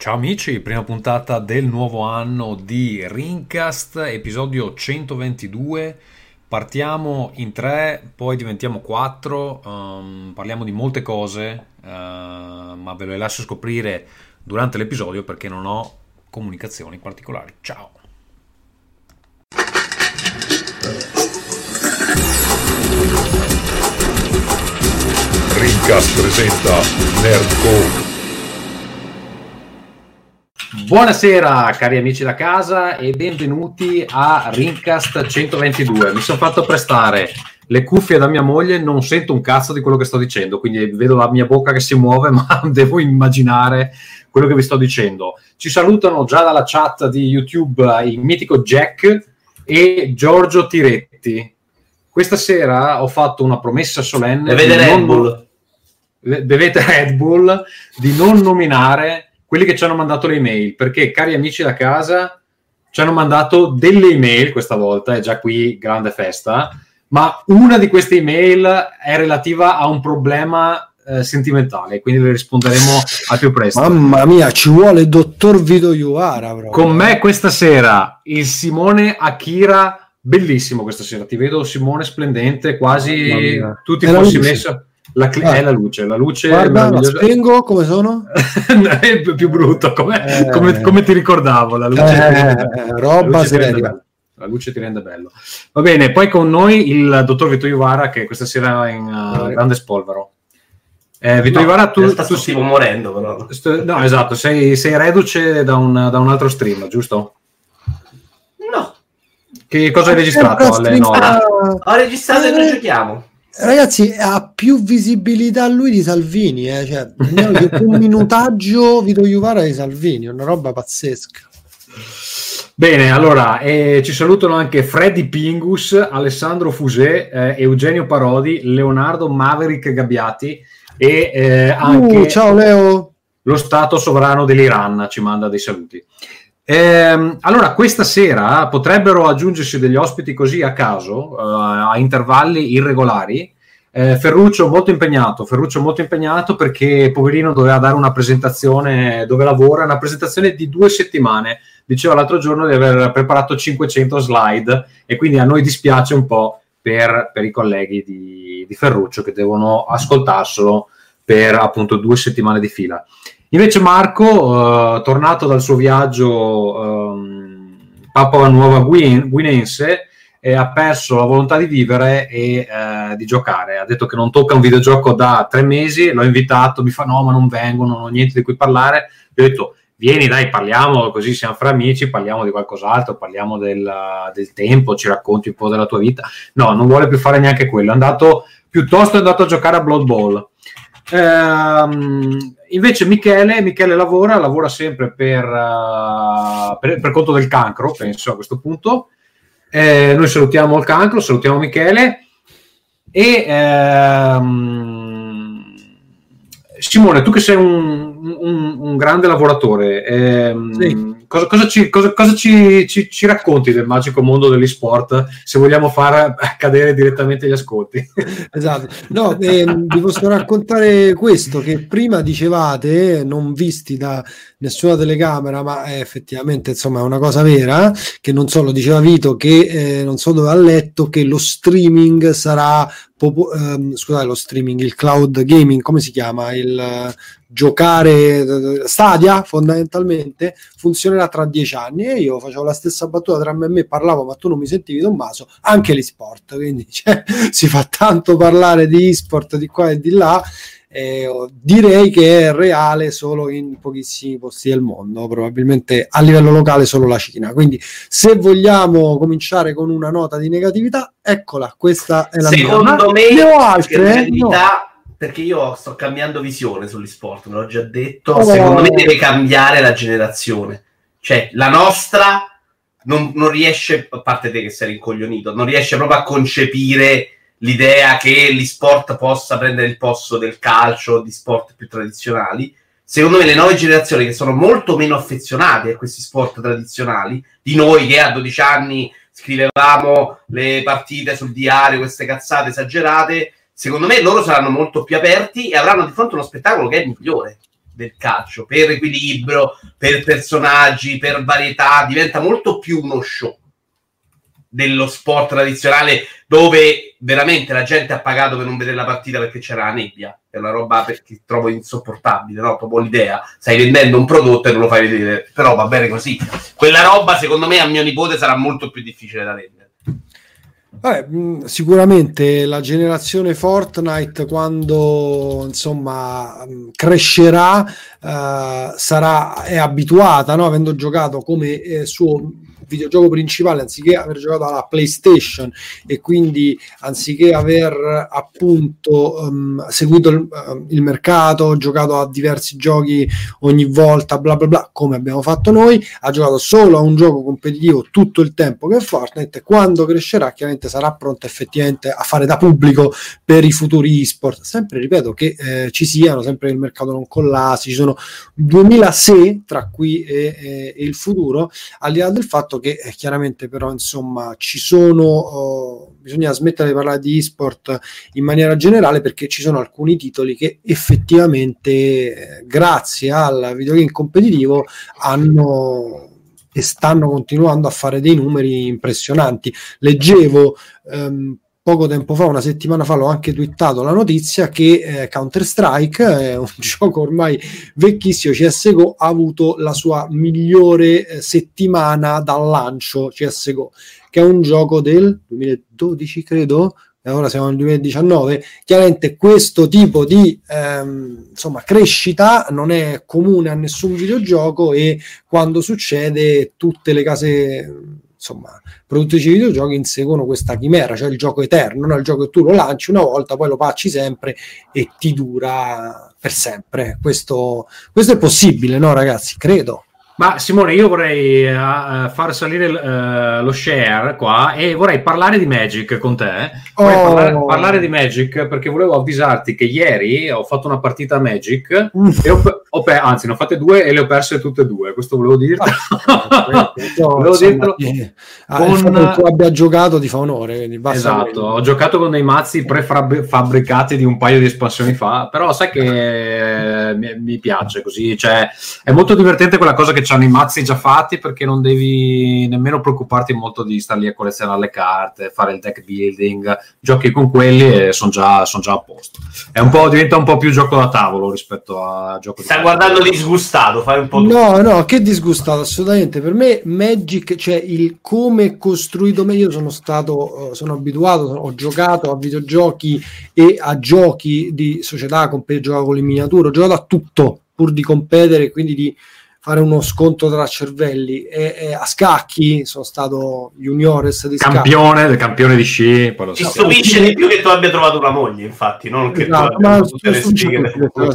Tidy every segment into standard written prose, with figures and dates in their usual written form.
Ciao amici, prima puntata del nuovo anno di Rincast, episodio 122. Partiamo in tre, poi diventiamo quattro, parliamo di molte cose, ma ve le lascio scoprire durante l'episodio perché non ho comunicazioni particolari. Ciao! Rincast presenta Nerdcore. Buonasera cari amici da casa e benvenuti a Rincast 122. Mi sono fatto prestare le cuffie da mia moglie, non sento un cazzo di quello che sto dicendo, quindi vedo la mia bocca che si muove, ma devo immaginare quello che vi sto dicendo. Ci salutano già dalla chat di YouTube il mitico Jack e Giorgio Tiretti. Questa sera ho fatto una promessa solenne. Bevete Red Bull, di non nominare quelli che ci hanno mandato le email, perché cari amici da casa ci hanno mandato delle email questa volta, è già qui grande festa, ma una di queste email è relativa a un problema sentimentale, quindi le risponderemo al più presto. Mamma mia, ci vuole il dottor Vito Iuvara proprio. Con me questa sera il Simone Akira, bellissimo questa sera, ti vedo Simone splendente, quasi tutti fossi messo. È la luce guarda, la spengo, come sono? È più brutto, come ti ricordavo, la luce roba seria. La luce ti rende bello. Va bene, poi con noi il dottor Vito Iuvara che questa sera è in grande spolvero. Vito Iuvara, tu stiamo morendo però. No, esatto, sei reduce da un altro stream, giusto? No. Che cosa hai registrato alle 9? Ho registrato e noi giochiamo. Ragazzi, ha più visibilità lui di Salvini, cioè un minutaggio Vito Iuvara di Salvini, una roba pazzesca. Bene, allora ci salutano anche Freddy Pingus, Alessandro Fusè, Eugenio Parodi, Leonardo Maverick Gabbiati e anche ciao Leo. Lo Stato Sovrano dell'Iran ci manda dei saluti. Allora, questa sera potrebbero aggiungersi degli ospiti così a caso, a intervalli irregolari. Ferruccio molto impegnato perché poverino doveva dare una presentazione dove lavora, una presentazione di 2 settimane. Diceva l'altro giorno di aver preparato 500 slide e quindi a noi dispiace un po' per i colleghi di Ferruccio che devono ascoltarselo per appunto 2 settimane di fila. Invece Marco, tornato dal suo viaggio Papua Nuova Guinense, ha perso la volontà di vivere e di giocare. Ha detto che non tocca un videogioco da 3 mesi, l'ho invitato, mi fa no, ma non vengo, non ho niente di cui parlare. Gli ho detto vieni dai, parliamo, così siamo fra amici, parliamo di qualcos'altro, parliamo del tempo, ci racconti un po' della tua vita. No, non vuole più fare neanche quello, è andato a giocare a Blood Bowl. Invece Michele lavora sempre per conto del cancro, penso a questo punto. Noi salutiamo il cancro, salutiamo Michele e Simone, tu che sei un grande lavoratore, sì. Cosa ci racconti del magico mondo dell'e-sport, se vogliamo far cadere direttamente gli ascolti? Esatto, no, vi posso raccontare questo, che prima dicevate, non visti da nessuna telecamera, ma effettivamente insomma è una cosa vera, che non so, lo diceva Vito, che non so dove ha letto, che lo streaming sarà scusate, lo streaming, il cloud gaming, come si chiama? Il giocare Stadia fondamentalmente funzionerà tra 10 anni, e io facevo la stessa battuta tra me e me, parlavo ma tu non mi sentivi, Tommaso, anche l'e-sport, quindi si fa tanto parlare di e-sport di qua e di là. Direi che è reale solo in pochissimi posti del mondo, probabilmente a livello locale solo la Cina, quindi se vogliamo cominciare con una nota di negatività, eccola, questa è la secondo mia. me altre, perché io sto cambiando visione sugli sport, me l'ho già detto, secondo me deve cambiare la generazione, cioè la nostra non riesce, a parte te che sei rincoglionito, non riesce proprio a concepire l'idea che l'e-sport possa prendere il posto del calcio, di sport più tradizionali. Secondo me le nuove generazioni, che sono molto meno affezionate a questi sport tradizionali, di noi che a 12 anni scrivevamo le partite sul diario, queste cazzate esagerate, secondo me loro saranno molto più aperti e avranno di fronte uno spettacolo che è migliore. del calcio, per equilibrio, per personaggi, per varietà, diventa molto più uno show dello sport tradizionale, dove veramente la gente ha pagato per non vedere la partita perché c'era la nebbia. È una roba che trovo insopportabile, no? Proprio l'idea, stai vendendo un prodotto e non lo fai vedere, però va bene così. Quella roba secondo me a mio nipote sarà molto più difficile da vendere. Sicuramente la generazione Fortnite, quando insomma crescerà, è abituata, no? Avendo giocato come suo videogioco principale, anziché aver giocato alla PlayStation, e quindi anziché aver appunto seguito il mercato, giocato a diversi giochi ogni volta, bla bla bla, come abbiamo fatto noi, ha giocato solo a un gioco competitivo tutto il tempo, che è Fortnite, e quando crescerà chiaramente sarà pronta effettivamente a fare da pubblico per i futuri esport. Sempre ripeto che ci siano, sempre che il mercato non collassi, ci sono 2000 se tra qui e il futuro, al di là del fatto che chiaramente però insomma ci sono bisogna smettere di parlare di esport in maniera generale, perché ci sono alcuni titoli che effettivamente grazie al videogame competitivo hanno e stanno continuando a fare dei numeri impressionanti. Leggevo poco tempo fa, una settimana fa, l'ho anche twittato la notizia che Counter-Strike è un gioco ormai vecchissimo, CSGO, ha avuto la sua migliore settimana dal lancio, CSGO, che è un gioco del 2012 credo, e ora siamo nel 2019. Chiaramente questo tipo di insomma crescita non è comune a nessun videogioco, e quando succede tutte le case insomma produttrici di videogiochi inseguono questa chimera, cioè il gioco eterno, no? Il gioco che tu lo lanci una volta, poi lo patchi sempre e ti dura per sempre. Questo è possibile, no ragazzi? Credo. Ma Simone, io vorrei far salire lo share qua e vorrei parlare di Magic con te. Vorrei parlare di Magic perché volevo avvisarti che ieri ho fatto una partita a Magic e anzi ne ho fatte 2 e le ho perse tutte e 2. Questo volevo dirti. Volevo dirtelo. Il fatto che tu abbia giocato ti fa onore. Quindi esatto, ho giocato con dei mazzi prefabbricati di un paio di espansioni fa, però sai che mi piace così, cioè è molto divertente quella cosa che c'hanno i mazzi già fatti, perché non devi nemmeno preoccuparti molto di star lì a collezionare le carte, fare il deck building, giochi con quelli e sono già a posto. Diventa un po' più gioco da tavolo rispetto a gioco di guardando disgustato, fai un po' no, che disgustato, assolutamente. Per me Magic, cioè il come è costruito, io sono abituato, ho giocato a videogiochi e a giochi di società, ho giocato con le miniature, ho giocato a tutto pur di competere, quindi di fare uno scontro tra cervelli, e a scacchi sono stato juniores di campione di sci. Poi ti stupisce di più che tu abbia trovato una moglie, infatti, non che tu abbia tutte le sfighe.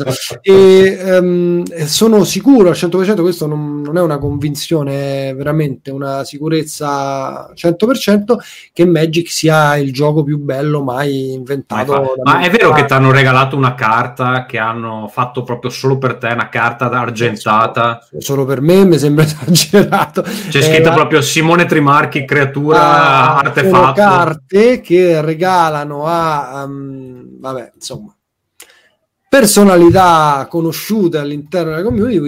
E sono sicuro al 100%, questo non è una convinzione, è veramente una sicurezza 100%, che Magic sia il gioco più bello mai inventato. Ma è vero che ti hanno regalato una carta che hanno fatto proprio solo per te, una carta argentata? Solo per me mi sembra esagerato. C'è scritto proprio Simone Trimarchi, creatura artefatto. Sono carte che regalano a vabbè, insomma, personalità conosciute all'interno della community.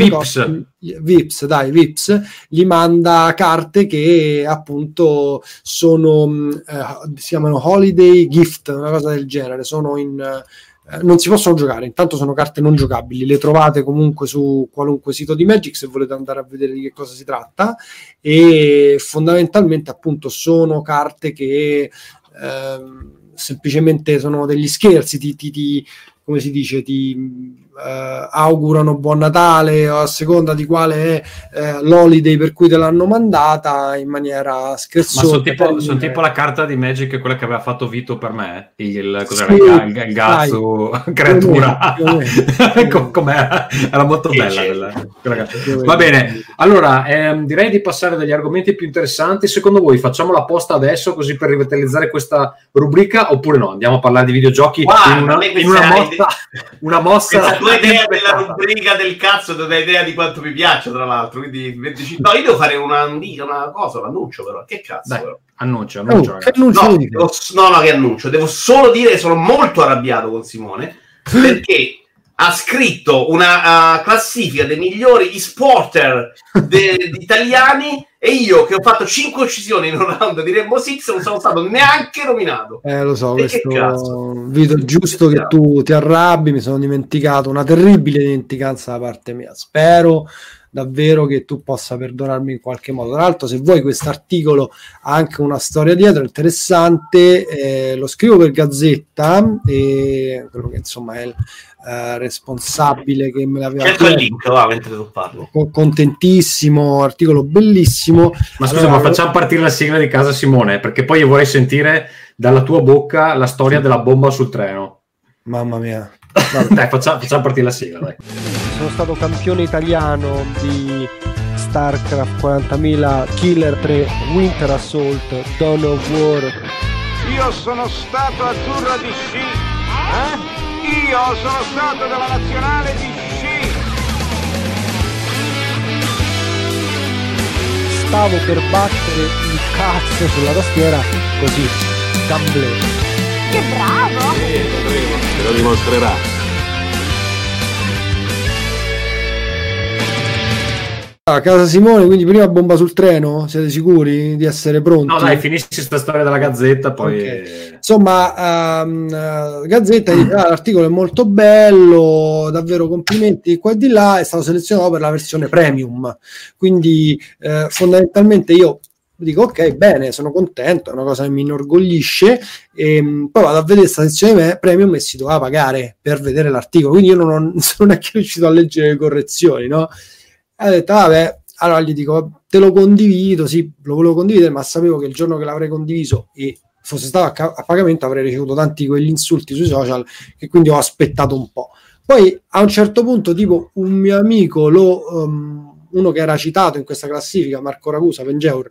Vips gli manda carte che appunto sono si chiamano holiday gift, una cosa del genere, sono non si possono giocare, intanto sono carte non giocabili, le trovate comunque su qualunque sito di Magic se volete andare a vedere di che cosa si tratta, e fondamentalmente appunto sono carte che semplicemente sono degli scherzi, come si dice, ti augurano buon Natale, o a seconda di quale è l'holiday per cui te l'hanno mandata, in maniera scherzosa. Ma sono tipo la carta di Magic, quella che aveva fatto Vito per me, il Gazzu creatura. Com'era? Era molto bella quella. Va bene, allora direi di passare dagli argomenti più interessanti. Secondo voi facciamo la posta adesso, così per rivitalizzare questa rubrica, oppure no? Andiamo a parlare di videogiochi in una mossa. La tua idea della rubrica del cazzo ti dà idea di quanto mi piace, tra l'altro, quindi no, io devo fare una cosa, l'annuncio, però che cazzo. Dai, però. Annuncio. Che annuncio, devo solo dire che sono molto arrabbiato con Simone perché ha scritto una classifica dei migliori e-sporter italiani, e io che ho fatto 5 uccisioni in un round di Rainbow Six non sono stato neanche nominato. Lo so, E questo Vito, è giusto che tu ti arrabbi, mi sono dimenticato, una terribile dimenticanza da parte mia. Spero davvero che tu possa perdonarmi in qualche modo. Tra l'altro, se vuoi, quest'articolo ha anche una storia dietro interessante, lo scrivo per Gazzetta, e quello che insomma è il responsabile che me l'aveva cerco il link, va, mentre tu parlo. Contentissimo, articolo bellissimo. Ma scusa, ma facciamo partire la sigla di Casa Simone, perché poi io vorrei sentire dalla tua bocca la storia della bomba sul treno. Mamma mia. Dai, facciamo partire la sigla, dai. Sono stato campione italiano di StarCraft 40.000, Killer 3, Winter Assault, Dawn of War. Io sono stato azzurro di sci. Io sono stato della nazionale di sci. Stavo per battere il cazzo sulla tastiera così, gamble. Che bravo! Te lo dimostrerà. Casa Simone, quindi prima bomba sul treno, siete sicuri di essere pronti? No, dai, finisci questa storia della Gazzetta, poi... Okay. Insomma, Gazzetta dice, l'articolo è molto bello, davvero complimenti qua e di là, è stato selezionato per la versione premium, quindi fondamentalmente io dico ok, bene, sono contento, è una cosa che mi inorgoglisce, e poi vado a vedere questa sezione premium e si doveva pagare per vedere l'articolo, quindi io non sono neanche riuscito a leggere le correzioni, no? Ha detto vabbè, allora gli dico te lo condivido, sì, lo volevo condividere, ma sapevo che il giorno che l'avrei condiviso e fosse stato a pagamento avrei ricevuto tanti quegli insulti sui social, che quindi ho aspettato un po'. Poi a un certo punto, tipo, un mio amico, uno che era citato in questa classifica, Marco Ragusa, Pengeur,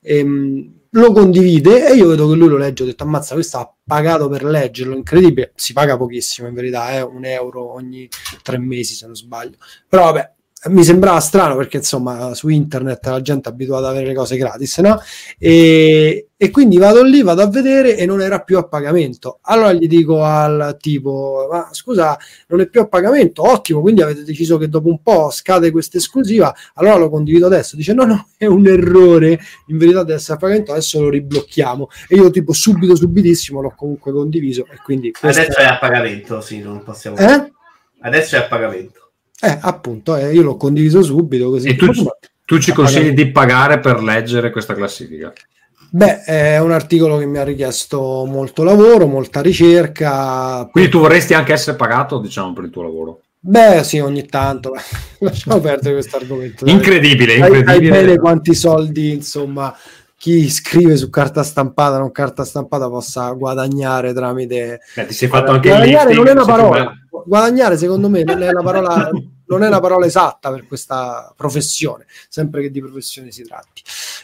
lo condivide e io vedo che lui lo legge, ho detto ammazza, questo ha pagato per leggerlo, incredibile, si paga pochissimo in verità, €1 ogni 3 mesi se non sbaglio, però vabbè, mi sembrava strano perché insomma su internet la gente è abituata ad avere le cose gratis, no? E quindi vado lì, vado a vedere e non era più a pagamento. Allora gli dico al tipo, ma scusa, non è più a pagamento? Ottimo, quindi avete deciso che dopo un po' scade questa esclusiva, allora lo condivido adesso. Dice no, è un errore, in verità deve essere a pagamento, adesso lo riblocchiamo. E io tipo subitissimo l'ho comunque condiviso e quindi... Adesso è a pagamento, sì, non possiamo... Adesso è a pagamento. Appunto, io l'ho condiviso subito così. E tu ci consigli di pagare per leggere questa classifica? Beh, è un articolo che mi ha richiesto molto lavoro, molta ricerca. Quindi tu vorresti anche essere pagato, diciamo, per il tuo lavoro? Beh, sì, ogni tanto. Lasciamo perdere questo argomento. Incredibile. Sai bene quanti soldi, insomma, chi scrive su carta stampata, non carta stampata, possa guadagnare tramite... ti sei fatto anche guadagnare il lifting, non è una parola. Guadagnare, secondo me, non è la parola... non è una parola esatta per questa professione, sempre che di professione si tratti.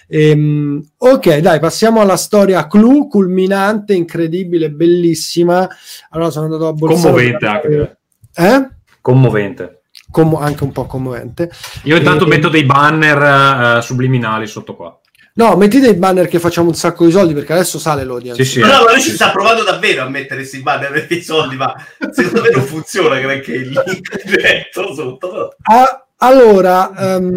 Ok, dai, passiamo alla storia clou, culminante, incredibile, bellissima. Allora sono andato a Bolzano. Commovente anche. Commovente. Anche un po' commovente. Io intanto metto dei banner subliminali sotto qua. No, mettete i banner che facciamo un sacco di soldi, perché adesso sale l'audience. Sì, no, ma lui ci sta provando davvero a mettere questi banner per i soldi, ma secondo me non funziona che il link diretto sotto. Allora,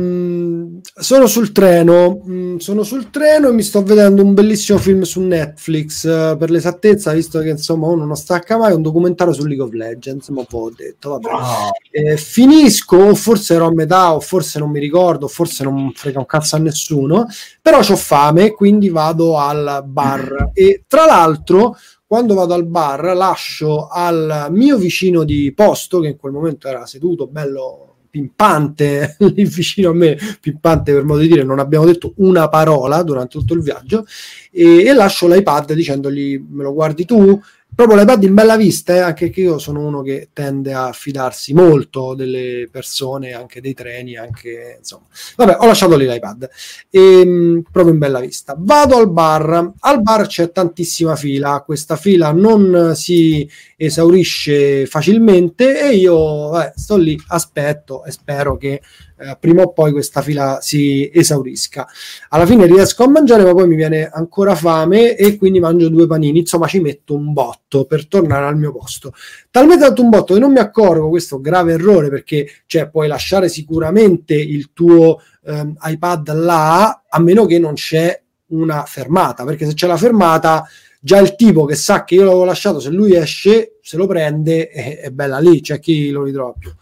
sono sul treno e mi sto vedendo un bellissimo film su Netflix, per l'esattezza, visto che insomma uno non stacca mai, un documentario su League of Legends, ma poi ho detto vabbè, finisco, o forse ero a metà, o forse non mi ricordo, forse non frega un cazzo a nessuno, però c'ho fame, quindi vado al bar e tra l'altro quando vado al bar lascio al mio vicino di posto, che in quel momento era seduto bello pimpante lì vicino a me, pimpante per modo di dire, non abbiamo detto una parola durante tutto il viaggio, e lascio l'iPad dicendogli me lo guardi tu, proprio l'iPad in bella vista, anche che io sono uno che tende a fidarsi molto delle persone, anche dei treni, anche insomma, vabbè, ho lasciato lì l'iPad proprio in bella vista. Vado al bar c'è tantissima fila, questa fila non si esaurisce facilmente e io sto lì, aspetto e spero che prima o poi questa fila si esaurisca. Alla fine riesco a mangiare, ma poi mi viene ancora fame e quindi mangio 2 panini, insomma ci metto un botto per tornare al mio posto. Talmente tanto un botto che non mi accorgo, questo grave errore, perché cioè, puoi lasciare sicuramente il tuo iPad là, a meno che non c'è una fermata, perché se c'è la fermata già il tipo che sa che io l'avevo lasciato, se lui esce se lo prende, è bella lì, c'è chi lo ritrova più.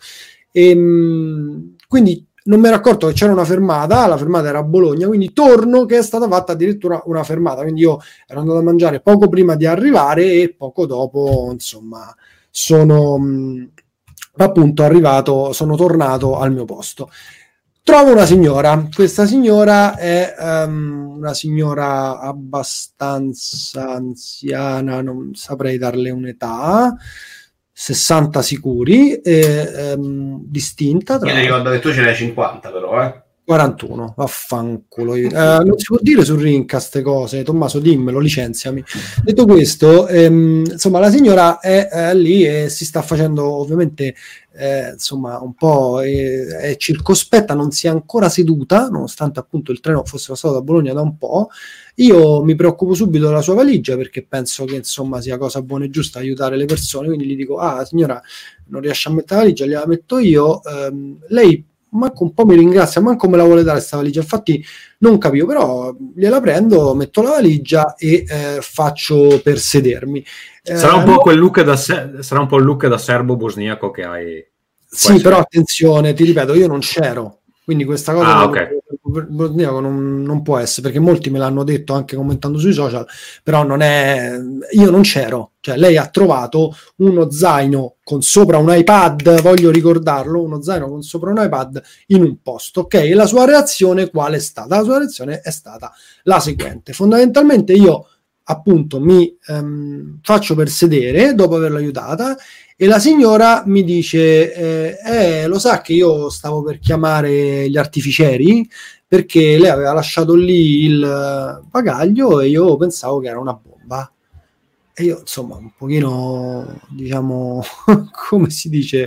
Quindi non mi ero accorto che c'era una fermata, la fermata era a Bologna, quindi torno che è stata fatta addirittura una fermata, quindi io ero andato a mangiare poco prima di arrivare e poco dopo, insomma, sono appunto arrivato, sono tornato al mio posto. Trovo una signora, questa signora è una signora abbastanza anziana, non saprei darle un'età, 60 sicuri, distinta. Io ti ricordo che tu ce n'hai 50 però, 41, vaffanculo. Non si può dire su Rinca ste cose, Tommaso dimmelo, licenziami. Detto questo, insomma la signora è lì e si sta facendo ovviamente insomma un po' è circospetta, non si è ancora seduta nonostante appunto il treno fosse passato da Bologna da un po'. Io mi preoccupo subito della sua valigia perché penso che insomma sia cosa buona e giusta aiutare le persone, quindi gli dico: signora, non riesce a mettere la valigia, gliela metto io. Lei manco un po' mi ringrazia, manco me la vuole dare sta valigia, infatti non capivo, però gliela prendo, metto la valigia e faccio per sedermi. Sarà un po' quel look sarà un po' il look da serbo bosniaco che hai. Sì, però attenzione, ti ripeto, io non c'ero, quindi questa cosa non può essere, perché molti me l'hanno detto anche commentando sui social, però non è, io non c'ero, cioè lei ha trovato uno zaino con sopra un iPad, voglio ricordarlo, uno zaino con sopra un iPad in un posto, ok? E la sua reazione qual è stata? La sua reazione è stata la seguente: fondamentalmente io appunto mi faccio per sedere dopo averla aiutata e la signora mi dice lo sa che io stavo per chiamare gli artificieri perché lei aveva lasciato lì il bagaglio e io pensavo che era una bomba. E io insomma un pochino, diciamo, come si dice,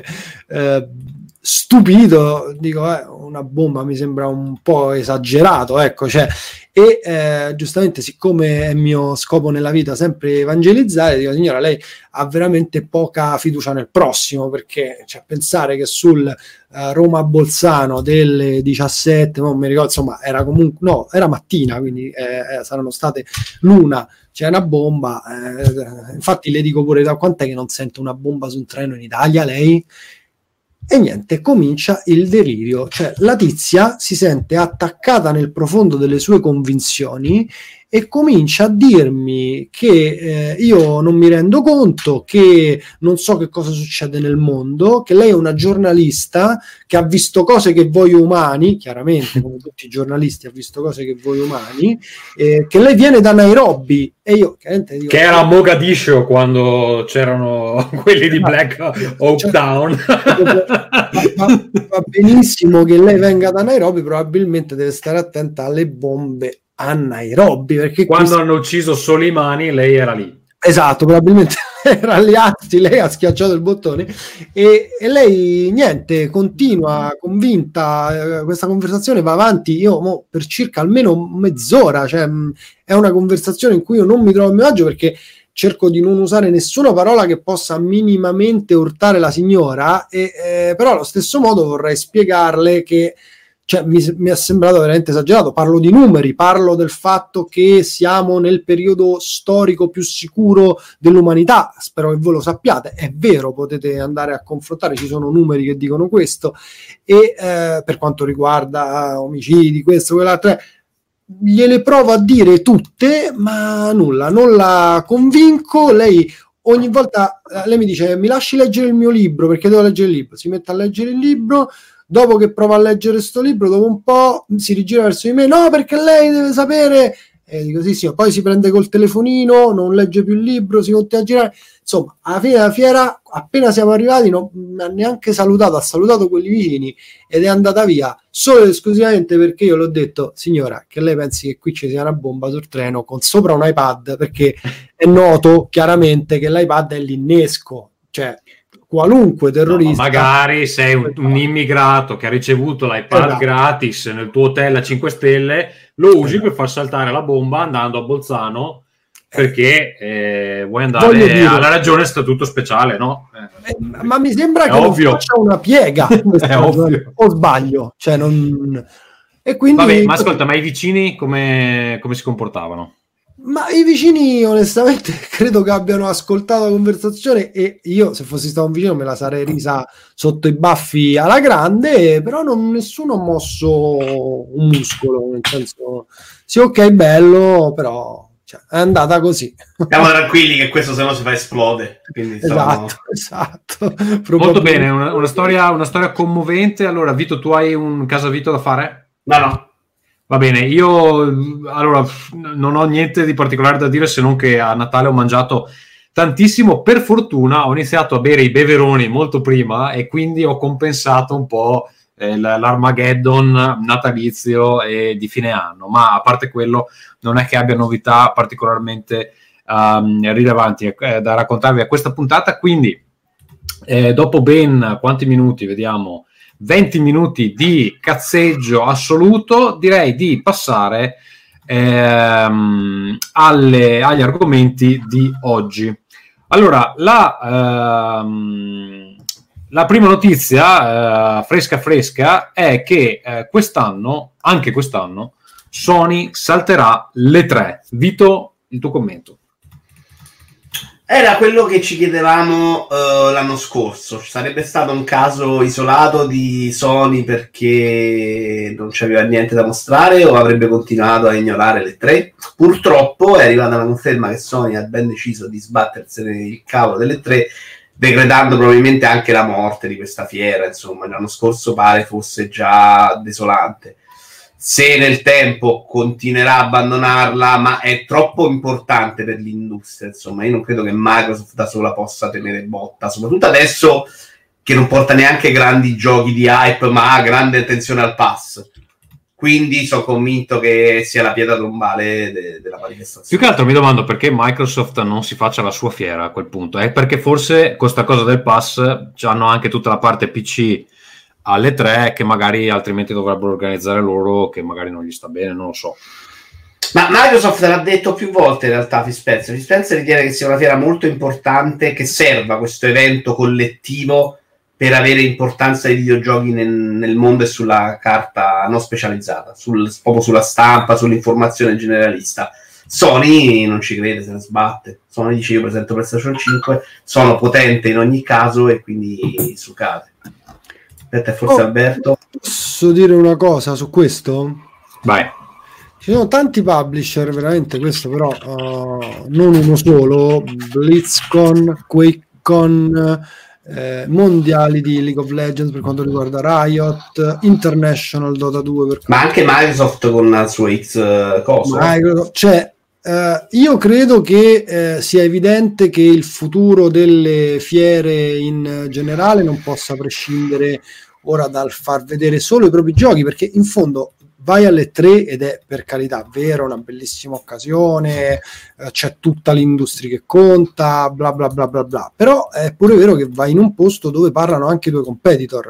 stupito, dico una bomba mi sembra un po' esagerato, ecco, cioè, e giustamente siccome è mio scopo nella vita sempre evangelizzare, dico: signora, lei ha veramente poca fiducia nel prossimo, perché cioè, pensare che sul Roma-Bolzano delle 17, non mi ricordo, insomma era comunque, no, era mattina, quindi saranno state l'una, c'è una bomba, infatti le dico pure: da quant'è che non sento una bomba su un treno in Italia lei? E niente, comincia il delirio, cioè la tizia si sente attaccata nel profondo delle sue convinzioni e comincia a dirmi che io non mi rendo conto, che non so che cosa succede nel mondo, che lei è una giornalista che ha visto cose che voi umani, chiaramente come tutti i giornalisti ha visto cose che voi umani, che lei viene da Nairobi. E io dico, che era a Mogadiscio quando c'erano quelli di Black Hawk Down. Va benissimo che lei venga da Nairobi, probabilmente deve stare attenta alle bombe a Nairobi, perché quando hanno ucciso Soleimani lei era lì. Esatto, probabilmente era agli atti, lei ha schiacciato il bottone e lei niente, continua convinta, questa conversazione va avanti io per circa almeno mezz'ora, cioè è una conversazione in cui io non mi trovo a mio agio perché cerco di non usare nessuna parola che possa minimamente urtare la signora, però allo stesso modo vorrei spiegarle che cioè, mi è sembrato veramente esagerato. Parlo di numeri, parlo del fatto che siamo nel periodo storico più sicuro dell'umanità, spero che voi lo sappiate, è vero, potete andare a confrontare, ci sono numeri che dicono questo, e per quanto riguarda omicidi, questo, quell'altro, gliele provo a dire tutte, ma nulla, non la convinco. Lei ogni volta lei mi dice: mi lasci leggere il mio libro, perché devo leggere il libro, si mette a leggere il libro. Dopo che prova a leggere sto libro, dopo un po' si rigira verso di me: no, perché lei deve sapere. E dico sì, poi si prende col telefonino, non legge più il libro, si continua a girare. Insomma, alla fine della fiera, appena siamo arrivati, non mi ha neanche salutato, ha salutato quelli vicini ed è andata via solo ed esclusivamente perché io l'ho detto: signora, che lei pensi che qui ci sia una bomba sul treno con sopra un iPad, perché è noto chiaramente che l'iPad è l'innesco, cioè qualunque terrorista. No, magari sei un immigrato che ha ricevuto l'iPad Esatto. gratis nel tuo hotel a 5 stelle, lo usi per far saltare la bomba andando a Bolzano perché vuoi Voglio dire- andare alla ragione statuto speciale, no? Ma mi sembra È che non ovvio. faccia una piega questa È cosa, ovvio. o sbaglio, cioè non... E quindi Vabbè, ma ascolta, ma i vicini come si comportavano? Ma i vicini onestamente credo che abbiano ascoltato la conversazione e io se fossi stato un vicino me la sarei risa sotto i baffi alla grande, però nessuno ha mosso un muscolo, nel senso sì, ok, bello, però cioè, è andata così. Siamo tranquilli che questo se no si fa esplode. Quindi, insomma, Esatto. Molto Probabilmente- bene, una storia commovente. Allora, Vito, tu hai un Casavito da fare? No. Va bene, io allora non ho niente di particolare da dire se non che a Natale ho mangiato tantissimo. Per fortuna ho iniziato a bere i beveroni molto prima e quindi ho compensato un po' l'Armageddon natalizio e di fine anno, ma a parte quello non è che abbia novità particolarmente rilevanti da raccontarvi a questa puntata, quindi dopo ben quanti minuti, vediamo, 20 minuti di cazzeggio assoluto, direi di passare agli argomenti di oggi. Allora, la prima notizia fresca è che anche quest'anno, Sony salterà le 3. Vito, il tuo commento. Era quello che ci chiedevamo l'anno scorso. Sarebbe stato un caso isolato di Sony perché non c'aveva niente da mostrare o avrebbe continuato a ignorare le 3? Purtroppo è arrivata la conferma che Sony ha ben deciso di sbattersene il cavolo delle 3, decretando probabilmente anche la morte di questa fiera. Insomma, l'anno scorso pare fosse già desolante. Se nel tempo continuerà a abbandonarla, ma è troppo importante per l'industria, insomma, io non credo che Microsoft da sola possa tenere botta, soprattutto adesso che non porta neanche grandi giochi di hype, ma ha grande attenzione al pass. Quindi sono convinto che sia la pietra tombale della manifestazione. Più che altro mi domando perché Microsoft non si faccia la sua fiera a quel punto. È perché forse questa cosa del pass hanno anche tutta la parte PC alle 3 che magari altrimenti dovrebbero organizzare loro, che magari non gli sta bene, non lo so. Ma Microsoft l'ha detto più volte in realtà. Phil Spencer ritiene che sia una fiera molto importante, che serva questo evento collettivo per avere importanza dei videogiochi nel mondo e sulla carta non specializzata, proprio sulla stampa, sull'informazione generalista. Sony non ci crede, se ne sbatte. Sony dice: io presento PlayStation 5, sono potente in ogni caso e quindi succate. Aspetta, forse Alberto. Posso dire una cosa su questo? Vai. Ci sono tanti publisher, veramente, questo però non uno solo, BlizzCon, QuakeCon, mondiali di League of Legends per quanto riguarda Riot, International Dota 2 ma anche Microsoft con il suo X coso. Microsoft, cioè io credo che sia evidente che il futuro delle fiere in generale non possa prescindere ora dal far vedere solo i propri giochi, perché in fondo vai alle 3 ed è, per carità, vero, una bellissima occasione, c'è tutta l'industria che conta, bla bla bla bla bla, però è pure vero che vai in un posto dove parlano anche i tuoi competitor.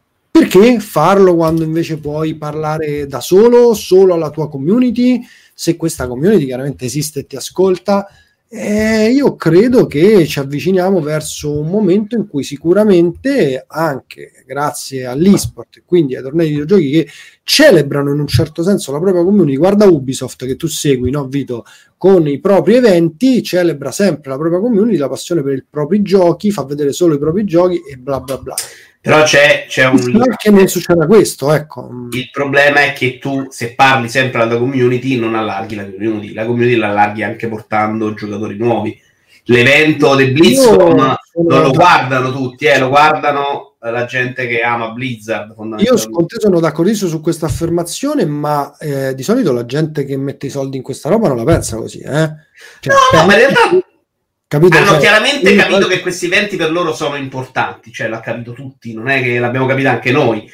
Perché farlo quando invece puoi parlare da solo alla tua community, se questa community chiaramente esiste e ti ascolta? Io credo che ci avviciniamo verso un momento in cui sicuramente anche grazie all'esport e quindi ai tornei di videogiochi che celebrano in un certo senso la propria community, guarda Ubisoft che tu segui, no Vito, con i propri eventi celebra sempre la propria community, la passione per i propri giochi, fa vedere solo i propri giochi e bla bla bla. Però c'è un... che non succeda questo, ecco. Il problema è che tu, se parli sempre alla community, non allarghi la community la allarghi anche portando giocatori nuovi. L'evento del BlizzCon non lo guardano tutti, lo guardano la gente che ama Blizzard. Io con te sono d'accordissimo su questa affermazione, ma di solito la gente che mette i soldi in questa roba non la pensa così, Cioè, no, ma in realtà capito, hanno chiaramente capito che questi eventi per loro sono importanti, cioè l'ha capito tutti, non è che l'abbiamo capito anche noi.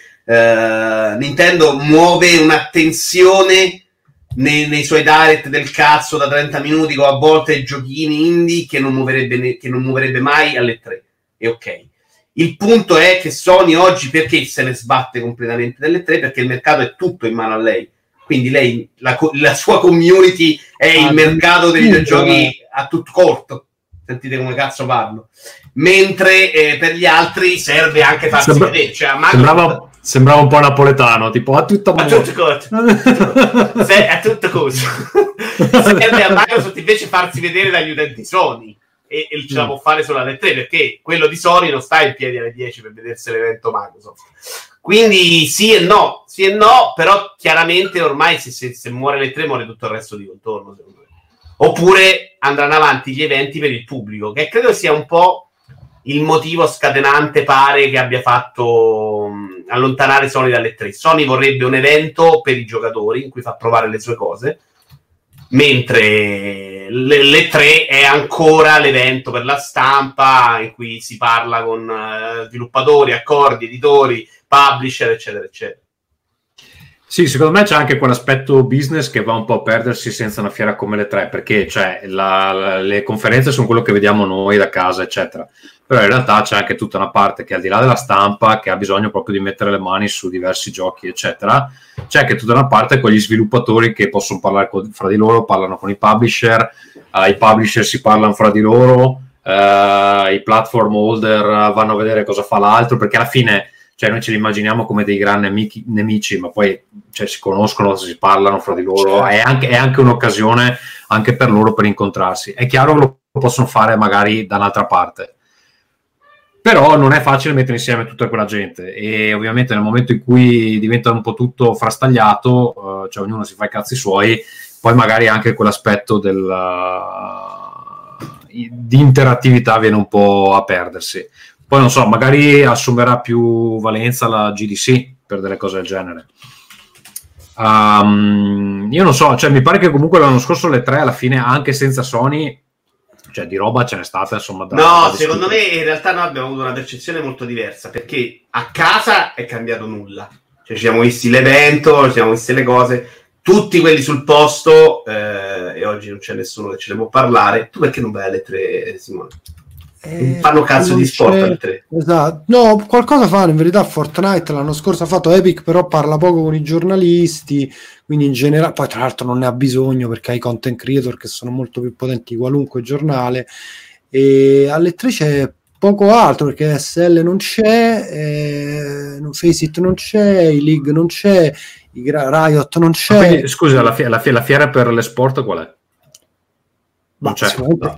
Nintendo muove un'attenzione nei suoi direct del cazzo da 30 minuti con a volte giochini indie che non muoverebbe mai alle 3, e ok. Il punto è che Sony oggi perché se ne sbatte completamente delle tre? Perché il mercato è tutto in mano a lei. Quindi lei, la sua community è il mercato dei videogiochi a tutto corto. Sentite come cazzo parlo. Mentre per gli altri serve anche farsi vedere. Cioè, sembrava un po' napoletano, tipo a tutto corto. A tutto corso. Serve a Microsoft invece farsi vedere dagli utenti Sony. E ce la può fare solo alle 3, perché quello di Sony non sta in piedi alle 10 per vedersi l'evento Microsoft. Quindi sì e no, però chiaramente ormai se muore le 3 muore tutto il resto di contorno, secondo me. Oppure andranno avanti gli eventi per il pubblico, che credo sia un po' il motivo scatenante, pare, che abbia fatto allontanare Sony dalle 3. Sony vorrebbe un evento per i giocatori in cui fa provare le sue cose, mentre le 3 è ancora l'evento per la stampa in cui si parla con sviluppatori, accordi, editori, publisher, eccetera, eccetera. Sì, secondo me c'è anche quell'aspetto business che va un po' a perdersi senza una fiera come le 3, perché cioè, le conferenze sono quello che vediamo noi da casa, eccetera. Però in realtà c'è anche tutta una parte che al di là della stampa, che ha bisogno proprio di mettere le mani su diversi giochi, eccetera, c'è anche tutta una parte con gli sviluppatori che possono parlare fra di loro, parlano con i publisher si parlano fra di loro, i platform holder vanno a vedere cosa fa l'altro, perché alla fine cioè noi ce li immaginiamo come dei gran nemici, ma poi cioè, si conoscono, si parlano fra di loro, è anche un'occasione anche per loro per incontrarsi. È chiaro che lo possono fare magari da un'altra parte, però non è facile mettere insieme tutta quella gente, e ovviamente nel momento in cui diventa un po' tutto frastagliato, cioè ognuno si fa i cazzi suoi, poi magari anche quell'aspetto di interattività viene un po' a perdersi. Poi non so, magari assumerà più valenza la GDC per delle cose del genere. Io non so, cioè mi pare che comunque l'anno scorso le 3 alla fine, anche senza Sony, cioè di roba ce n'è stata, insomma. Secondo me in realtà noi abbiamo avuto una percezione molto diversa, perché a casa è cambiato nulla. Cioè ci siamo visti l'evento, ci siamo visti le cose, tutti quelli sul posto, e oggi non c'è nessuno che ce ne può parlare. Tu perché non vai alle 3, Simone? Fanno cazzo di sport alle 3. Esatto. No, qualcosa fanno in verità. Fortnite l'anno scorso ha fatto, Epic però parla poco con i giornalisti, quindi in generale, poi tra l'altro non ne ha bisogno perché ha i content creator che sono molto più potenti di qualunque giornale, e alle 3 c'è poco altro perché SL non c'è, Faceit non c'è, i League non c'è, Riot non c'è. Quindi, scusa, la fiera per l'esport qual è? Non c'è.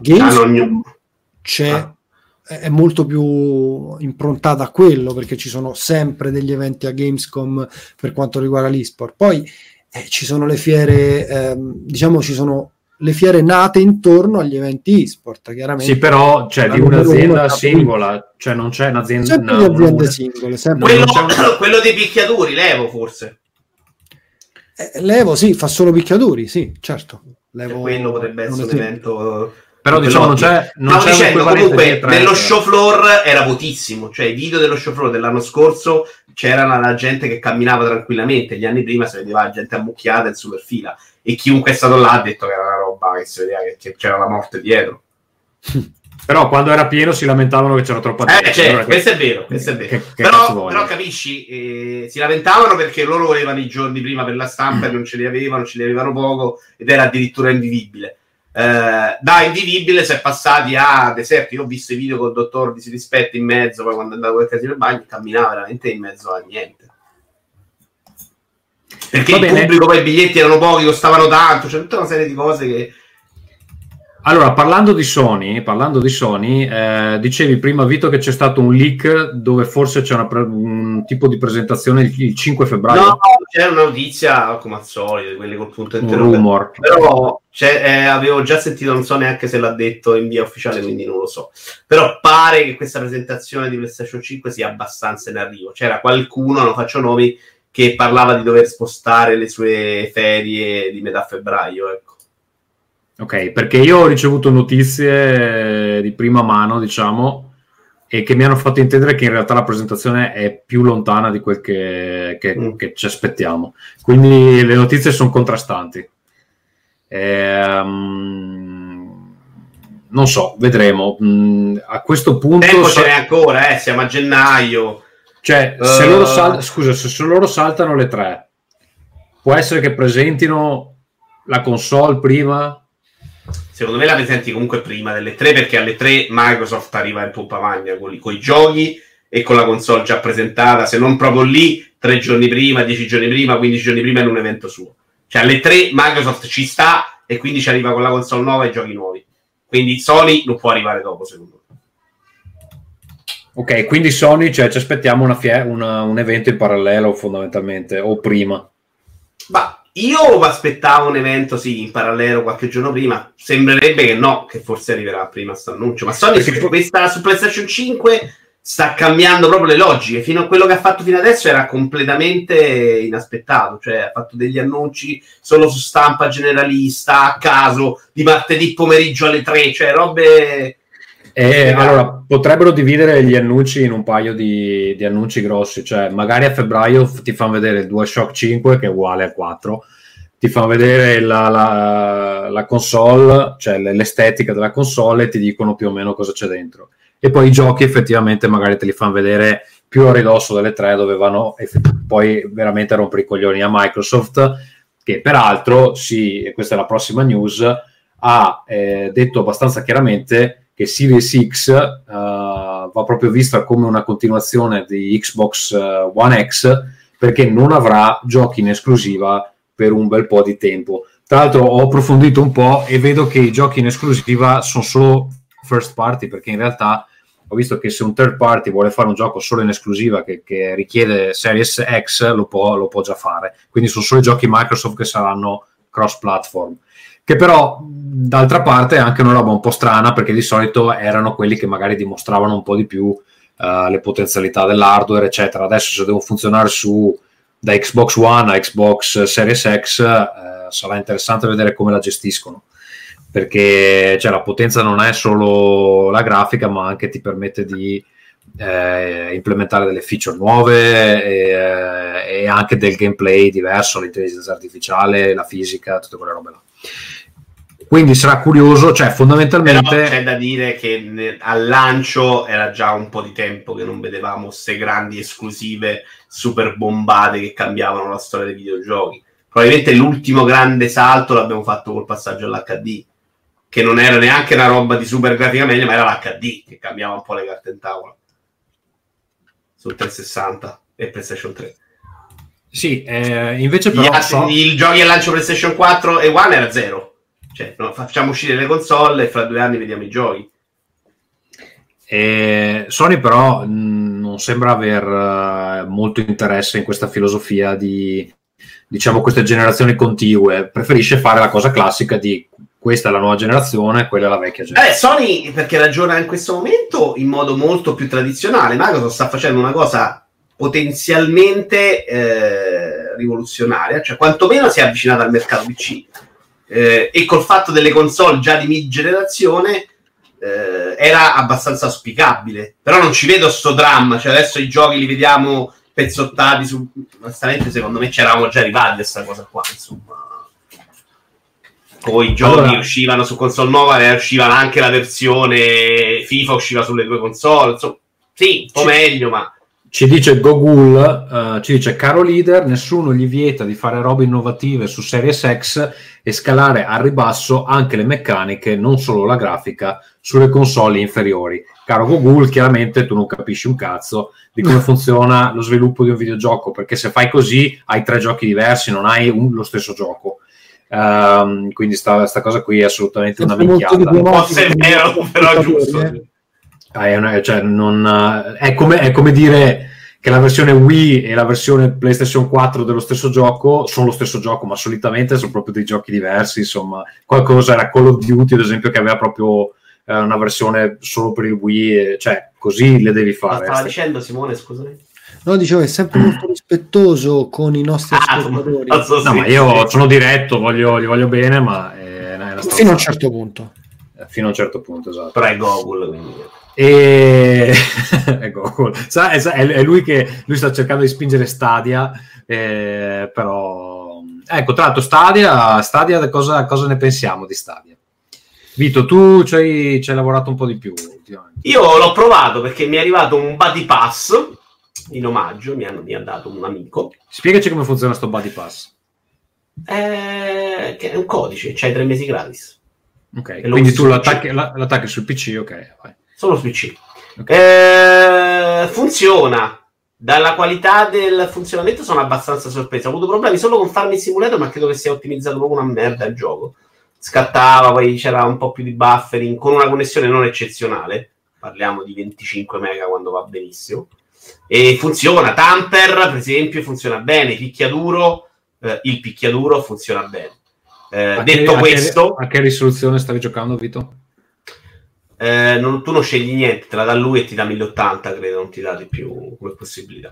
C'è, è molto più improntata a quello, perché ci sono sempre degli eventi a Gamescom per quanto riguarda l'esport. Poi ci sono le fiere, diciamo ci sono le fiere nate intorno agli eventi esport, chiaramente. Sì, però cioè di un'azienda singola, cioè non c'è un'azienda, sempre di aziende singole, sempre. Quello dei picchiaduri, l'Evo forse. L'Evo sì, fa solo picchiaduri, sì, certo. L'Evo, quello potrebbe essere un evento. Però diciamo non c'è dicendo, comunque nello show floor era votissimo, cioè i video dello show floor dell'anno scorso c'era la gente che camminava tranquillamente, gli anni prima si vedeva la gente ammucchiata in super fila, e chiunque è stato là ha detto che era una roba che si vedeva che c'era la morte dietro. Però quando era pieno si lamentavano che c'era troppa gente. Allora, questo è vero. Però capisci, si lamentavano perché loro volevano i giorni prima per la stampa e non ce li avevano poco, ed era addirittura invivibile. Da invivibile si è passati a deserto. Io ho visto i video con il dottor Disrispetto in mezzo, poi quando andavo quel casino al bagno camminava veramente in mezzo a niente, perché il pubblico, poi i biglietti erano pochi, costavano tanto, c'è tutta una serie di cose che... Allora, parlando di Sony, dicevi prima, Vito, che c'è stato un leak dove forse c'è un tipo di presentazione il 5 febbraio. No, c'è una notizia, come al solito, quelle col punto interrogativo. Un rumor. Però avevo già sentito, non so neanche se l'ha detto in via ufficiale, quindi non lo so. Però pare che questa presentazione di PlayStation 5 sia abbastanza in arrivo. C'era qualcuno, non faccio nomi, che parlava di dover spostare le sue ferie di metà febbraio, ecco. Ok, perché io ho ricevuto notizie di prima mano, diciamo, e che mi hanno fatto intendere che in realtà la presentazione è più lontana di quel che ci aspettiamo. Quindi le notizie sono contrastanti. non so, vedremo. A questo punto tempo ce n'è ancora, siamo a gennaio. Cioè, se loro saltano le 3, può essere che presentino la console prima? Secondo me la presenti comunque prima delle 3, perché alle 3 Microsoft arriva in pompa magna con i giochi e con la console già presentata, se non proprio lì, 3 giorni prima, 10 giorni prima, 15 giorni prima in un evento suo. Cioè alle 3 Microsoft ci sta e quindi ci arriva con la console nuova e giochi nuovi. Quindi Sony non può arrivare dopo, secondo me. Ok, quindi Sony, cioè ci aspettiamo un evento in parallelo fondamentalmente, o prima? Ma io aspettavo un evento, sì, in parallelo qualche giorno prima. Sembrerebbe che no, che forse arriverà prima sto annuncio. Ma Sony su PlayStation 5 sta cambiando proprio le logiche. Fino a quello che ha fatto fino adesso era completamente inaspettato. Cioè ha fatto degli annunci solo su stampa generalista, a caso, di martedì pomeriggio alle 3. Cioè robe... allora, potrebbero dividere gli annunci in un paio di annunci grossi, cioè magari a febbraio ti fanno vedere il DualShock 5 che è uguale al 4, ti fanno vedere la console, cioè l'estetica della console e ti dicono più o meno cosa c'è dentro, e poi i giochi effettivamente magari te li fanno vedere più a ridosso delle 3, dove vanno poi veramente a rompere i coglioni a Microsoft, che peraltro, sì, e questa è la prossima news, ha detto abbastanza chiaramente che Series X va proprio vista come una continuazione di Xbox One X, perché non avrà giochi in esclusiva per un bel po' di tempo. Tra l'altro ho approfondito un po' e vedo che i giochi in esclusiva sono solo first party, perché in realtà ho visto che se un third party vuole fare un gioco solo in esclusiva che richiede Series X lo può già fare, quindi sono solo i giochi Microsoft che saranno cross platform, che però d'altra parte è anche una roba un po' strana, perché di solito erano quelli che magari dimostravano un po' di più le potenzialità dell'hardware eccetera. Adesso se devono funzionare da Xbox One a Xbox Series X sarà interessante vedere come la gestiscono, perché cioè, la potenza non è solo la grafica, ma anche ti permette di implementare delle feature nuove e anche del gameplay diverso, l'intelligenza artificiale, la fisica, tutte quelle robe là. Quindi sarà curioso, cioè fondamentalmente... Però c'è da dire che al lancio era già un po' di tempo che non vedevamo queste grandi esclusive super bombate che cambiavano la storia dei videogiochi. Probabilmente l'ultimo grande salto l'abbiamo fatto col passaggio all'HD, che non era neanche una roba di super grafica meglio, ma era l'HD che cambiava un po' le carte in tavola sul 360 e PlayStation 3. Sì, invece però... I giochi al lancio PlayStation 4 e One era zero. Cioè, no, facciamo uscire le console e fra 2 anni vediamo i giochi. Sony però non sembra aver molto interesse in questa filosofia di, diciamo, queste generazioni contigue. Preferisce fare la cosa classica di questa è la nuova generazione, quella è la vecchia generazione. Sony perché ragiona in questo momento in modo molto più tradizionale. Microsoft sta facendo una cosa potenzialmente rivoluzionaria, cioè quantomeno si è avvicinata al mercato PC. E col fatto delle console già di mid generazione era abbastanza auspicabile, però non ci vedo sto dramma, cioè adesso i giochi li vediamo pezzottati su... onestamente secondo me c'eravamo già arrivati a questa cosa qua, insomma. Poi i giochi uscivano su console nuova e uscivano anche la versione FIFA, usciva sulle 2 console, insomma, sì, un po' meglio, ma ci dice Gogul, ci dice: caro leader, nessuno gli vieta di fare robe innovative su Series X e scalare al ribasso anche le meccaniche, non solo la grafica, sulle console inferiori. Caro Gogul, chiaramente tu non capisci un cazzo di come funziona lo sviluppo di un videogioco, perché se fai così hai 3 giochi diversi, non hai lo stesso gioco. Quindi sta cosa qui è assolutamente una minchiata. Forse è vero, però è giusto. Cioè, è come dire che la versione Wii e la versione PlayStation 4 dello stesso gioco sono lo stesso gioco, ma solitamente sono proprio dei giochi diversi. Insomma, qualcosa era Call of Duty, ad esempio, che aveva proprio una versione solo per il Wii, cioè così le devi fare. Ma stava dicendo Simone, scusami? No, dicevo, è sempre molto rispettoso con i nostri ascoltatori. No, ma io sono diretto, gli voglio bene, ma fino a un certo punto. Fino a un certo punto, esatto. Però è Google, quindi... ecco, è lui sta cercando di spingere Stadia, però ecco, tra l'altro Stadia cosa ne pensiamo di Stadia? Vito, tu ci hai lavorato un po' di più ultimamente. Io l'ho provato perché mi è arrivato un Buddy Pass in omaggio, mi ha dato un amico. Spiegaci come funziona sto Buddy Pass. Che è un codice, c'hai 3 mesi gratis. Ok, quindi tu l'attacchi sul PC, ok. Vai. Solo su PC. Okay. Funziona. Dalla qualità del funzionamento sono abbastanza sorpreso. Ho avuto problemi solo con Farming Simulator, ma credo che sia ottimizzato proprio una merda il gioco. Scattava, poi c'era un po' più di buffering, con una connessione non eccezionale. Parliamo di 25 mega quando va benissimo. E funziona. Tamper, per esempio, funziona bene. Picchiaduro, il picchiaduro funziona bene. Detto questo... A che risoluzione stavi giocando, Vito? Tu non scegli niente, te la dà lui e ti dà 1080, credo, non ti dà di più come possibilità.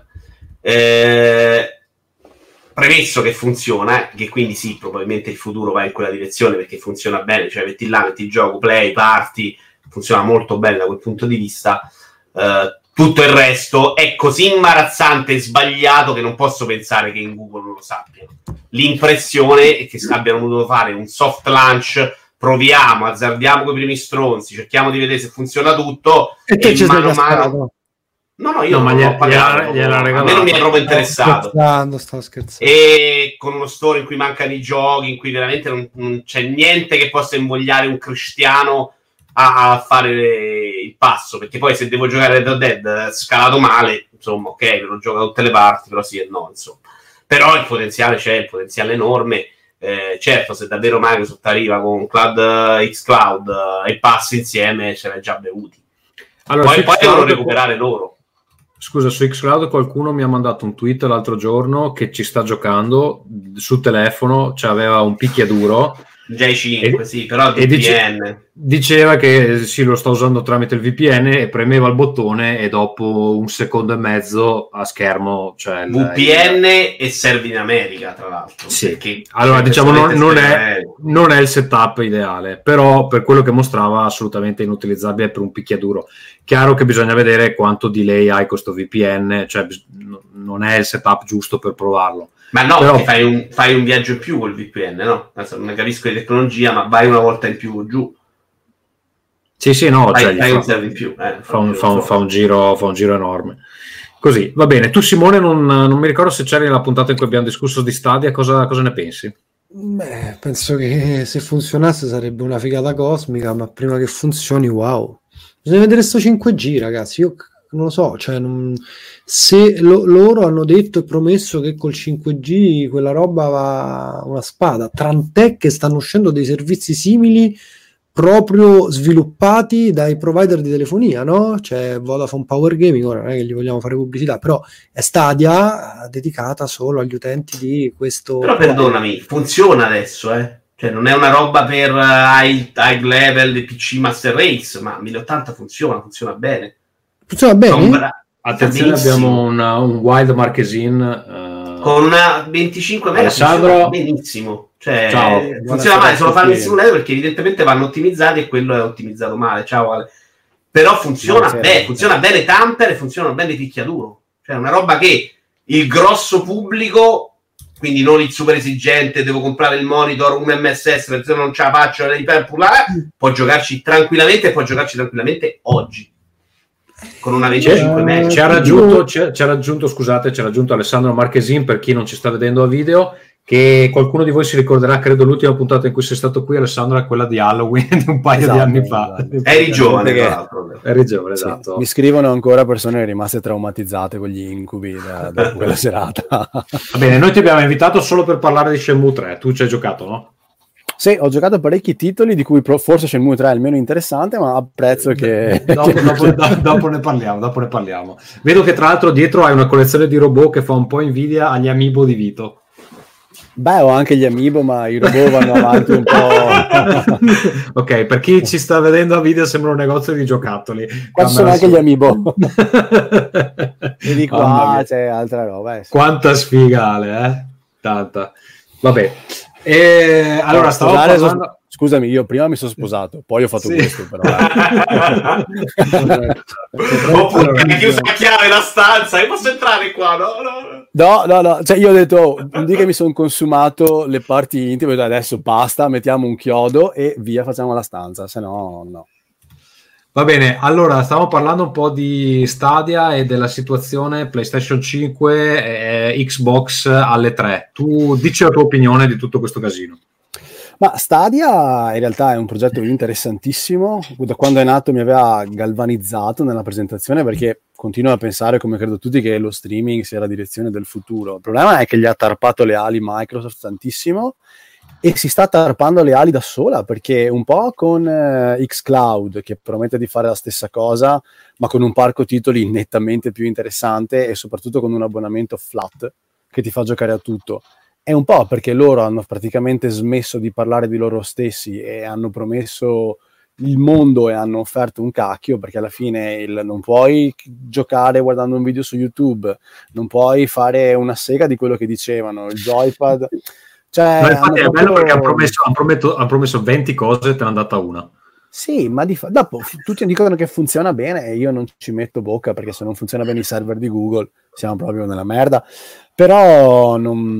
Premesso che funziona, che quindi sì, probabilmente il futuro va in quella direzione perché funziona bene, cioè metti là, metti il gioco, play, party, funziona molto bene da quel punto di vista. Tutto il resto è così imbarazzante e sbagliato che non posso pensare che in Google non lo sappiano. L'impressione è che abbiano voluto fare un soft launch, proviamo, azzardiamo con i primi stronzi, cerchiamo di vedere se funziona tutto e mano a mano. No, io non l'ho pagato, a me non mi è proprio interessato. Stavo scherzando. E con uno store in cui mancano i giochi, in cui veramente non c'è niente che possa invogliare un cristiano a fare il passo, perché poi se devo giocare Red Dead scalato male, insomma, ok, lo gioco da tutte le parti, però sì e no, insomma. Però il potenziale c'è, il potenziale è enorme. Certo, se davvero Microsoft arriva con xCloud e Pass insieme, ce l'hai già bevuti. Allora, poi devono recuperare loro. Scusa, su xCloud qualcuno mi ha mandato un tweet l'altro giorno che ci sta giocando sul telefono, cioè aveva un picchiaduro. Già i 5, sì, però il VPN. Diceva che sì, lo sta usando tramite il VPN e premeva il bottone e dopo un secondo e mezzo a schermo, cioè VPN e serve in America, tra l'altro. Sì, allora diciamo non è il setup ideale, però per quello che mostrava assolutamente inutilizzabile per un picchiaduro. Chiaro che bisogna vedere quanto delay hai questo VPN, cioè non è il setup giusto per provarlo. Ma no, però fai un viaggio in più col VPN, no? Non capisco di tecnologia, ma vai una volta in più giù. Sì, no, fai un serve in più. Fa un giro enorme. Così, va bene. Tu, Simone, non mi ricordo se c'eri nella puntata in cui abbiamo discusso di Stadia, cosa ne pensi? Beh, penso che se funzionasse sarebbe una figata cosmica, ma prima che funzioni, wow. Bisogna vedere sto 5G, ragazzi. Io non lo so, cioè se loro hanno detto e promesso che col 5G quella roba va una spada, tant'è che stanno uscendo dei servizi simili proprio sviluppati dai provider di telefonia, no? C'è Vodafone Power Gaming, ora non è che gli vogliamo fare pubblicità, però è Stadia dedicata solo agli utenti di questo. Però perdonami, funziona adesso, cioè non è una roba per high level di PC Master Race, ma 1080 funziona bene. Funziona bene? Attenzione, abbiamo un Wild Marchesin con una 25 mega Alessandro, benissimo. Cioè, funziona male, solo farmi il simulator perché evidentemente vanno ottimizzati e quello è ottimizzato male. Ciao Ale. Però funziona bene Tamper e funzionano bene i picchiaduro. Cioè una roba che il grosso pubblico, quindi non il super esigente, devo comprare il monitor, un MSS, non ce la faccio, può giocarci tranquillamente oggi. Con una 25 mega. Ci ha raggiunto Alessandro Marchesin, per chi non ci sta vedendo a video, che qualcuno di voi si ricorderà, credo l'ultima puntata in cui sei stato qui, Alessandro, è quella di Halloween di un paio di anni fa. Eri giovane, esatto. Sì, mi scrivono ancora persone rimaste traumatizzate con gli incubi da quella serata. Va bene, noi ti abbiamo invitato solo per parlare di Shenmue 3, tu ci hai giocato, no? Sì, ho giocato parecchi titoli, di cui forse Shenmue 3 è il meno interessante, ma apprezzo che... Dopo ne parliamo. Vedo che tra l'altro dietro hai una collezione di robot che fa un po' invidia agli amiibo di Vito. Beh, ho anche gli amiibo, ma i robot vanno avanti un po'. Ok, per chi ci sta vedendo a video sembra un negozio di giocattoli. Qua sono anche gli amiibo. E di qua c'è altra roba. Sì. Quanta sfiga, Ale, Tanta. Vabbè. Allora, stavo parlando... scusami, io prima mi sono sposato, poi ho fatto questo, però. Oppure hai chiuso la chiave la stanza, io posso entrare qua, No, cioè io ho detto, non dica che mi sono consumato le parti intime, ho detto, adesso basta, mettiamo un chiodo e via, facciamo la stanza, se no, no. Va bene, allora stiamo parlando un po' di Stadia e della situazione PlayStation 5 e Xbox alle 3. Tu dici la tua opinione di tutto questo casino. Ma Stadia in realtà è un progetto interessantissimo, da quando è nato mi aveva galvanizzato nella presentazione, perché continuo a pensare, come credo tutti, che lo streaming sia la direzione del futuro. Il problema è che gli ha tarpato le ali Microsoft tantissimo e si sta tarpando le ali da sola, perché un po' con xCloud, che promette di fare la stessa cosa, ma con un parco titoli nettamente più interessante e soprattutto con un abbonamento flat che ti fa giocare a tutto. È un po' perché loro hanno praticamente smesso di parlare di loro stessi e hanno promesso il mondo e hanno offerto un cacchio, perché alla fine non puoi giocare guardando un video su YouTube, non puoi fare una sega di quello che dicevano, il joypad. Cioè, no, infatti è bello perché hanno promesso 20 cose e te ne hanno data una. Sì, ma dopo tutti dicono che funziona bene e io non ci metto bocca, perché se non funziona bene il server di Google siamo proprio nella merda. Però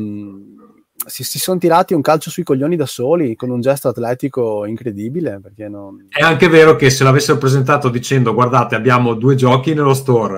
si sono tirati un calcio sui coglioni da soli con un gesto atletico incredibile, perché non... È anche vero che se l'avessero presentato dicendo guardate abbiamo 2 giochi nello store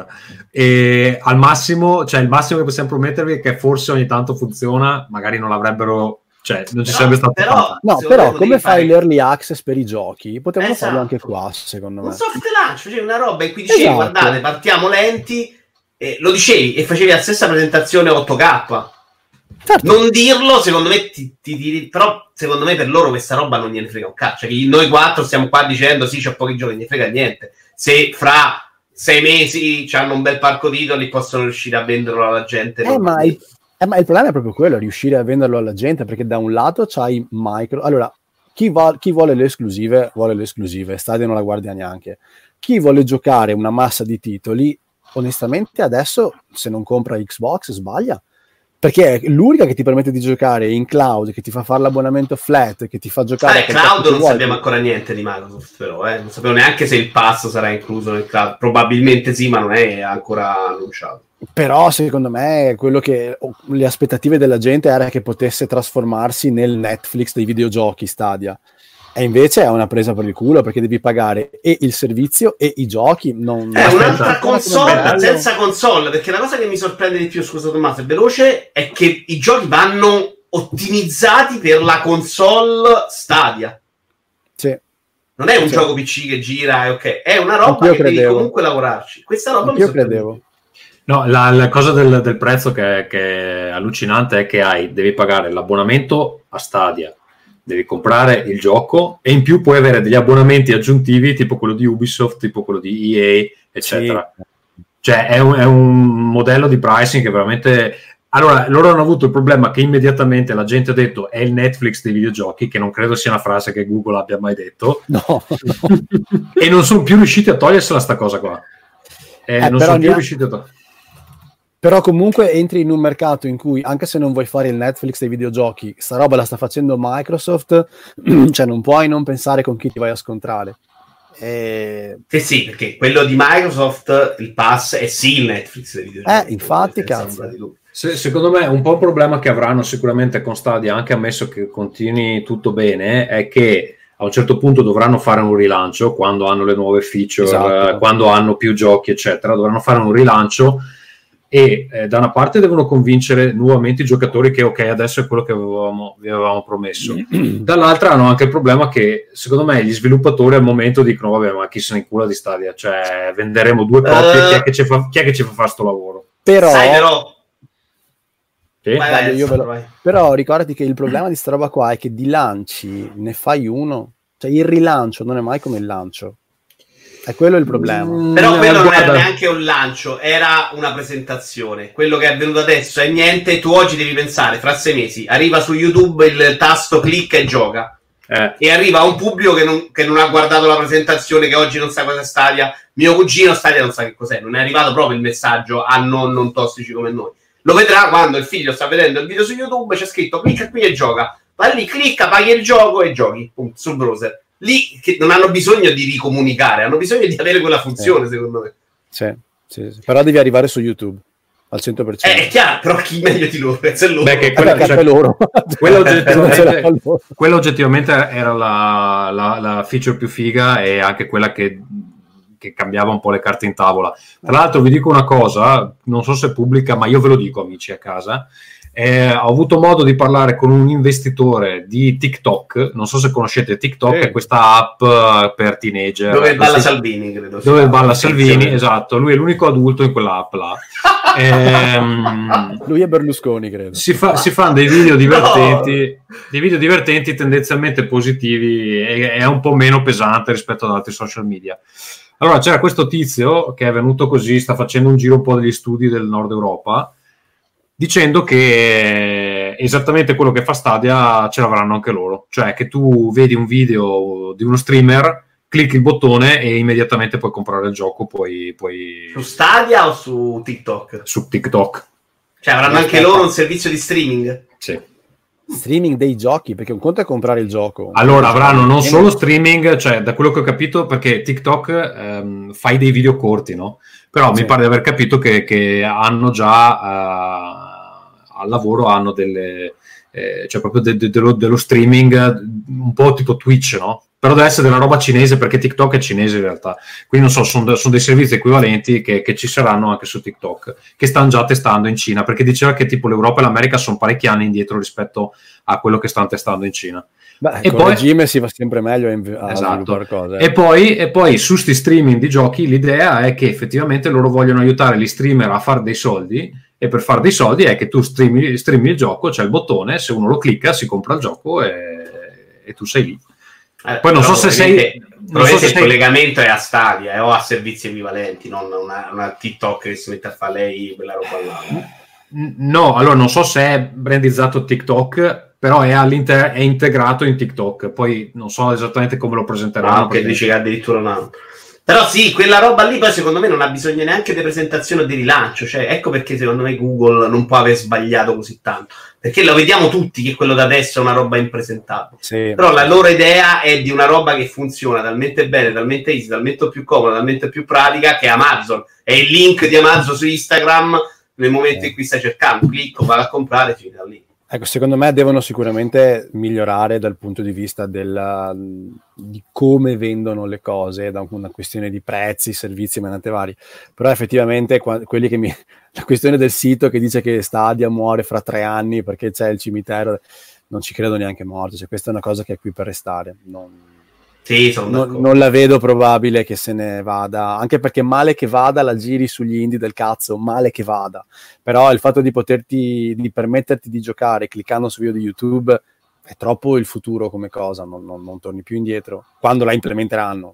e al massimo, cioè il massimo che possiamo promettervi è che forse ogni tanto funziona, magari non l'avrebbero, cioè non ci sarebbe stato però come fai l'early access per i giochi? Potevano farlo anche qua, secondo me. Un soft launch, cioè una roba in cui dicevi guardate partiamo lenti, lo dicevi e facevi la stessa presentazione 8K. Certo. Non dirlo, secondo me però secondo me per loro questa roba non gliene frega un cazzo. Cioè, noi 4 stiamo qua dicendo sì, c'ho pochi giochi, non gliene frega niente. Se fra 6 mesi hanno un bel parco titoli, possono riuscire a venderlo alla gente. Ma il problema è proprio quello, riuscire a venderlo alla gente, perché da un lato c'hai micro. Allora, chi vuole le esclusive, Stadia non la guardia neanche. Chi vuole giocare una massa di titoli, onestamente adesso, se non compra Xbox, sbaglia. Perché è l'unica che ti permette di giocare in cloud, che ti fa fare l'abbonamento flat, che ti fa giocare... cloud non sappiamo ancora niente di Microsoft, però non sappiamo neanche se il pass sarà incluso nel cloud. Probabilmente sì, ma non è ancora annunciato. Però secondo me quello che le aspettative della gente era che potesse trasformarsi nel Netflix dei videogiochi Stadia. E invece è una presa per il culo, perché devi pagare e il servizio e i giochi. È un'altra console senza console, perché la cosa che mi sorprende di più, scusa Tommaso, è veloce, è che i giochi vanno ottimizzati per la console Stadia. Sì. Non è un gioco PC che gira, è una roba che devi comunque lavorarci. Questa roba mi sorprende. No, la cosa del prezzo che è allucinante è che devi pagare l'abbonamento a Stadia, devi comprare il gioco e in più puoi avere degli abbonamenti aggiuntivi tipo quello di Ubisoft, tipo quello di EA, eccetera. Sì. Cioè è un modello di pricing che veramente... Allora, loro hanno avuto il problema che immediatamente la gente ha detto è il Netflix dei videogiochi, che non credo sia una frase che Google abbia mai detto. No. E non sono più riusciti a togliersela sta cosa qua. Non sono più riusciti a togliersela. Però comunque entri in un mercato in cui, anche se non vuoi fare il Netflix dei videogiochi, sta roba la sta facendo Microsoft, cioè non puoi non pensare con chi ti vai a scontrare. Sì, perché quello di Microsoft, il pass, è sì il Netflix dei videogiochi. Infatti, cazzo. Secondo me un po' il problema che avranno sicuramente con Stadia, anche ammesso che continui tutto bene, è che a un certo punto dovranno fare un rilancio, quando hanno le nuove feature, esatto, quando hanno più giochi, eccetera, dovranno fare un rilancio. E da una parte devono convincere nuovamente i giocatori che ok, adesso è quello che vi avevamo promesso, dall'altra hanno anche il problema che secondo me gli sviluppatori al momento dicono vabbè, ma chi se ne incula di Stadia, cioè venderemo 2 copie, chi è che ci fa fare sto lavoro? Però sì? Però ricordati che il problema di sta roba qua è che di lanci ne fai uno, cioè il rilancio non è mai come il lancio. È quello il problema. Però quello non era neanche un lancio, era una presentazione. Quello che è avvenuto adesso è niente. Tu oggi devi pensare, fra 6 mesi arriva su YouTube il tasto clicca e gioca. E arriva un pubblico che non ha guardato la presentazione, che oggi non sa cosa è Stadia. Mio cugino Stadia non sa che cos'è. Non è arrivato proprio il messaggio a non tossici come noi. Lo vedrà quando il figlio sta vedendo il video su YouTube, c'è scritto clicca qui e gioca. vai lì, clicca, paghi il gioco e giochi sul browser. Lì che non hanno bisogno di ricomunicare, hanno bisogno di avere quella funzione, secondo me. Sì. Però devi arrivare su YouTube al 100%. È chiaro, però chi meglio di loro? È loro. Beh, che quella oggettivamente era la feature più figa e anche quella che cambiava un po' le carte in tavola. Tra l'altro vi dico una cosa, non so se è pubblica, ma io ve lo dico, amici a casa. Ho avuto modo di parlare con un investitore di TikTok, non so se conoscete TikTok, è questa app per teenager. Dove balla Salvini, credo. Dove balla Salvini, esatto, lui è l'unico adulto in quella app là. Lui è Berlusconi, credo. Si fanno dei video divertenti, dei video divertenti tendenzialmente positivi e è un po' meno pesante rispetto ad altri social media. Allora c'era questo tizio che è venuto così, sta facendo un giro un po' degli studi del nord Europa, dicendo che esattamente quello che fa Stadia ce l'avranno anche loro, cioè che tu vedi un video di uno streamer, clicchi il bottone e immediatamente puoi comprare il gioco, puoi... Su Stadia o su TikTok? Su TikTok. Cioè avranno anche loro un servizio di streaming? Sì. Streaming dei giochi, perché un conto è comprare il gioco. Allora avranno non solo streaming, cioè da quello che ho capito, perché TikTok fai dei video corti, no? Però mi pare di aver capito che hanno già al lavoro hanno delle cioè proprio dello streaming un po' tipo Twitch, no? Però deve essere della roba cinese, perché TikTok è cinese in realtà, quindi non so, sono dei servizi equivalenti che ci saranno anche su TikTok, che stanno già testando in Cina, perché diceva che tipo l'Europa e l'America sono parecchi anni indietro rispetto a quello che stanno testando in Cina. Beh, e con poi regime si va sempre meglio a sviluppare cose. E poi su sti streaming di giochi l'idea è che effettivamente loro vogliono aiutare gli streamer a fare dei soldi, e per fare dei soldi è che tu streami il gioco, c'è il bottone, se uno lo clicca si compra il gioco e tu sei lì. Poi non so se sei... il collegamento è a Stadia o a servizi equivalenti, non una TikTok che si mette a fare lei quella roba là. No, allora non so se è brandizzato TikTok, però è integrato in TikTok, poi non so esattamente come lo presenteranno. Che dice che addirittura no. Però sì, quella roba lì poi secondo me non ha bisogno neanche di presentazione o di rilancio, cioè ecco perché secondo me Google non può aver sbagliato così tanto, perché lo vediamo tutti che quello da adesso è una roba impresentabile, sì. Però la loro idea è di una roba che funziona talmente bene, talmente easy, talmente più comoda, talmente più pratica, che Amazon è il link di Amazon su Instagram nel momento in cui stai cercando, clicco, vado a comprare, finita lì. Ecco, secondo me devono sicuramente migliorare dal punto di vista di come vendono le cose, da una questione di prezzi, servizi, menate vari. Però effettivamente quelli che la questione del sito che dice che Stadia muore fra 3 anni perché c'è il cimitero, non ci credo neanche morto, cioè questa è una cosa che è qui per restare. Sì, non la vedo probabile che se ne vada, anche perché male che vada la giri sugli indie del cazzo, male che vada. Però il fatto di permetterti di giocare cliccando su video di YouTube è troppo il futuro come cosa, non torni più indietro quando la implementeranno.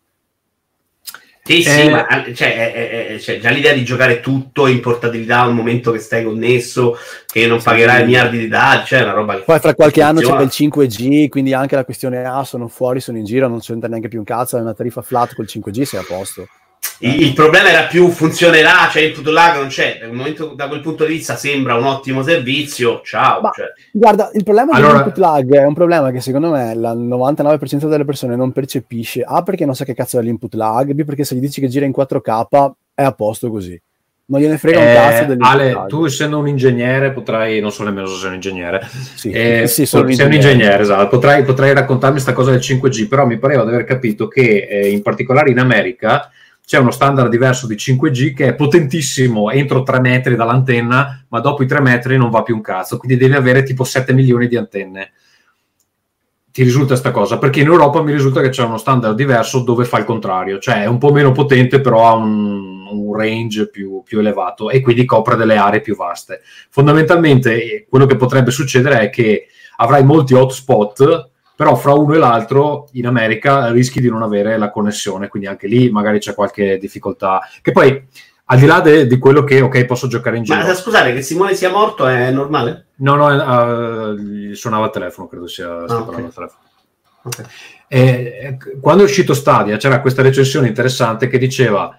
Sì, ma c'è già l'idea di giocare tutto in portabilità al momento che stai connesso, che non pagherai miliardi di dati, cioè una roba che poi fra qualche anno c'è il 5G, quindi anche la questione sono fuori, sono in giro, non c'entra neanche più un cazzo, è una tariffa flat col 5G, sei a posto. Il problema era più funzionerà, cioè input lag non c'è, nel momento, da quel punto di vista sembra un ottimo servizio, ciao. Guarda, il problema dell'input lag è un problema che secondo me il 99% delle persone non percepisce, A perché non sa che cazzo è l'input lag, B perché se gli dici che gira in 4K è a posto così. Non gliene frega un cazzo dell'input Ale, lag. tu essendo un ingegnere potrai, non so nemmeno se sei un ingegnere, sì, sei un ingegnere, esatto, potrai raccontarmi questa cosa del 5G, però mi pareva di aver capito che in particolare in America c'è uno standard diverso di 5G che è potentissimo entro 3 metri dall'antenna, ma dopo i 3 metri non va più un cazzo, quindi devi avere tipo 7 milioni di antenne. Ti risulta sta cosa? Perché in Europa mi risulta che c'è uno standard diverso dove fa il contrario, cioè è un po' meno potente però ha un range più elevato e quindi copre delle aree più vaste. Fondamentalmente quello che potrebbe succedere è che avrai molti hotspot, però fra uno e l'altro in America rischi di non avere la connessione, quindi anche lì magari c'è qualche difficoltà, che poi al di là di quello che ok posso giocare in giro. Ma scusate, che Simone sia morto è normale? No, gli suonava il telefono, credo sia okay. Il telefono. Okay. Quando è uscito Stadia c'era questa recensione interessante che diceva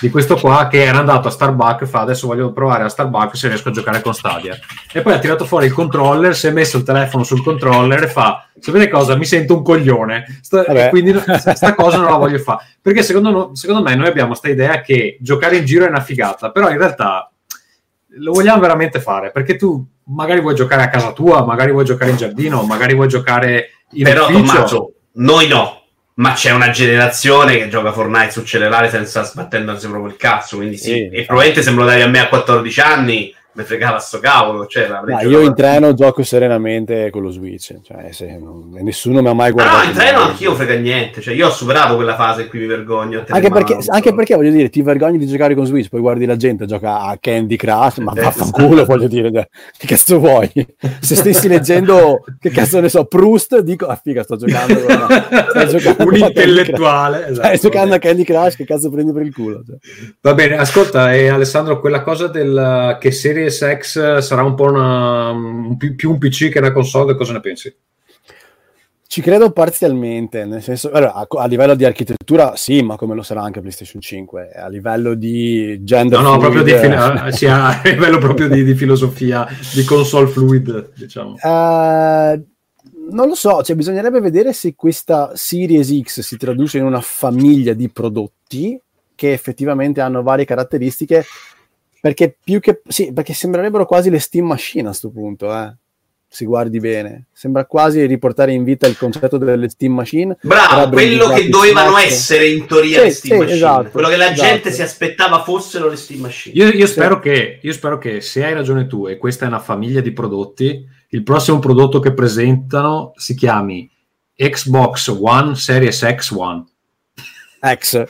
di questo qua che era andato a Starbucks, fa adesso voglio provare a Starbucks se riesco a giocare con Stadia, e poi ha tirato fuori il controller, si è messo il telefono sul controller e fa, sapete cosa, mi sento un coglione, quindi sta cosa non la voglio fare, perché secondo me noi abbiamo questa idea che giocare in giro è una figata, però in realtà lo vogliamo veramente fare, perché tu magari vuoi giocare a casa tua, magari vuoi giocare in giardino, magari vuoi giocare in però, ufficio. Tommaso, noi no, ma c'è una generazione che gioca Fortnite sul cellulare senza sbattendosi proprio il cazzo, quindi sì. E probabilmente se me lo dai a me a 14 anni mi fregava sto cavolo, cioè, io in treno gioco serenamente con lo Switch, cioè, nessuno mi ha mai guardato. No, in treno anch'io frega niente, cioè io ho superato quella fase in cui mi vergogno anche perché voglio dire, ti vergogni di giocare con Switch, poi guardi la gente gioca a Candy Crush, ma vaffanculo, voglio dire, che cazzo vuoi? Se stessi leggendo, che cazzo ne so, Proust, dico, figa, sto giocando un intellettuale, stai giocando a Candy Crush, che cazzo prendi per il culo, cioè. Va bene, ascolta, Alessandro, quella cosa del che Series X sarà un po' più un PC che una console, cosa ne pensi? Ci credo parzialmente, nel senso, allora, a livello di architettura sì, ma come lo sarà anche PlayStation 5, a livello di gender fluid, proprio a livello proprio di filosofia, di console fluid, diciamo. Non lo so, cioè bisognerebbe vedere se questa Series X si traduce in una famiglia di prodotti che effettivamente hanno varie caratteristiche, perché perché sembrerebbero quasi le Steam Machine a sto punto, si guardi bene, sembra quasi riportare in vita il concetto delle Steam Machine. Bravo, quello che dovevano essere in teoria le Steam Machine, esatto, quello che la gente si aspettava fossero le Steam Machine. Io spero che se hai ragione tu e questa è una famiglia di prodotti, il prossimo prodotto che presentano si chiami Xbox One Series X One. X.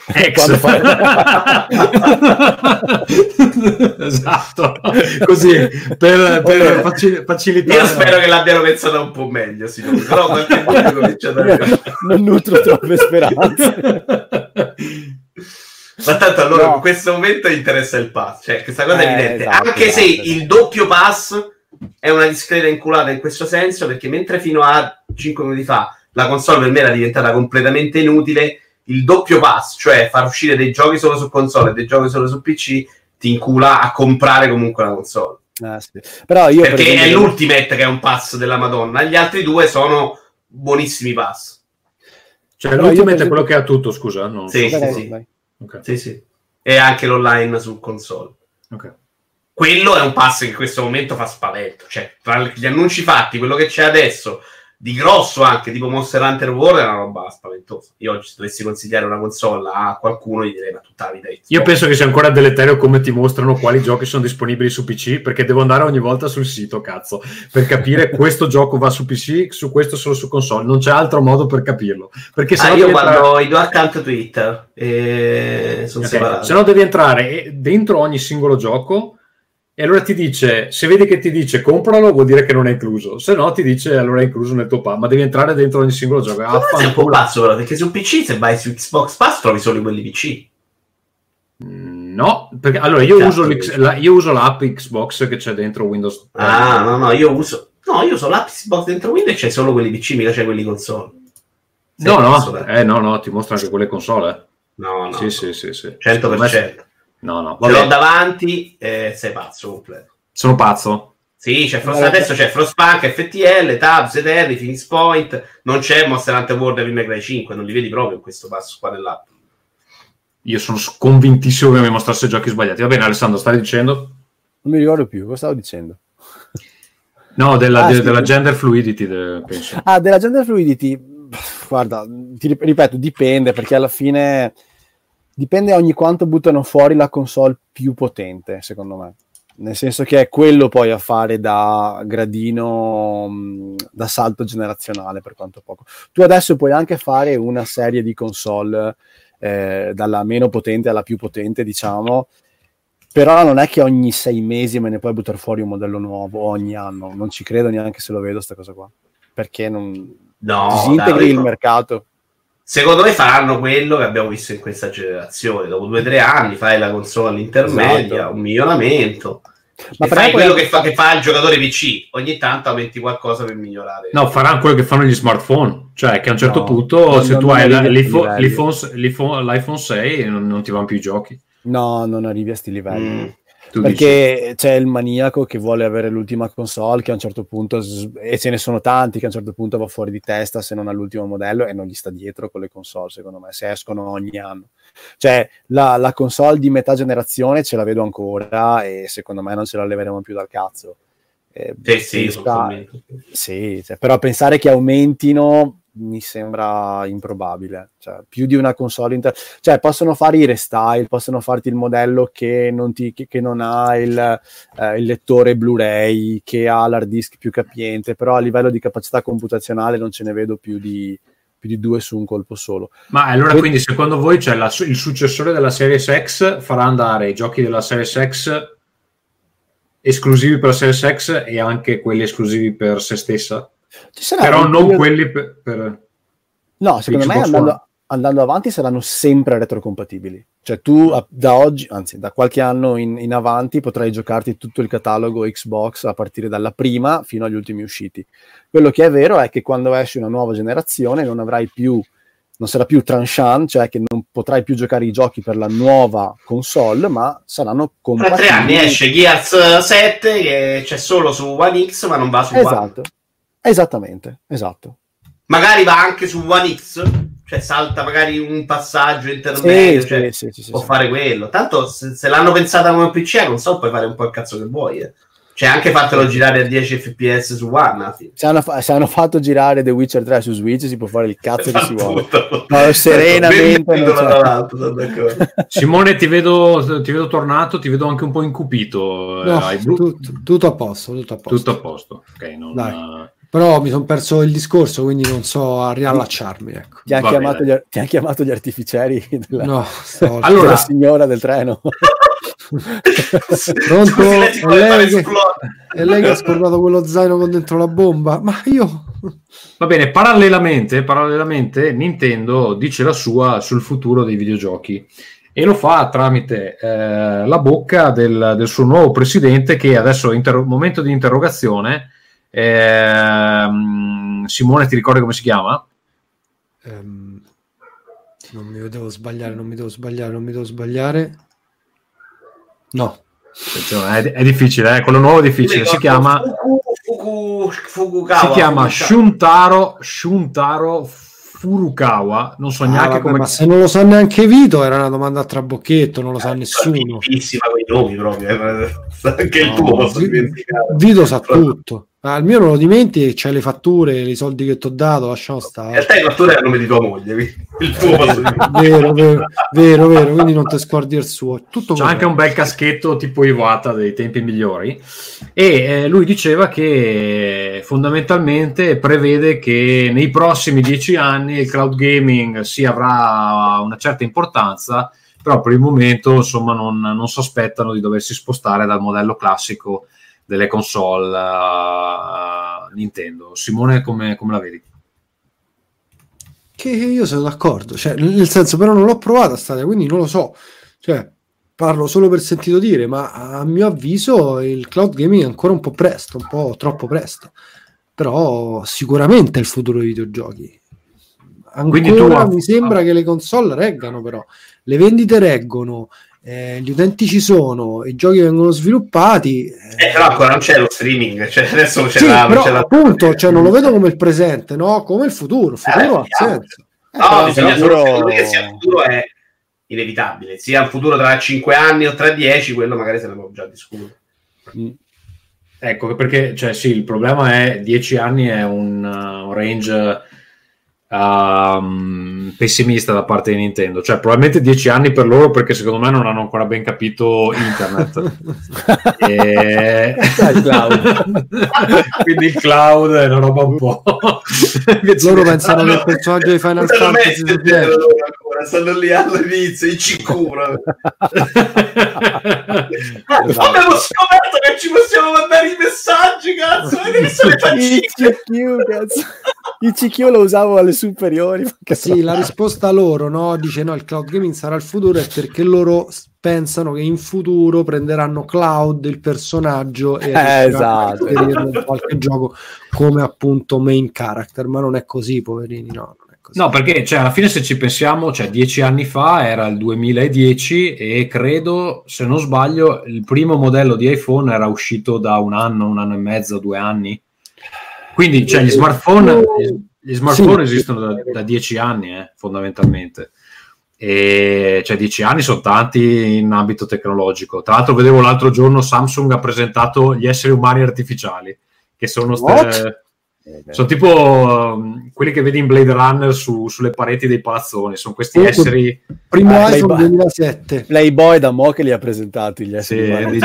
Esatto, così per facilitare. Io spero che l'abbiano pensato un po' meglio, però qualche volta comincia non nutro troppe speranze. Ma tanto allora in questo momento interessa il pass, cioè questa cosa è evidente, esatto, anche se il doppio pass è una discreta inculata in questo senso, perché mentre fino a 5 minuti fa la console per me era diventata completamente inutile, il doppio pass, cioè far uscire dei giochi solo su console e dei giochi solo su PC, ti incula a comprare comunque la console. Sì. Però io, perché è l'Ultimate che è un pass della Madonna, gli altri due sono buonissimi pass. Cioè l'Ultimate è quello che ha tutto, scusa? Non sì, so. sì. Okay. Sì. E anche l'online su console. Ok. Quello è un pass che in questo momento fa spavento. Cioè, tra gli annunci fatti, quello che c'è adesso, di grosso anche, tipo Monster Hunter World, è una roba spaventosa. Io oggi, se dovessi consigliare una console a qualcuno, gli direi ma tutta la vita. Io penso che sia ancora deleterio come ti mostrano quali giochi sono disponibili su PC, perché devo andare ogni volta sul sito, cazzo, per capire questo gioco va su PC, su questo solo su console. Non c'è altro modo per capirlo. Perché se io guardo i due account Twitter e sono separati. Se no devi entrare dentro ogni singolo gioco. E allora ti dice, se vedi che ti dice compralo, vuol dire che non è incluso, se no ti dice allora è incluso nel tuo pass, ma devi entrare dentro ogni singolo gioco. È un po' pazzo però, perché su PC se vai su Xbox Pass trovi solo quelli PC. No, perché allora io uso l'app Xbox che c'è dentro Windows. No, io uso l'app Xbox dentro Windows e c'è solo quelli PC, mica c'è quelli console. No, ti mostra anche quelle console. No. Sì. 100%. No. Ce l'ho davanti e sei pazzo completo. Sono pazzo? Sì, adesso c'è Frostpunk, FTL, Tabs, Eternity, Phoenix Point, non c'è Monster Hunter World e Prime Cry 5, non li vedi proprio in questo passo qua dell'app. Io sono convintissimo che mi mostrasse giochi sbagliati. Va bene, Alessandro, stavi dicendo? Non mi ricordo più, cosa stavo dicendo? No, della gender fluidity, penso. Della gender fluidity, guarda, ti ripeto, dipende, perché alla fine dipende ogni quanto buttano fuori la console più potente, secondo me. Nel senso che è quello poi a fare da gradino, da salto generazionale, per quanto poco. Tu adesso puoi anche fare una serie di console dalla meno potente alla più potente, diciamo, però non è che ogni 6 mesi me ne puoi buttare fuori un modello nuovo, ogni anno. Non ci credo neanche se lo vedo sta cosa qua. Perché non disintegri il mercato. Secondo me faranno quello che abbiamo visto in questa generazione. Dopo 2 o 3 anni fai la console intermedia, esatto, un miglioramento. Ma fai quello che fa il giocatore PC. Ogni tanto aumenti qualcosa per migliorare. No, faranno quello che fanno gli smartphone. Cioè che a un certo punto, se tu hai l'iPhone 6 non ti vanno più i giochi. No, non arrivi a sti livelli. Tu Perché dici? c'è il maniaco che vuole avere l'ultima console, che a un certo punto, e ce ne sono tanti che a un certo punto va fuori di testa se non ha l'ultimo modello e non gli sta dietro con le console, secondo me, se escono ogni anno. Cioè, la console di metà generazione ce la vedo ancora e secondo me non ce la leveremo più dal cazzo. Sì, sono convinto. Sì, cioè, però pensare che aumentino mi sembra improbabile, cioè, più di una console cioè possono fare i restyle, possono farti il modello che non ha il lettore Blu-ray, che ha l'hard disk più capiente, però a livello di capacità computazionale non ce ne vedo più di 2 su un colpo solo. Ma allora quindi secondo voi c'è il successore della Series X farà andare i giochi della Series X esclusivi per la Series X e anche quelli esclusivi per se stessa? Però non quelli per no, secondo me andando avanti saranno sempre retrocompatibili, cioè tu da oggi, anzi da qualche anno in avanti potrai giocarti tutto il catalogo Xbox a partire dalla prima fino agli ultimi usciti. Quello che è vero è che quando esce una nuova generazione non sarà più tranchant, cioè che non potrai più giocare i giochi per la nuova console, ma saranno compatibili. Tra 3 anni esce Gears 7 che c'è solo su One X ma non va su One. Esattamente, esatto. Magari va anche su One X, cioè salta magari un passaggio intermedio, sì, può fare quello. Tanto se l'hanno pensata come PC, non so, puoi fare un po' il cazzo che vuoi. Cioè anche fatelo girare a 10 fps su One. Se hanno fatto girare The Witcher 3 su Switch si può fare il cazzo che si vuole. No, serenamente. Simone, ti vedo tornato, ti vedo anche un po' incupito. No, tutto a posto. Tutto a posto. Okay, però mi sono perso il discorso, quindi non so a riallacciarmi. Ecco. Ti hanno chiamato gli artificieri della signora del treno. Pronto? È lei che ha scordato quello zaino con dentro la bomba? Ma io... Va bene, parallelamente Nintendo dice la sua sul futuro dei videogiochi e lo fa tramite la bocca del suo nuovo presidente, che adesso momento di interrogazione. Simone, ti ricordi come si chiama? Non mi devo sbagliare. No, è difficile, quello nuovo è difficile. Si chiama Shuntaro Furukawa. Non so neanche come. Ma se non lo sa neanche Vito, era una domanda a trabocchetto, non lo sa nessuno. Bellissima quei nomi proprio. Anche il tuo posso dimenticare. Vito sa tutto. Il mio non lo dimentichi, c'hai le fatture, i soldi che ti ho dato, lasciamo stare. In realtà le fatture è il nome di tua moglie, il tuo posso dire. Vero, quindi non ti scordi il suo. C'è anche un bel caschetto tipo Iwata dei tempi migliori, e lui diceva che fondamentalmente prevede che nei prossimi 10 anni il cloud gaming avrà una certa importanza, però per il momento insomma non sospettano di doversi spostare dal modello classico delle console Nintendo. Simone, come la vedi? Che io sono d'accordo, cioè, nel senso, però non l'ho provata Stadia, quindi non lo so, cioè parlo solo per sentito dire, ma a mio avviso il cloud gaming è ancora un po' presto, un po' troppo presto, però sicuramente è il futuro dei videogiochi. Ancora mi sembra che le console reggano, però le vendite reggono, gli utenti ci sono, i giochi vengono sviluppati, però ancora non c'è lo streaming, cioè adesso non c'è appunto, cioè non lo vedo come il presente, no, come il futuro ha senso. Bisogna solo che sia il futuro è inevitabile, sia il futuro tra 5 anni o tra 10, quello magari se ne abbiamo già discusso. Ecco, perché cioè sì, il problema è 10 anni è un range pessimista da parte di Nintendo, cioè probabilmente 10 anni per loro, perché secondo me non hanno ancora ben capito internet. Il cloud. Quindi il cloud è una roba un po'. Loro pensano che il personaggio di Final Fantasy stanno lì all'inizio in CQ. Abbiamo scoperto che ci possiamo mandare i messaggi, cazzo. Il CQ lo usavo alle superiori. Sì, la risposta loro, no? Dice no, il cloud gaming sarà il futuro, è perché loro pensano che in futuro prenderanno cloud il personaggio e inserirlo in qualche gioco come appunto main character, ma non è così, poverini, no, non è così. No, perché cioè, alla fine se ci pensiamo, cioè 10 anni fa era il 2010 e credo, se non sbaglio, il primo modello di iPhone era uscito da un anno e mezzo, 2 anni. Quindi cioè, gli smartphone esistono da 10 anni, fondamentalmente. E cioè 10 anni sono tanti in ambito tecnologico. Tra l'altro vedevo l'altro giorno Samsung ha presentato gli esseri umani artificiali, che sono sono tipo quelli che vedi in Blade Runner sulle pareti dei palazzoni. Sono questi esseri primo iPhone 2007. Playboy da mo' che li ha presentati gli esseri umani.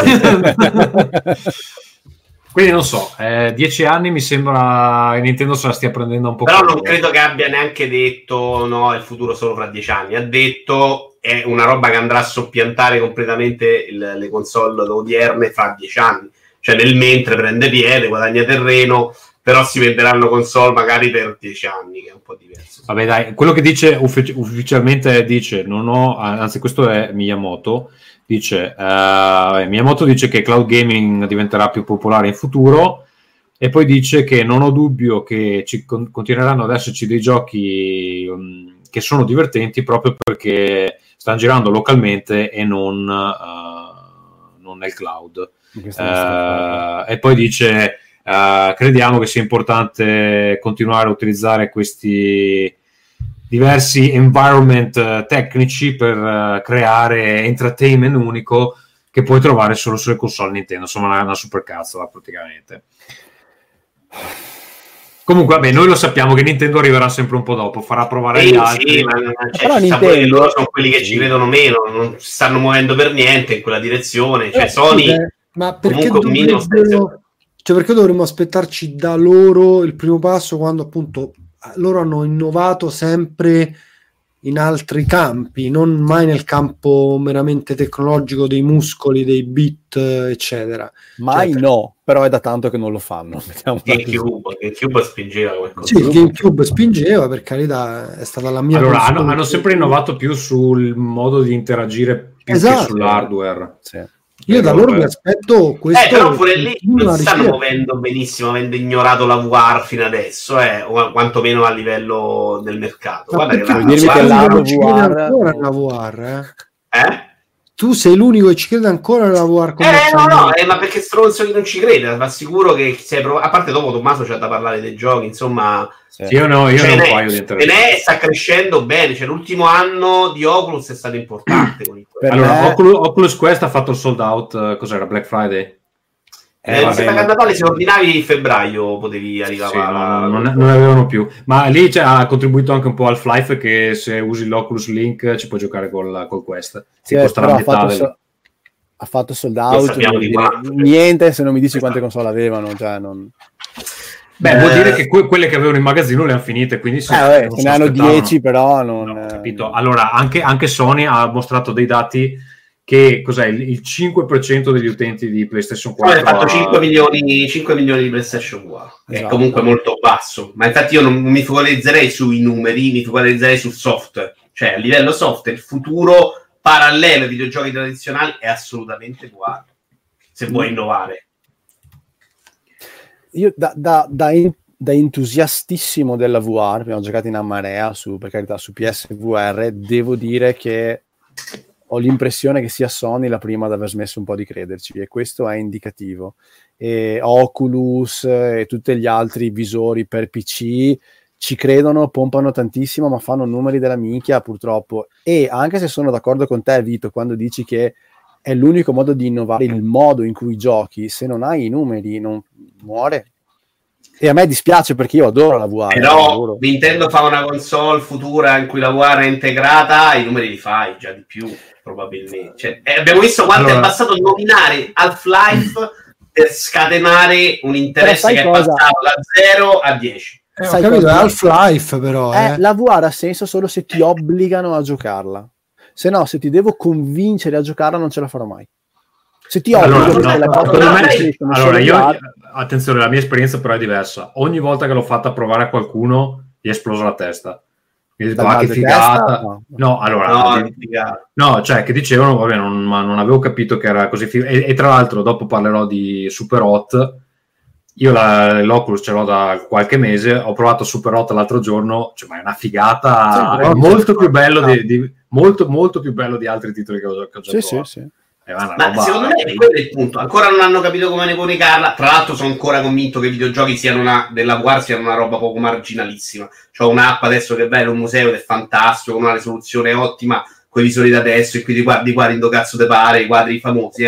Quindi non so, 10 anni mi sembra Nintendo se la stia prendendo un po'. Però non credo che abbia neanche detto no, il futuro solo fra 10 anni. Ha detto è una roba che andrà a soppiantare completamente le console odierne fra 10 anni. Cioè nel mentre prende piede, guadagna terreno, però si venderanno console magari per 10 anni, che è un po' diverso. Vabbè dai, quello che dice ufficialmente dice, anzi questo è Miyamoto, dice Miyamoto dice che cloud gaming diventerà più popolare in futuro e poi dice che non ho dubbio che continueranno ad esserci dei giochi che sono divertenti proprio perché stanno girando localmente e non nel cloud. E poi dice crediamo che sia importante continuare a utilizzare questi diversi environment tecnici per creare entertainment unico che puoi trovare solo sulle console Nintendo. Insomma una super cazzola praticamente. Comunque vabbè, noi lo sappiamo che Nintendo arriverà sempre un po' dopo, farà provare gli altri. Sì, ma però Nintendo loro sono quelli che ci credono meno, non si stanno muovendo per niente in quella direzione, cioè Sony ma perché perché dovremmo aspettarci da loro il primo passo quando appunto loro hanno innovato sempre in altri campi, non mai nel campo meramente tecnologico dei muscoli, dei bit, eccetera. Mai no, però è da tanto che non lo fanno. GameCube spingeva qualcosa. Sì, il GameCube spingeva, per carità, è stata la mia. Allora, hanno sempre innovato più sul modo di interagire più che sull'hardware. Sì. Io da loro mi aspetto questo. Però pure lì non si stanno muovendo benissimo, avendo ignorato la VR fino adesso, o quantomeno a livello del mercato. Guarda che dirmi che la VR, tu sei l'unico che ci crede ancora nella VR. No, ma perché stronzo che non ci crede, ma sicuro che sei a parte dopo Tommaso c'è da parlare dei giochi, insomma. Sì. Io non paio di interesse. Sta crescendo bene, cioè l'ultimo anno di Oculus è stato importante. Allora, Oculus Quest ha fatto il sold out, cos'era, Black Friday? Mi sembra che a Natale se ordinavi in febbraio potevi arrivare. Sì, non avevano più, ma lì ha contribuito anche un po' Half-Life, che se usi l'Oculus Link ci puoi giocare col Quest. Sì, però ha fatto sold out, niente se non mi dici quante console avevano, cioè non... vuol dire che quelle che avevano in magazzino le hanno finite, quindi se ne hanno 10, però non... capito. Allora, anche Sony ha mostrato dei dati che cos'è il 5% degli utenti di PlayStation 4 ha fatto 5 milioni di PlayStation 4, che è comunque molto basso, ma infatti io non mi focalizzerei sui numeri, mi focalizzerei sul software, cioè a livello software il futuro parallelo ai videogiochi tradizionali è assolutamente uguale, se vuoi innovare. Io da entusiastissimo della VR, abbiamo giocato in a marea per carità su PSVR, devo dire che ho l'impressione che sia Sony la prima ad aver smesso un po' di crederci, e questo è indicativo. E Oculus e tutti gli altri visori per PC ci credono, pompano tantissimo, ma fanno numeri della minchia purtroppo. E anche se sono d'accordo con te, Vito, quando dici che è l'unico modo di innovare il modo in cui giochi, se non hai i numeri non muore. E a me dispiace perché io adoro la VR. Però Nintendo fa una console futura in cui la VR è integrata, i numeri li fai già di più, probabilmente. Cioè, abbiamo visto quanto è bastato nominare Half-Life per scatenare un interesse che è passato da 0 a 10. Ho capito, è Half-Life però. La VR ha senso solo se ti obbligano a giocarla. Se no, se ti devo convincere a giocarla non ce la farò mai. Se ti attenzione, la mia esperienza però è diversa. Ogni volta che l'ho fatta provare a qualcuno gli è esplosa la testa. Che figata. No, cioè che dicevano, vabbè, non avevo capito che era così e tra l'altro dopo parlerò di Super Hot, io l'Oculus ce l'ho da qualche mese, ho provato Super 8 l'altro giorno, cioè, ma è una figata, è molto più bello molto più bello di altri titoli che ho già provato. Sì. Ma secondo me è quello il punto. Ancora non hanno capito come ne comunicarla. Tra l'altro sono ancora convinto che i videogiochi della VR siano una roba poco marginalissima. C'ho un'app adesso che va in un museo ed è fantastico, con una risoluzione ottima, con i visori da adesso, e quindi guardi do cazzo te pare, i quadri famosi,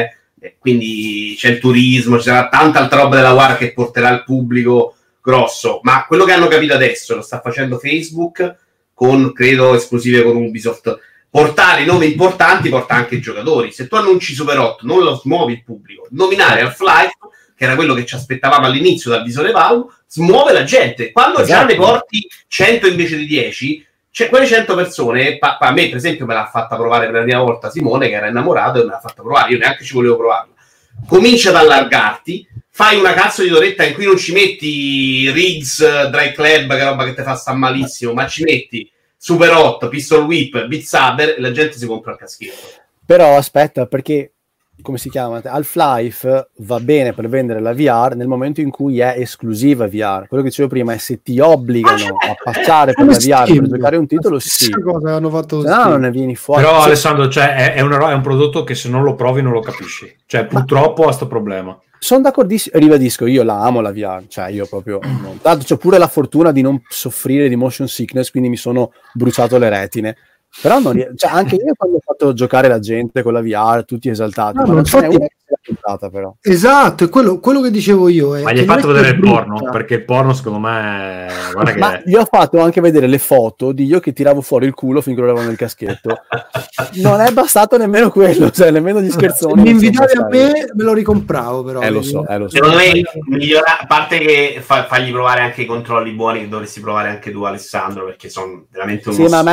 quindi c'è il turismo, ci sarà tanta altra roba della VR che porterà il pubblico grosso. Ma quello che hanno capito adesso lo sta facendo Facebook con, credo, esclusive con Ubisoft. Portare nomi importanti porta anche i giocatori. Se tu annunci Super 8 non lo smuovi il pubblico, nominare Half-Life, che era quello che ci aspettavamo all'inizio dal visore Valve, smuove la gente. Quando già ne porti 100 invece di 10, cioè quelle 100 persone, a me per esempio me l'ha fatta provare per la prima volta Simone, che era innamorato, e me l'ha fatta provare, io neanche ci volevo provarla. Comincia ad allargarti, fai una cazzo di oretta in cui non ci metti Riggs, Dry Club, che roba che te fa sta malissimo, ma ci metti Super 8, Pistol Whip, Beat Saber, e la gente si compra il caschetto. Però aspetta, perché come si chiama? Half-Life va bene per vendere la VR nel momento in cui è esclusiva VR. Quello che dicevo prima è se ti obbligano a passare per la VR per giocare un titolo, sì. Cosa hanno fatto no, non ne vieni fuori. Però Alessandro, cioè, è un prodotto che se non lo provi non lo capisci. Cioè, purtroppo ha questo problema. Sono d'accordissimo, ribadisco, io la amo la VR, cioè io proprio tanto c'ho pure la fortuna di non soffrire di motion sickness, quindi mi sono bruciato le retine. Però cioè, anche io quando ho fatto giocare la gente con la VR, tutti esaltati, ma non ce n'è una che si è puntata, però. Esatto, è quello che dicevo io. Ma gli hai fatto vedere il porno? Perché il porno secondo me ma gli ho fatto anche vedere le foto di io che tiravo fuori il culo finché lo levavo nel caschetto. Non è bastato nemmeno quello, cioè nemmeno gli scherzoni. Se mi invitavi a me lo ricompravo, però. Lo so. Secondo me a parte che fagli provare anche i controlli buoni, che dovresti provare anche tu, Alessandro, perché sono veramente sì, ma a me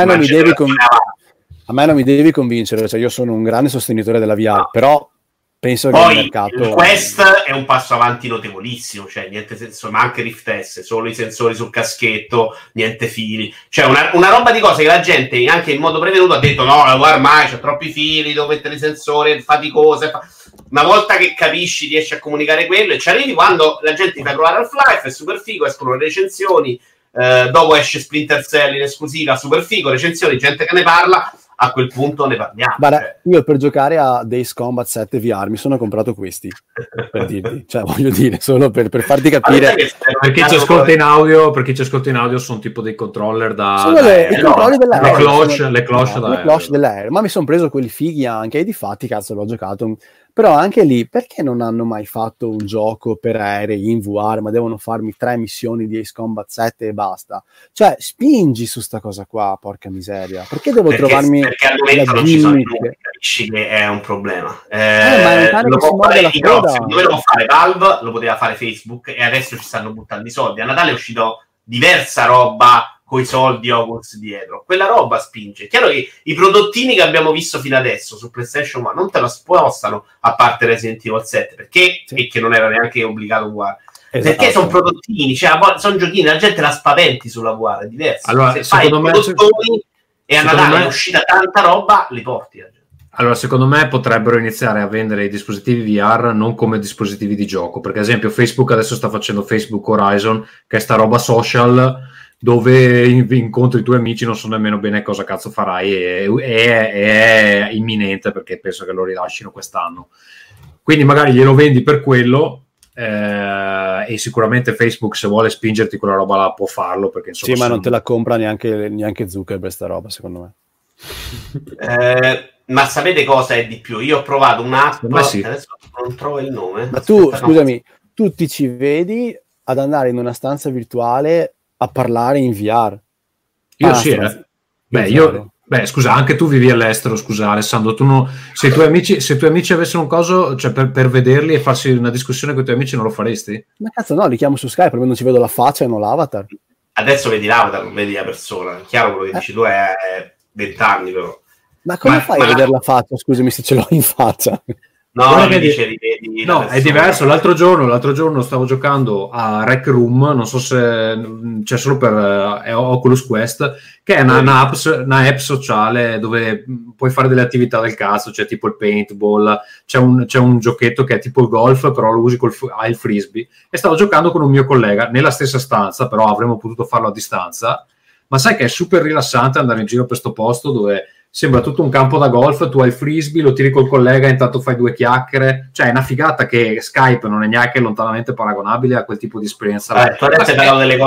non mi devi convincere, cioè io sono un grande sostenitore della VR, però penso che il mercato... il Quest è un passo avanti notevolissimo, cioè niente senso, ma anche Rift S, solo i sensori sul caschetto, niente fili, cioè una roba di cose che la gente anche in modo prevenuto ha detto no, la VR mai, c'è troppi fili, devo mettere i sensori, è faticosa. Una volta che capisci, riesci a comunicare quello e ci arrivi, quando la gente ti fa provare Half-Life, è super figo, escono le recensioni, dopo esce Splinter Cell in esclusiva, super figo, recensioni, gente che ne parla, a quel punto ne parliamo. Guarda, io per giocare a Days Combat 7 VR mi sono comprato questi, per dirti, cioè voglio dire, solo per farti capire. Per chi ci ascolta in audio, sono tipo dei controller sono i controlli dell'aereo. Le cloche dell'aereo, ma mi sono preso quelli fighi anche, e difatti cazzo l'ho giocato. Però anche lì, perché non hanno mai fatto un gioco per aerei in VR, ma devono farmi 3 missioni di Ace Combat 7 e basta? Cioè, spingi su sta cosa qua, porca miseria. Perché devo trovarmi... Perché al momento non ci sono i numeri, capisci che è un problema. Ma è un cane lo che si muove la coda. Lo doveva fare Valve, lo poteva fare Facebook, e adesso ci stanno buttando i soldi. A Natale è uscito diversa roba coi soldi Hogwarts dietro, quella roba spinge. È chiaro che i prodottini che abbiamo visto fino adesso su PlayStation 1 non te lo spostano, a parte Resident Evil 7, perché sì. E che non era neanche obbligato a VR. Esatto. Perché sono prodottini, cioè sono giochini, la gente la spaventi sulla VR, è diverso. Allora, se fai prodottini e a Natale è uscita tanta roba, li porti. Allora, secondo me potrebbero iniziare a vendere i dispositivi VR non come dispositivi di gioco, perché ad esempio Facebook adesso sta facendo Facebook Horizon, che è sta roba social dove incontri i tuoi amici, non so nemmeno bene cosa cazzo farai, è imminente, perché penso che lo rilascino quest'anno, quindi magari glielo vendi per quello, e sicuramente Facebook, se vuole spingerti quella roba là, può farlo, perché insomma, sì, ma non te la compra neanche Zuckerberg sta roba, secondo me. Ma sapete cosa è di più? Io ho provato un'app, sì. Adesso non trovo il nome. Ma tu, scusami, tu ti ci vedi ad andare in una stanza virtuale a parlare in VR? Scusa, anche tu vivi all'estero, scusa Alessandro, se i tuoi amici avessero un coso, cioè per vederli e farsi una discussione con i tuoi amici, non lo faresti? Ma cazzo no, li chiamo su Skype, almeno ci vedo la faccia e non l'avatar. Adesso vedi l'avatar, non vedi la persona, è chiaro quello che dici tu, è 20 anni però. Ma come fai a vedere la faccia? Scusami se ce l'ho in faccia. No, Guarda mi che dice rivedi la no, è persona. diverso. L'altro giorno stavo giocando a Rec Room, non so se c'è solo per Oculus Quest, che è una app sociale dove puoi fare delle attività del cazzo, c'è tipo il paintball, c'è un giochetto che è tipo il golf, però lo usi il frisbee, e stavo giocando con un mio collega nella stessa stanza, però avremmo potuto farlo a distanza. Ma sai che è super rilassante andare in giro per sto posto dove sembra tutto un campo da golf, tu hai il frisbee, lo tiri col collega, intanto fai 2 chiacchiere, cioè è una figata che Skype non è neanche lontanamente paragonabile a quel tipo di esperienza. Tu adesso hai parlato delle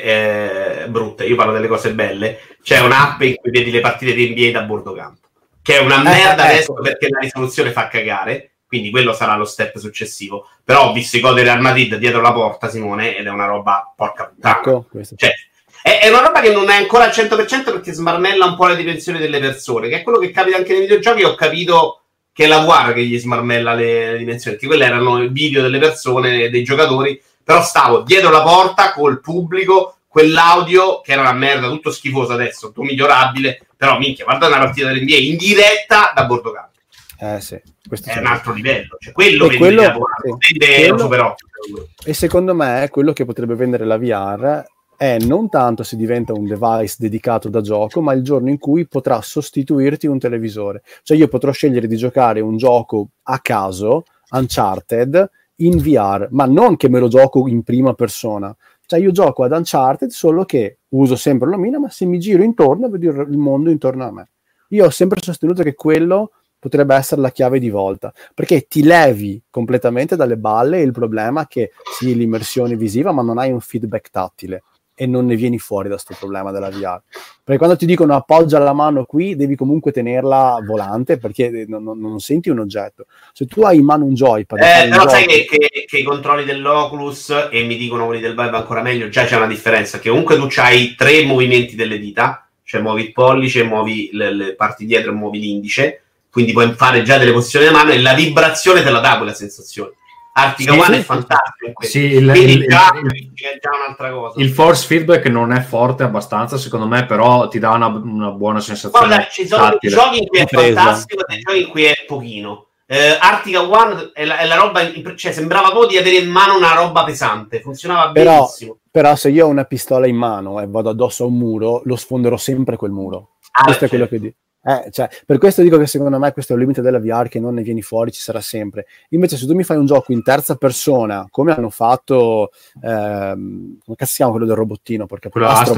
cose brutte, io parlo delle cose belle. C'è un'app in cui vedi le partite di NBA da bordo campo, che è una merda adesso perché la risoluzione fa cagare, quindi quello sarà lo step successivo. Però ho visto i gol del Real Madrid dietro la porta, Simone, ed è una roba porca puttana. Ecco, cioè, è una roba che non è ancora al 100% perché smarmella un po' le dimensioni delle persone, che è quello che capita anche nei videogiochi. Ho capito che è la VR che gli smarmella le dimensioni, perché quelle erano i video delle persone, dei giocatori, però stavo dietro la porta col pubblico, quell'audio che era una merda, tutto schifoso adesso, tutto migliorabile, però minchia, guarda una partita dell'NBA in diretta da bordo campo. Sì, questo è un altro livello, cioè quello che quello, vende lo Super 8. E secondo me quello che potrebbe vendere la VR è non tanto se diventa un device dedicato da gioco, ma il giorno in cui potrà sostituirti un televisore. Cioè io potrò scegliere di giocare un gioco a caso, Uncharted, in VR, ma non che me lo gioco in prima persona. Cioè io gioco ad Uncharted, solo che uso sempre l'omino, ma se mi giro intorno vedo il mondo intorno a me. Io ho sempre sostenuto che quello potrebbe essere la chiave di volta, perché ti levi completamente dalle balle il problema è che sì, l'immersione visiva, ma non hai un feedback tattile. E non ne vieni fuori da sto problema della VR, perché quando ti dicono appoggia la mano qui devi comunque tenerla volante perché non senti un oggetto. Se tu hai in mano un joypad però sai che i controlli dell'Oculus, e mi dicono quelli del Vive ancora meglio, già c'è una differenza, che comunque tu c'hai 3 movimenti delle dita, cioè muovi il pollice, muovi le parti dietro e muovi l'indice, quindi puoi fare già delle posizioni della mano e la vibrazione te la dà quella sensazione. Arctica One è fantastico. Sì, è già un'altra cosa. Il force feedback non è forte abbastanza, secondo me, però ti dà una buona sensazione. Guarda, ci sono giochi in cui è fantastico e giochi in cui è pochino. Arctica One è la roba, cioè sembrava proprio di avere in mano una roba pesante, funzionava benissimo. Però se io ho una pistola in mano e vado addosso a un muro, lo sfonderò sempre quel muro. Questo è quello che dico. Cioè, per questo dico che secondo me questo è il limite della VR, che non ne vieni fuori, ci sarà sempre. Invece se tu mi fai un gioco in terza persona, come hanno fatto come cazzo si chiama quello del robottino, perché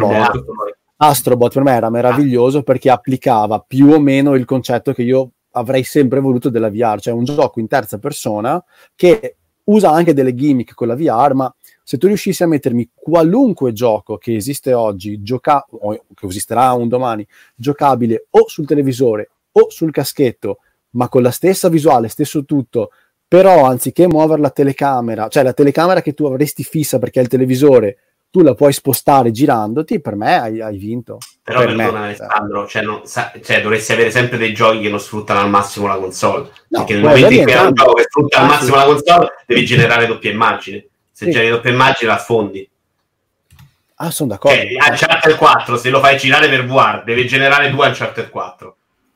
Astrobot per me era meraviglioso perché applicava più o meno il concetto che io avrei sempre voluto della VR, cioè un gioco in terza persona che usa anche delle gimmick con la VR, ma se tu riuscissi a mettermi qualunque gioco che esiste oggi, o che esisterà un domani, giocabile o sul televisore o sul caschetto, ma con la stessa visuale, stesso tutto, però anziché muovere la telecamera, cioè la telecamera che tu avresti fissa perché è il televisore, tu la puoi spostare girandoti, per me hai vinto. Però perdona Alessandro, cioè dovresti avere sempre dei giochi che non sfruttano al massimo la console, perché nel momento in cui hai un gioco che sfrutta al massimo la console devi generare doppia immagine. Se generi doppia immagine la sfondi. Sono d'accordo. Uncharted 4, se lo fai girare per VR, deve generare 2 Uncharted 4.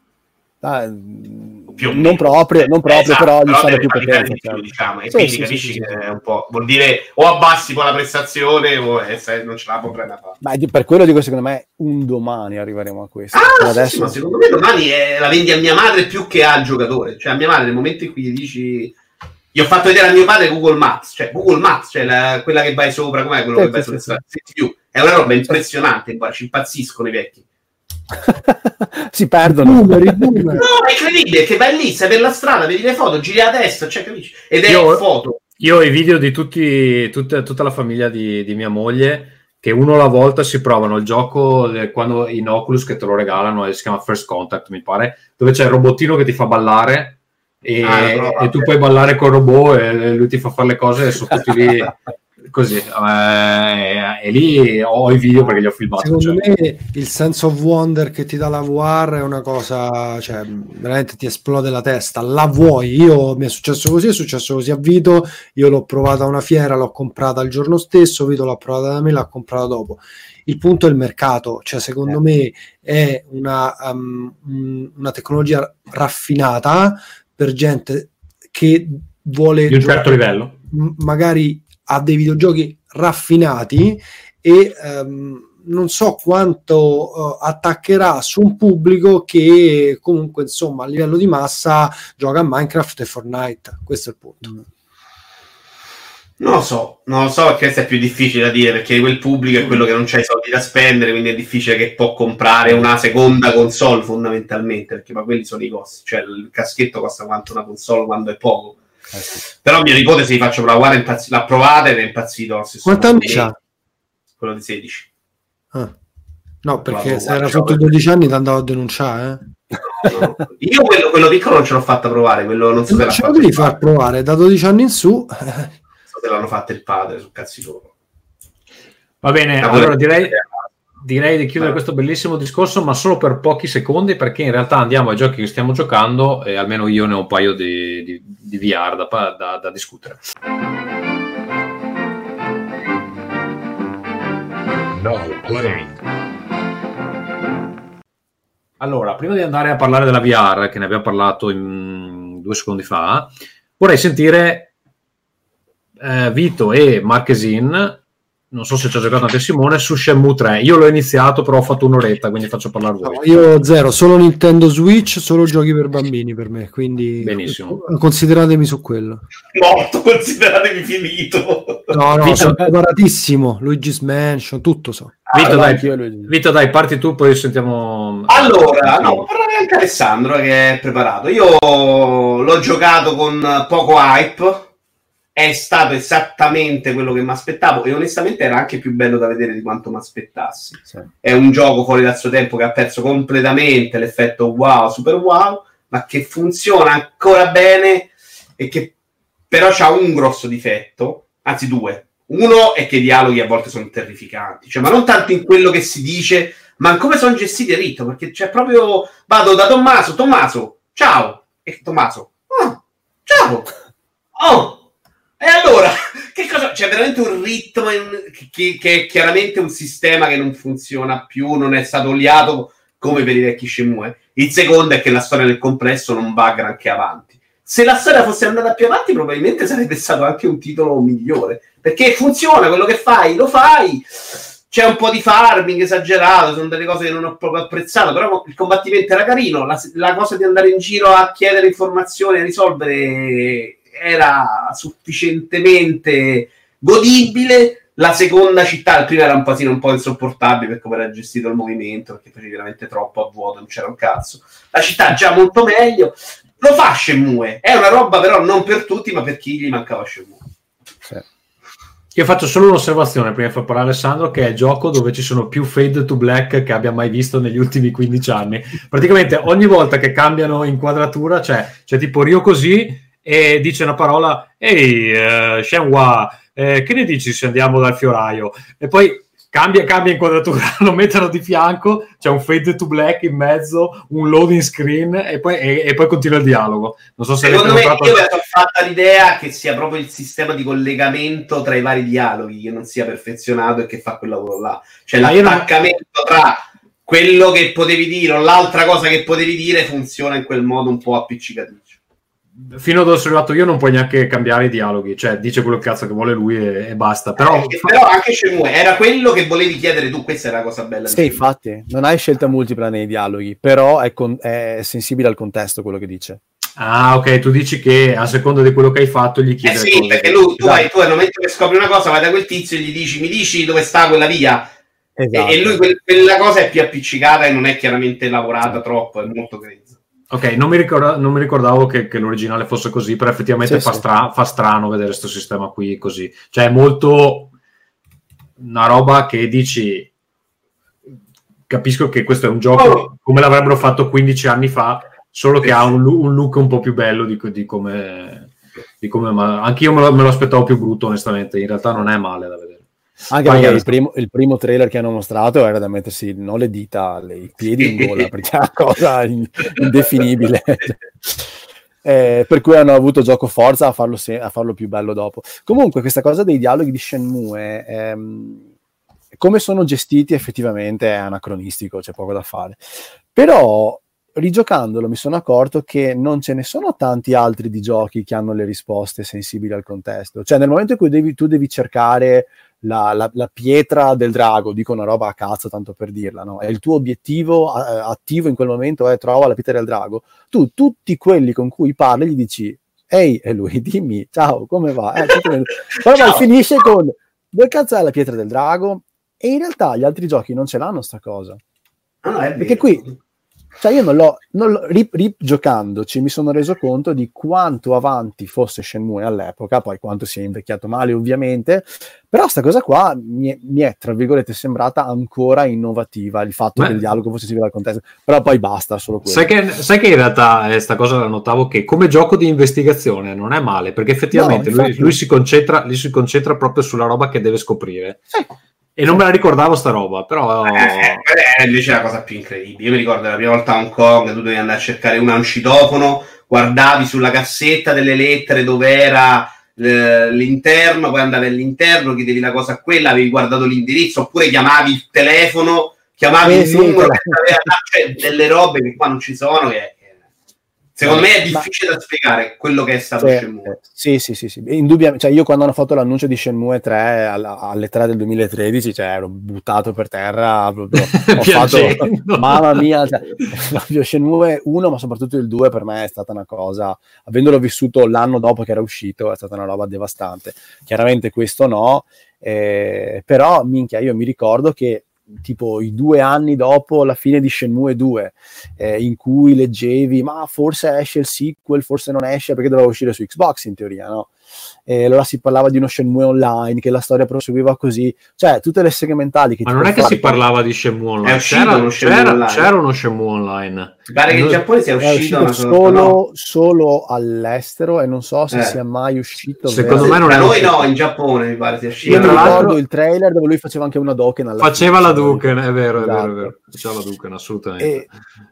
Non proprio, esatto, però gli serve più potenza. Diciamo. E quindi capisci che è un po', vuol dire o abbassi poi la prestazione o non ce la potrei fare. Ma per quello dico, secondo me un domani arriveremo a questo. Adesso... ma secondo me domani la vendi a mia madre più che al giocatore. Cioè a mia madre nel momento in cui gli dici... Gli ho fatto vedere a mio padre Google Maps, cioè quella che vai sopra, com'è quello che vai sopra? È una roba impressionante, ci impazziscono i vecchi. Si perdono. No, è incredibile, che vai lì, sei per la strada, vedi le foto, giri a destra, cioè capisci? Ed è foto. Io ho i video di tutta la famiglia di mia moglie, che uno alla volta si provano il gioco quando in Oculus che te lo regalano, si chiama First Contact, mi pare, dove c'è il robottino che ti fa ballare. E tu puoi ballare col robot e lui ti fa fare le cose e sono tutti lì così e lì ho i video perché li ho filmati. Secondo me il sense of wonder che ti dà la VR è una cosa, cioè veramente ti esplode la testa, la vuoi. Mi è successo così a Vito, io l'ho provata a una fiera, l'ho comprata il giorno stesso, Vito l'ha provata da me, l'ha comprata dopo. Il punto è il mercato, cioè secondo me è una tecnologia raffinata per gente che vuole di un certo livello, magari ha dei videogiochi raffinati e non so quanto attaccherà su un pubblico che comunque insomma a livello di massa gioca a Minecraft e Fortnite. Questo è il punto. Non lo so perché questo è più difficile da dire, perché quel pubblico è quello che non c'ha i soldi da spendere, quindi è difficile che può comprare una seconda console fondamentalmente, perché ma quelli sono i costi, cioè il caschetto costa quanto una console quando è poco. Però mio nipote, se gli faccio provare, l'ha provata ed è impazzito. Quanti anni c'ha? Quello di 16. No, perché se era sotto i 12 anni ti andavo a denunciare, No. Io quello piccolo non ce l'ho fatta provare, quello non so se l'ha ce lo devi far provare da 12 anni in su. Se l'hanno fatto il padre, su cazzi loro. Va bene, allora direi di chiudere questo bellissimo discorso, ma solo per pochi secondi, perché in realtà andiamo ai giochi che stiamo giocando e almeno io ne ho un paio di VR da discutere. No play. Allora, prima di andare a parlare della VR, che ne abbiamo parlato 2 secondi fa, vorrei sentire Vito e Marchesin, non so se ci ha giocato anche Simone, su Shenmue 3. Io l'ho iniziato, però ho fatto un'oretta, quindi faccio parlare voi. No, io zero, solo Nintendo Switch, solo giochi per bambini per me, quindi benissimo. Consideratemi su quello. Morto, consideratemi finito. No, sono preparatissimo. Luigi's Mansion, tutto so. Vito, dai, parti tu, poi sentiamo. Allora, no, parlare anche Alessandro che è preparato. Io l'ho giocato con poco hype. È stato esattamente quello che mi aspettavo e onestamente era anche più bello da vedere di quanto mi aspettassi. Sì. È un gioco fuori dal suo tempo che ha perso completamente l'effetto wow, super wow, ma che funziona ancora bene e che però c'ha un grosso difetto, anzi 2. Uno è che i dialoghi a volte sono terrificanti, cioè, ma non tanto in quello che si dice, ma in come sono gestiti a ritmo, perché c'è proprio vado da Tommaso, ciao, e Tommaso, ciao, e allora, che cosa? C'è veramente un ritmo che è chiaramente un sistema che non funziona più, non è stato oliato come per i vecchi Shenmue. Il secondo è che la storia nel complesso non va granché avanti. Se la storia fosse andata più avanti, probabilmente sarebbe stato anche un titolo migliore, perché funziona, quello che fai, lo fai. C'è un po' di farming esagerato, sono delle cose che non ho proprio apprezzato, però il combattimento era carino, la cosa di andare in giro a chiedere informazioni, a risolvere era sufficientemente godibile. La seconda città, il primo era un po' insopportabile per come era gestito il movimento, perché facevi veramente troppo a vuoto, non c'era un cazzo. La città già molto meglio. Lo fa Shenmue, è una roba però non per tutti, ma per chi gli mancava Shenmue. Sì. Io faccio solo un'osservazione prima di far parlare Alessandro, che è il gioco dove ci sono più fade to black che abbia mai visto negli ultimi 15 anni. Praticamente ogni volta che cambiano inquadratura c'è tipo Rio così e dice una parola, ehi Shenhua, che ne dici se andiamo dal fioraio? E poi cambia inquadratura, lo mettono di fianco, c'è un fade to black in mezzo, un loading screen e poi continua il dialogo. Non so se secondo me io ho fatto l'idea che sia proprio il sistema di collegamento tra i vari dialoghi che non sia perfezionato e che fa quel lavoro là, cioè l'attaccamento tra quello che potevi dire o l'altra cosa che potevi dire funziona in quel modo un po' appiccicaticcio. Fino ad dove sono arrivato io non puoi neanche cambiare i dialoghi, cioè dice quello che cazzo che vuole lui e basta. Però anche Shenmue era quello che volevi chiedere tu, questa è la cosa bella. Sì, infatti, non hai scelta multipla nei dialoghi, però è sensibile al contesto quello che dice. Ah, ok, tu dici che a seconda di quello che hai fatto gli chiedi. Sì, perché tu al momento che scopri una cosa vai da quel tizio e gli dici, mi dici dove sta quella via? Esatto. E lui quella cosa è più appiccicata e non è chiaramente lavorata troppo, è molto grezza. Ok, non mi ricordavo che l'originale fosse così, però effettivamente fa strano vedere questo sistema qui così. Cioè è molto una roba che dici, capisco che questo è un gioco come l'avrebbero fatto 15 anni fa, solo che ha un look un po' più bello di come ma anche io me lo aspettavo più brutto, onestamente. In realtà non è male da vedere. Anche perché il primo trailer che hanno mostrato era da mettersi non le dita, i piedi in gola, perché è una cosa indefinibile. Per cui hanno avuto gioco forza a farlo più bello dopo. Comunque questa cosa dei dialoghi di Shenmue, come sono gestiti effettivamente è anacronistico, c'è poco da fare. Però rigiocandolo mi sono accorto che non ce ne sono tanti altri di giochi che hanno le risposte sensibili al contesto. Cioè nel momento in cui tu devi cercare la pietra del drago, dico una roba a cazzo tanto per dirla, no? E il tuo obiettivo attivo in quel momento è trova la pietra del drago, tu tutti quelli con cui parli gli dici ehi, e lui dimmi ciao, come va? Però poi finisce con dove cazzo è la pietra del drago? E in realtà gli altri giochi non ce l'hanno sta cosa. Perché qui, cioè io non l'ho rigiocandoci mi sono reso conto di quanto avanti fosse Shenmue all'epoca, poi quanto sia invecchiato male ovviamente, però sta cosa qua mi è tra virgolette sembrata ancora innovativa, il fatto che il dialogo fosse simile al contesto, però poi basta, solo quello. Sai che in realtà sta cosa la notavo che come gioco di investigazione non è male, perché effettivamente lui si concentra proprio sulla roba che deve scoprire. E non me la ricordavo sta roba, però è invece la cosa più incredibile. Io mi ricordo la prima volta a Hong Kong, tu dovevi andare a cercare un citofono, guardavi sulla cassetta delle lettere dove era l'interno, poi andavi all'interno, chiedevi la cosa a quella, avevi guardato l'indirizzo, oppure chiamavi il telefono, chiamavi il numero, cioè delle robe che qua non ci sono, che secondo me è difficile da spiegare quello che è stato Shenmue. Sì, indubbiamente. Cioè io quando hanno fatto l'annuncio di Shenmue 3 alle 3 del 2013, cioè ero buttato per terra, proprio, ho fatto, mamma mia, cioè, Shenmue 1, ma soprattutto il 2 per me è stata una cosa, avendolo vissuto l'anno dopo che era uscito, è stata una roba devastante. Chiaramente questo no, però minchia, io mi ricordo che tipo i 2 anni dopo la fine di Shenmue 2 in cui leggevi ma forse esce il sequel, forse non esce perché doveva uscire su Xbox in teoria, no? E allora si parlava di uno Shenmue Online, che la storia proseguiva così, cioè tutte le segmentali che ma non è che si parlava di Shenmue Online, c'era uno Shenmue Online. Mi pare che in Giappone sia uscito solo all'estero e non so se sia mai uscito. Secondo me non è noi uscito. No, in Giappone mi pare sia uscito. Io mi ricordo il trailer dove lui faceva anche una Doken faceva la Doken, è vero, faceva la Doken, assolutamente.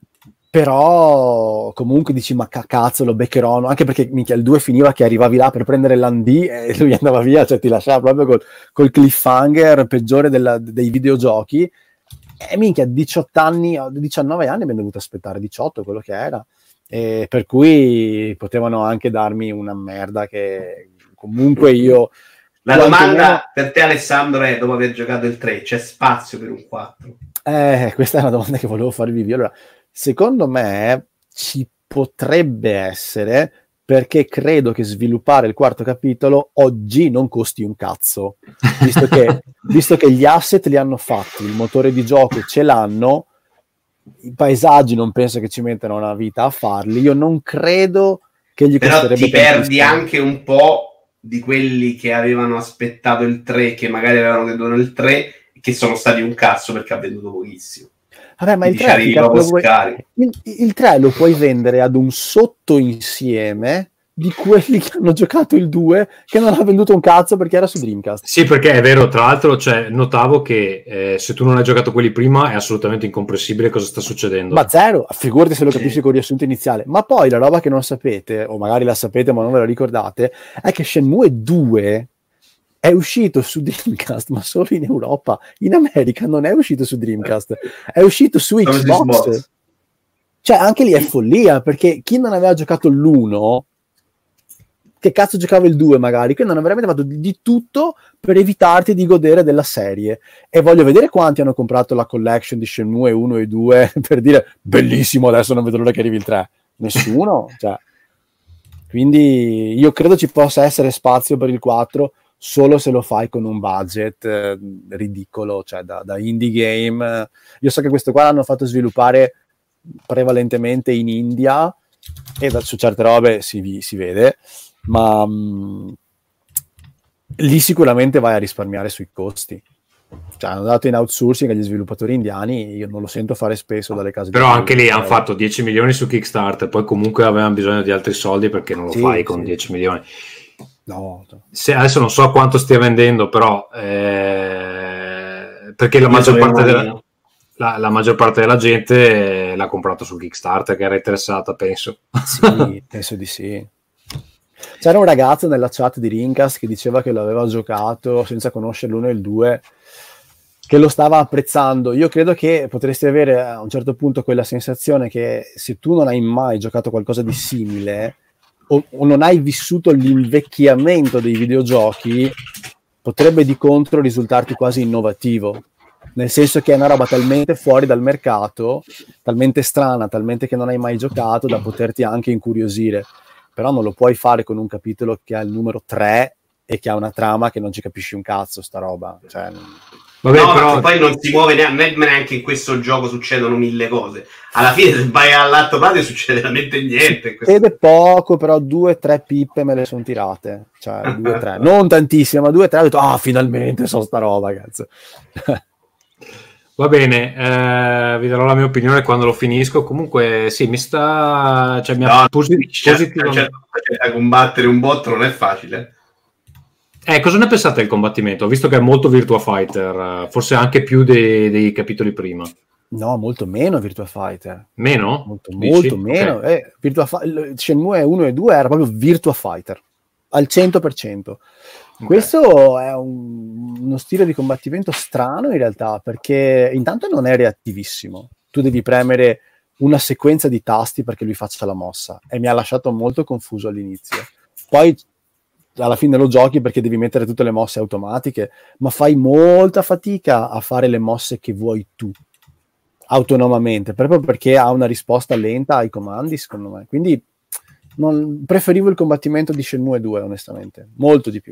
Però comunque dici ma cazzo lo beccherò, anche perché minchia il 2 finiva che arrivavi là per prendere l'Andy e lui andava via, cioè ti lasciava proprio col cliffhanger peggiore dei videogiochi. E minchia 18 anni, 19 anni abbiamo dovuto aspettare, 18 quello che era, e per cui potevano anche darmi una merda che comunque io... La domanda per te Alessandro è, dopo aver giocato il 3, c'è spazio per un 4? Questa è una domanda che volevo farvi via. Allora, secondo me ci potrebbe essere, perché credo che sviluppare il 4º capitolo oggi non costi un cazzo, visto che gli asset li hanno fatti, il motore di gioco ce l'hanno, i paesaggi non penso che ci mettano una vita a farli, io non credo che gli costerebbe. Però ti perdi anche un po' di quelli che avevano aspettato il 3, che magari avevano creduto nel 3, che sono stati un cazzo perché ha venduto pochissimo. Vabbè, ma il 3 lo puoi vendere ad un sottoinsieme di quelli che hanno giocato il 2 che non ha venduto un cazzo perché era su Dreamcast. Sì, perché è vero, tra l'altro notavo che se tu non hai giocato quelli prima è assolutamente incomprensibile cosa sta succedendo. Ma zero, figurati se lo capisci con il riassunto iniziale. Ma poi la roba che non sapete, o magari la sapete ma non ve la ricordate, è che Shenmue 2 è uscito su Dreamcast ma solo in Europa. In America non è uscito su Dreamcast, è uscito su Xbox. Cioè anche lì è follia, perché chi non aveva giocato l'1, che cazzo giocava il 2 magari, che non avrebbe fatto di tutto per evitarti di godere della serie. E voglio vedere quanti hanno comprato la collection di Shenmue 1 e 2 per dire bellissimo, adesso non vedo l'ora che arrivi il 3. Nessuno. Cioè. Quindi io credo ci possa essere spazio per il 4 solo se lo fai con un budget ridicolo, cioè da indie game. Io so che questo qua l'hanno fatto sviluppare prevalentemente in India e su certe robe si vede, ma lì sicuramente vai a risparmiare sui costi. Cioè hanno dato in outsourcing agli sviluppatori indiani, io non lo sento fare spesso dalle case. Però anche lì hanno fatto 10 milioni su Kickstarter, poi comunque avevano bisogno di altri soldi perché non lo fai con 10 milioni. No. Adesso non so quanto stia vendendo, però perché la maggior parte della gente l'ha comprato su Kickstarter, che era interessata, penso. Sì, penso di sì. C'era un ragazzo nella chat di Rincast che diceva che l'aveva giocato senza conoscere l'1 e il 2 che lo stava apprezzando. Io credo che potresti avere a un certo punto quella sensazione che se tu non hai mai giocato qualcosa di simile o non hai vissuto l'invecchiamento dei videogiochi, potrebbe di contro risultarti quasi innovativo, nel senso che è una roba talmente fuori dal mercato, talmente strana, talmente che non hai mai giocato, da poterti anche incuriosire. Però non lo puoi fare con un capitolo che ha il numero 3 e che ha una trama che non ci capisci un cazzo, sta roba. Cioè, vabbè, no, però poi non si muove neanche in questo gioco, succedono 1000 cose. Alla fine se vai all'atto patrio succede veramente niente. Succede poco, però 2-3 pippe me le sono tirate. Cioè 2-3, non tantissime, ma 2-3 ho detto, finalmente so sta roba, cazzo. Va bene, vi darò la mia opinione quando lo finisco. Comunque sì, mi sta... Cioè, positivamente... a combattere un bot non è facile. Cosa ne pensate del combattimento? Ho visto che è molto Virtua Fighter, forse anche più dei capitoli prima. No, molto meno Virtua Fighter. Meno? Molto meno. Okay. Shenmue 1 e 2 era proprio Virtua Fighter, al 100%. Okay. Questo è uno stile di combattimento strano in realtà, perché intanto non è reattivissimo. Tu devi premere una sequenza di tasti perché lui faccia la mossa, e mi ha lasciato molto confuso all'inizio. Poi alla fine lo giochi perché devi mettere tutte le mosse automatiche, ma fai molta fatica a fare le mosse che vuoi tu autonomamente, proprio perché ha una risposta lenta ai comandi, secondo me. Quindi preferivo il combattimento di Shenmue 2, onestamente, molto di più.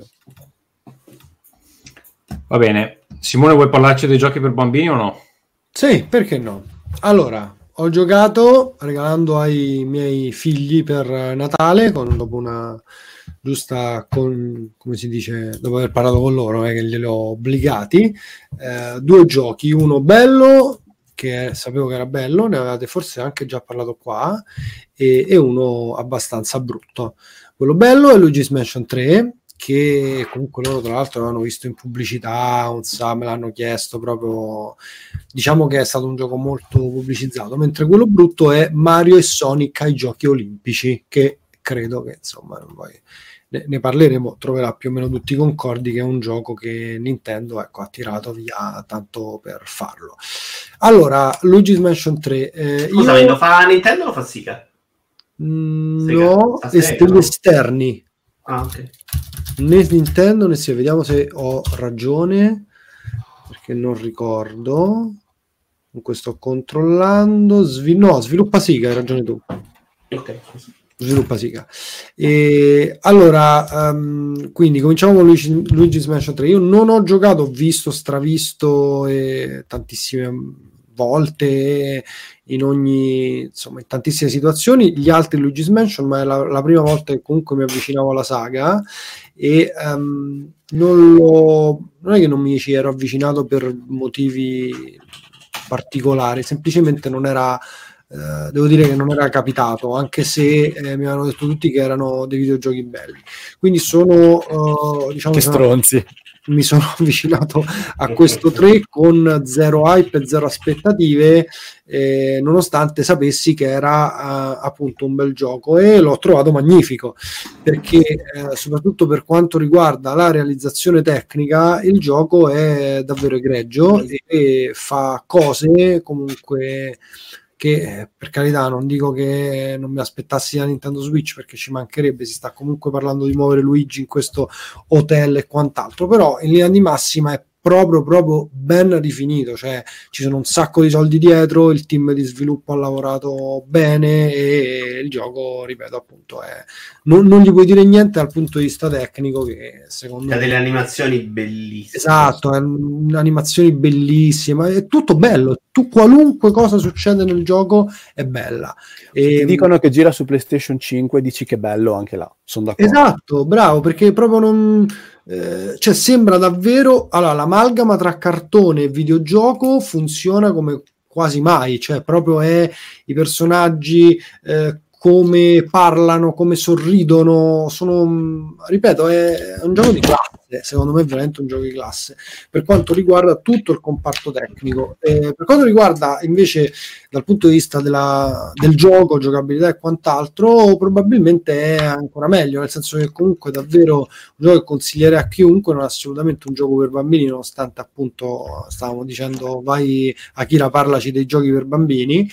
Va bene. Simone, vuoi parlarci dei giochi per bambini o no? Sì, perché no? Allora, ho giocato regalando ai miei figli per Natale, dopo una giusta, come si dice, dopo aver parlato con loro, che glieli ho obbligati, 2 giochi, uno bello, che sapevo che era bello, ne avevate forse anche già parlato qua, e uno abbastanza brutto. Quello bello è Luigi's Mansion 3, che comunque loro tra l'altro avevano visto in pubblicità, me l'hanno chiesto proprio, diciamo che è stato un gioco molto pubblicizzato, mentre quello brutto è Mario e Sonic ai giochi olimpici, che credo che insomma poi ne parleremo, troverà più o meno tutti concordi che è un gioco che Nintendo ha tirato via tanto per farlo. Allora, Luigi's Mansion 3 scusami, lo fa Nintendo o lo fa Sega? No, degli esterni. Ok. Né Nintendo né Sega, vediamo se ho ragione, perché non ricordo. Comunque sto controllando. Sviluppa Sega, hai ragione tu. Ok, Sviluppa Sega. E allora, quindi cominciamo con Luigi's Mansion 3. Io non ho giocato, ho visto, stravisto tantissime volte in tantissime situazioni gli altri Luigi's Mansion, ma è la prima volta che comunque mi avvicinavo alla saga, e non è che non mi ci ero avvicinato per motivi particolari, semplicemente non era devo dire che non era capitato, anche se mi avevano detto tutti che erano dei videogiochi belli, quindi sono che stronzi. Mi sono avvicinato a questo 3 con zero hype e zero aspettative, nonostante sapessi che era appunto un bel gioco, e l'ho trovato magnifico, perché soprattutto per quanto riguarda la realizzazione tecnica il gioco è davvero egregio e fa cose comunque che, per carità, non dico che non mi aspettassi la Nintendo Switch, perché ci mancherebbe, si sta comunque parlando di muovere Luigi in questo hotel e quant'altro, però in linea di massima è proprio ben rifinito, cioè ci sono un sacco di soldi dietro, il team di sviluppo ha lavorato bene e il gioco, ripeto, appunto non gli puoi dire niente dal punto di vista tecnico, che secondo me ha delle animazioni bellissime. Esatto, animazioni bellissime, è tutto bello, qualunque cosa succede nel gioco è bella. Ti dicono che gira su PlayStation 5, dici che bello anche là, sono d'accordo. Esatto, bravo, perché proprio non cioè sembra davvero, allora, l'amalgama tra cartone e videogioco funziona come quasi mai, cioè proprio è i personaggi, come parlano, come sorridono, ripeto, è un gioco di classe. secondo me è veramente un gioco di classe per quanto riguarda tutto il comparto tecnico. Per quanto riguarda invece dal punto di vista del gioco, giocabilità e quant'altro, probabilmente è ancora meglio, nel senso che comunque davvero un gioco che consiglierei a chiunque, non è assolutamente un gioco per bambini, nonostante appunto stavamo dicendo vai Akira, parlaci dei giochi per bambini.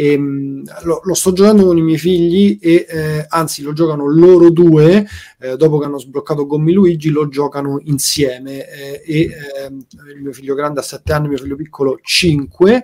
Lo sto giocando con i miei figli e anzi lo giocano loro due, dopo che hanno sbloccato Gommi Luigi lo giocano insieme, il mio figlio grande ha 7 anni, il mio figlio piccolo 5.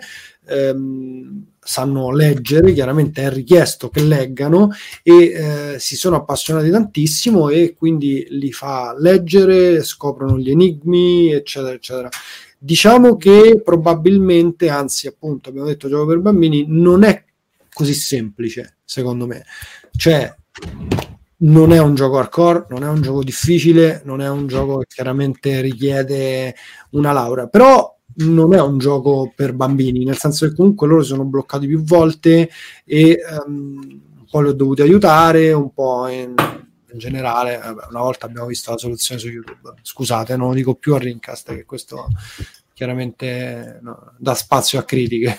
Sanno leggere, chiaramente è richiesto che leggano e si sono appassionati tantissimo e quindi li fa leggere, scoprono gli enigmi, eccetera eccetera. Diciamo che probabilmente, anzi appunto abbiamo detto gioco per bambini, non è così semplice secondo me, cioè non è un gioco hardcore, non è un gioco difficile, non è un gioco che chiaramente richiede una laurea, però non è un gioco per bambini, nel senso che comunque loro sono bloccati più volte e un po' li ho dovuti aiutare, un po' in generale. Una volta abbiamo visto la soluzione su YouTube, scusate, non lo dico più a Rincast, che questo chiaramente dà spazio a critiche.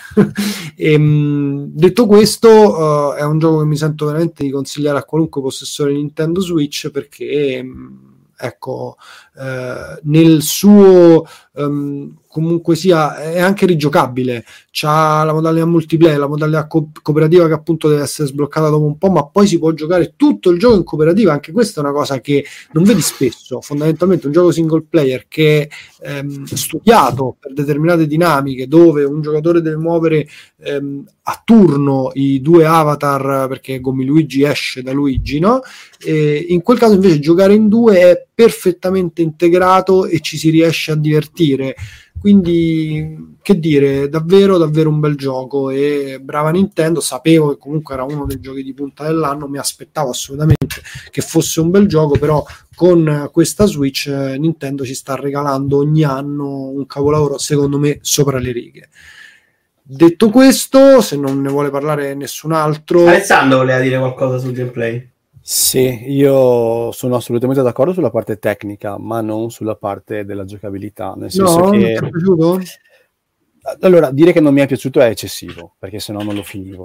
Detto questo, è un gioco che mi sento veramente di consigliare a qualunque possessore Nintendo Switch, perché ecco, nel suo comunque sia è anche rigiocabile, c'ha la modalità multiplayer, la modalità cooperativa che appunto deve essere sbloccata dopo un po', ma poi si può giocare tutto il gioco in cooperativa. Anche questa è una cosa che non vedi spesso, fondamentalmente un gioco single player che è studiato per determinate dinamiche, dove un giocatore deve muovere a turno i due avatar, perché Gommi Luigi esce da Luigi, no? E in quel caso invece giocare in due è perfettamente integrato e ci si riesce a divertire. Quindi, che dire, davvero davvero un bel gioco, e brava Nintendo. Sapevo che comunque era uno dei giochi di punta dell'anno, mi aspettavo assolutamente che fosse un bel gioco, però con questa Switch Nintendo ci sta regalando ogni anno un capolavoro, secondo me sopra le righe. Detto questo, se non ne vuole parlare nessun altro, Alessandro voleva dire qualcosa sul gameplay. Sì, io sono assolutamente d'accordo sulla parte tecnica, ma non sulla parte della giocabilità, nel senso no, che... non ti è piaciuto? Allora, dire che non mi è piaciuto è eccessivo, perché sennò non lo finivo.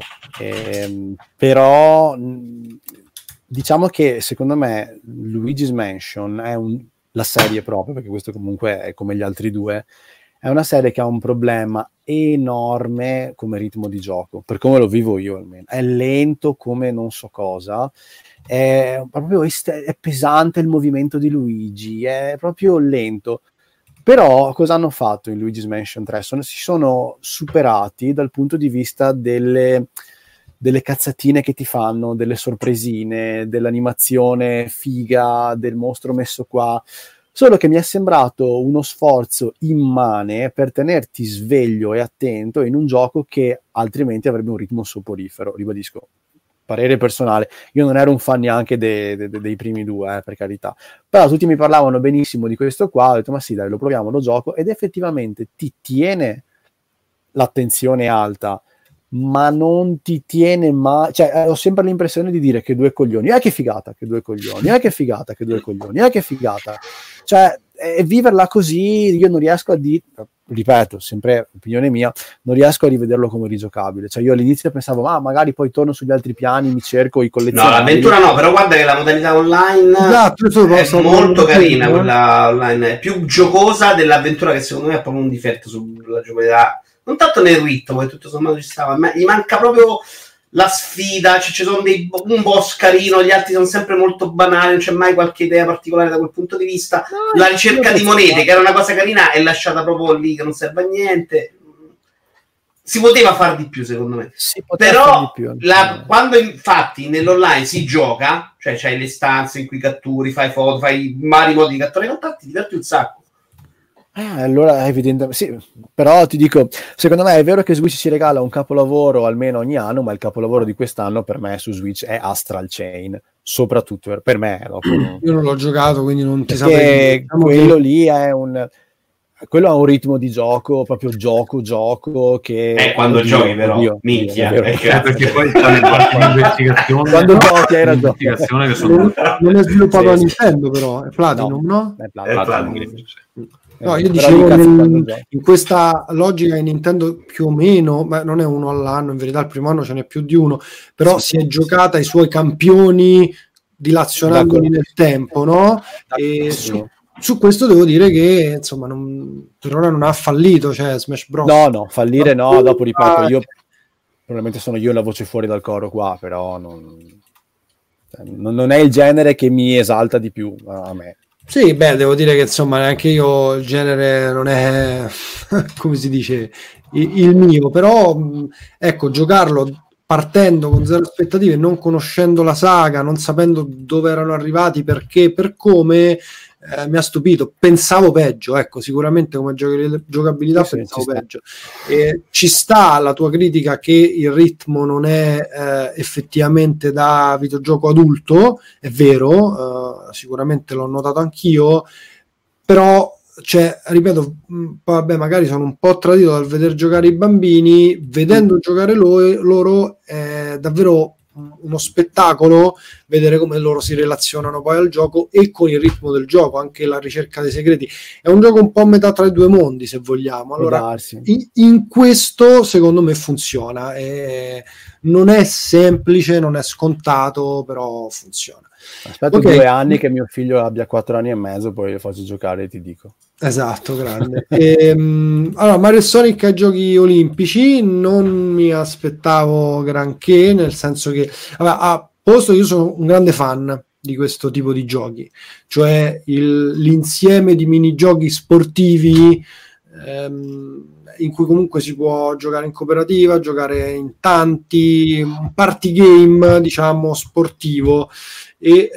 Però diciamo che secondo me Luigi's Mansion è la serie proprio, perché questo comunque è come gli altri due, è una serie che ha un problema enorme come ritmo di gioco, per come lo vivo io almeno. È lento come non so cosa, è proprio è pesante il movimento di Luigi, è proprio lento. Però cosa hanno fatto in Luigi's Mansion 3? Si sono superati dal punto di vista delle cazzatine che ti fanno, delle sorpresine, dell'animazione figa, del mostro messo qua. Solo che mi è sembrato uno sforzo immane per tenerti sveglio e attento in un gioco che altrimenti avrebbe un ritmo soporifero. Ribadisco, parere personale, io non ero un fan neanche dei primi due, per carità, però tutti mi parlavano benissimo di questo qua, ho detto ma sì dai, lo proviamo, lo gioco, ed effettivamente ti tiene l'attenzione alta, ma non ti tiene mai, cioè ho sempre l'impressione di dire che due coglioni, che figata, che due coglioni, che figata, che due coglioni, che figata, cioè viverla così io non riesco a dire, ripeto, sempre opinione mia, non riesco a rivederlo come rigiocabile. Cioè io all'inizio pensavo magari poi torno sugli altri piani, mi cerco i collezionabili. No, l'avventura no, però guarda che la modalità online è molto carina, quella online è più giocosa dell'avventura, che secondo me è proprio un difetto sulla giocabilità, non tanto nel ritmo, che tutto sommato ci stava, ma gli manca proprio la sfida, ci sono un boss carino, gli altri sono sempre molto banali, non c'è mai qualche idea particolare da quel punto di vista. No, la ricerca di monete, che era una cosa carina, è lasciata proprio lì, che non serve a niente. Si poteva fare di più, secondo me. Però quando infatti nell'online si gioca, cioè c'hai le stanze in cui catturi, fai foto, fai vari modi di catturare i contatti, ti diverti un sacco. Allora evidentemente sì, però ti dico, secondo me è vero che Switch ci regala un capolavoro almeno ogni anno, ma il capolavoro di quest'anno per me su Switch è Astral Chain, soprattutto per me. Io non l'ho giocato, quindi non ti saprei. Quello lì è quello ha un ritmo di gioco, proprio gioco che... quando giochi però, minchia. Perché poi c'è le parti di investigazione. Quando giochi hai ragione. Investigazione che sono... Non è sviluppato a Nintendo, però è Platinum, no? È Platinum. No, io dicevo in questa logica che Nintendo più o meno, ma non è uno all'anno, in verità il primo anno ce n'è più di uno, però si è giocata i suoi campioni dilazionandoli nel tempo, no? E su questo devo dire che insomma per ora non ha fallito, cioè Smash Bros. No, fallire no, dopo ripeto, io probabilmente sono io la voce fuori dal coro qua, però non è il genere che mi esalta di più a me. Sì, beh, devo dire che insomma neanche io il genere non è come si dice il mio, però ecco, giocarlo partendo con zero aspettative, non conoscendo la saga, non sapendo dove erano arrivati, perché, per come, mi ha stupito. Pensavo peggio, ecco, sicuramente come giocabilità pensavo peggio. Ci sta la tua critica che il ritmo non è effettivamente da videogioco adulto, è vero, sicuramente l'ho notato anch'io, però cioè, ripeto, vabbè, magari sono un po' tradito dal veder giocare i bambini, vedendo giocare loro è davvero uno spettacolo vedere come loro si relazionano poi al gioco e con il ritmo del gioco, anche la ricerca dei segreti. È un gioco un po' a metà tra i due mondi, se vogliamo. Allora, in questo secondo me funziona. Non è semplice, non è scontato, però funziona. Aspetto 2 anni che mio figlio abbia 4 anni e mezzo, poi lo faccio giocare e ti dico. Esatto, grande. Allora, Mario e Sonic ai giochi olimpici non mi aspettavo granché, nel senso che a posto io sono un grande fan di questo tipo di giochi, cioè l'insieme di minigiochi sportivi in cui comunque si può giocare in cooperativa, giocare in tanti, un party game diciamo sportivo. E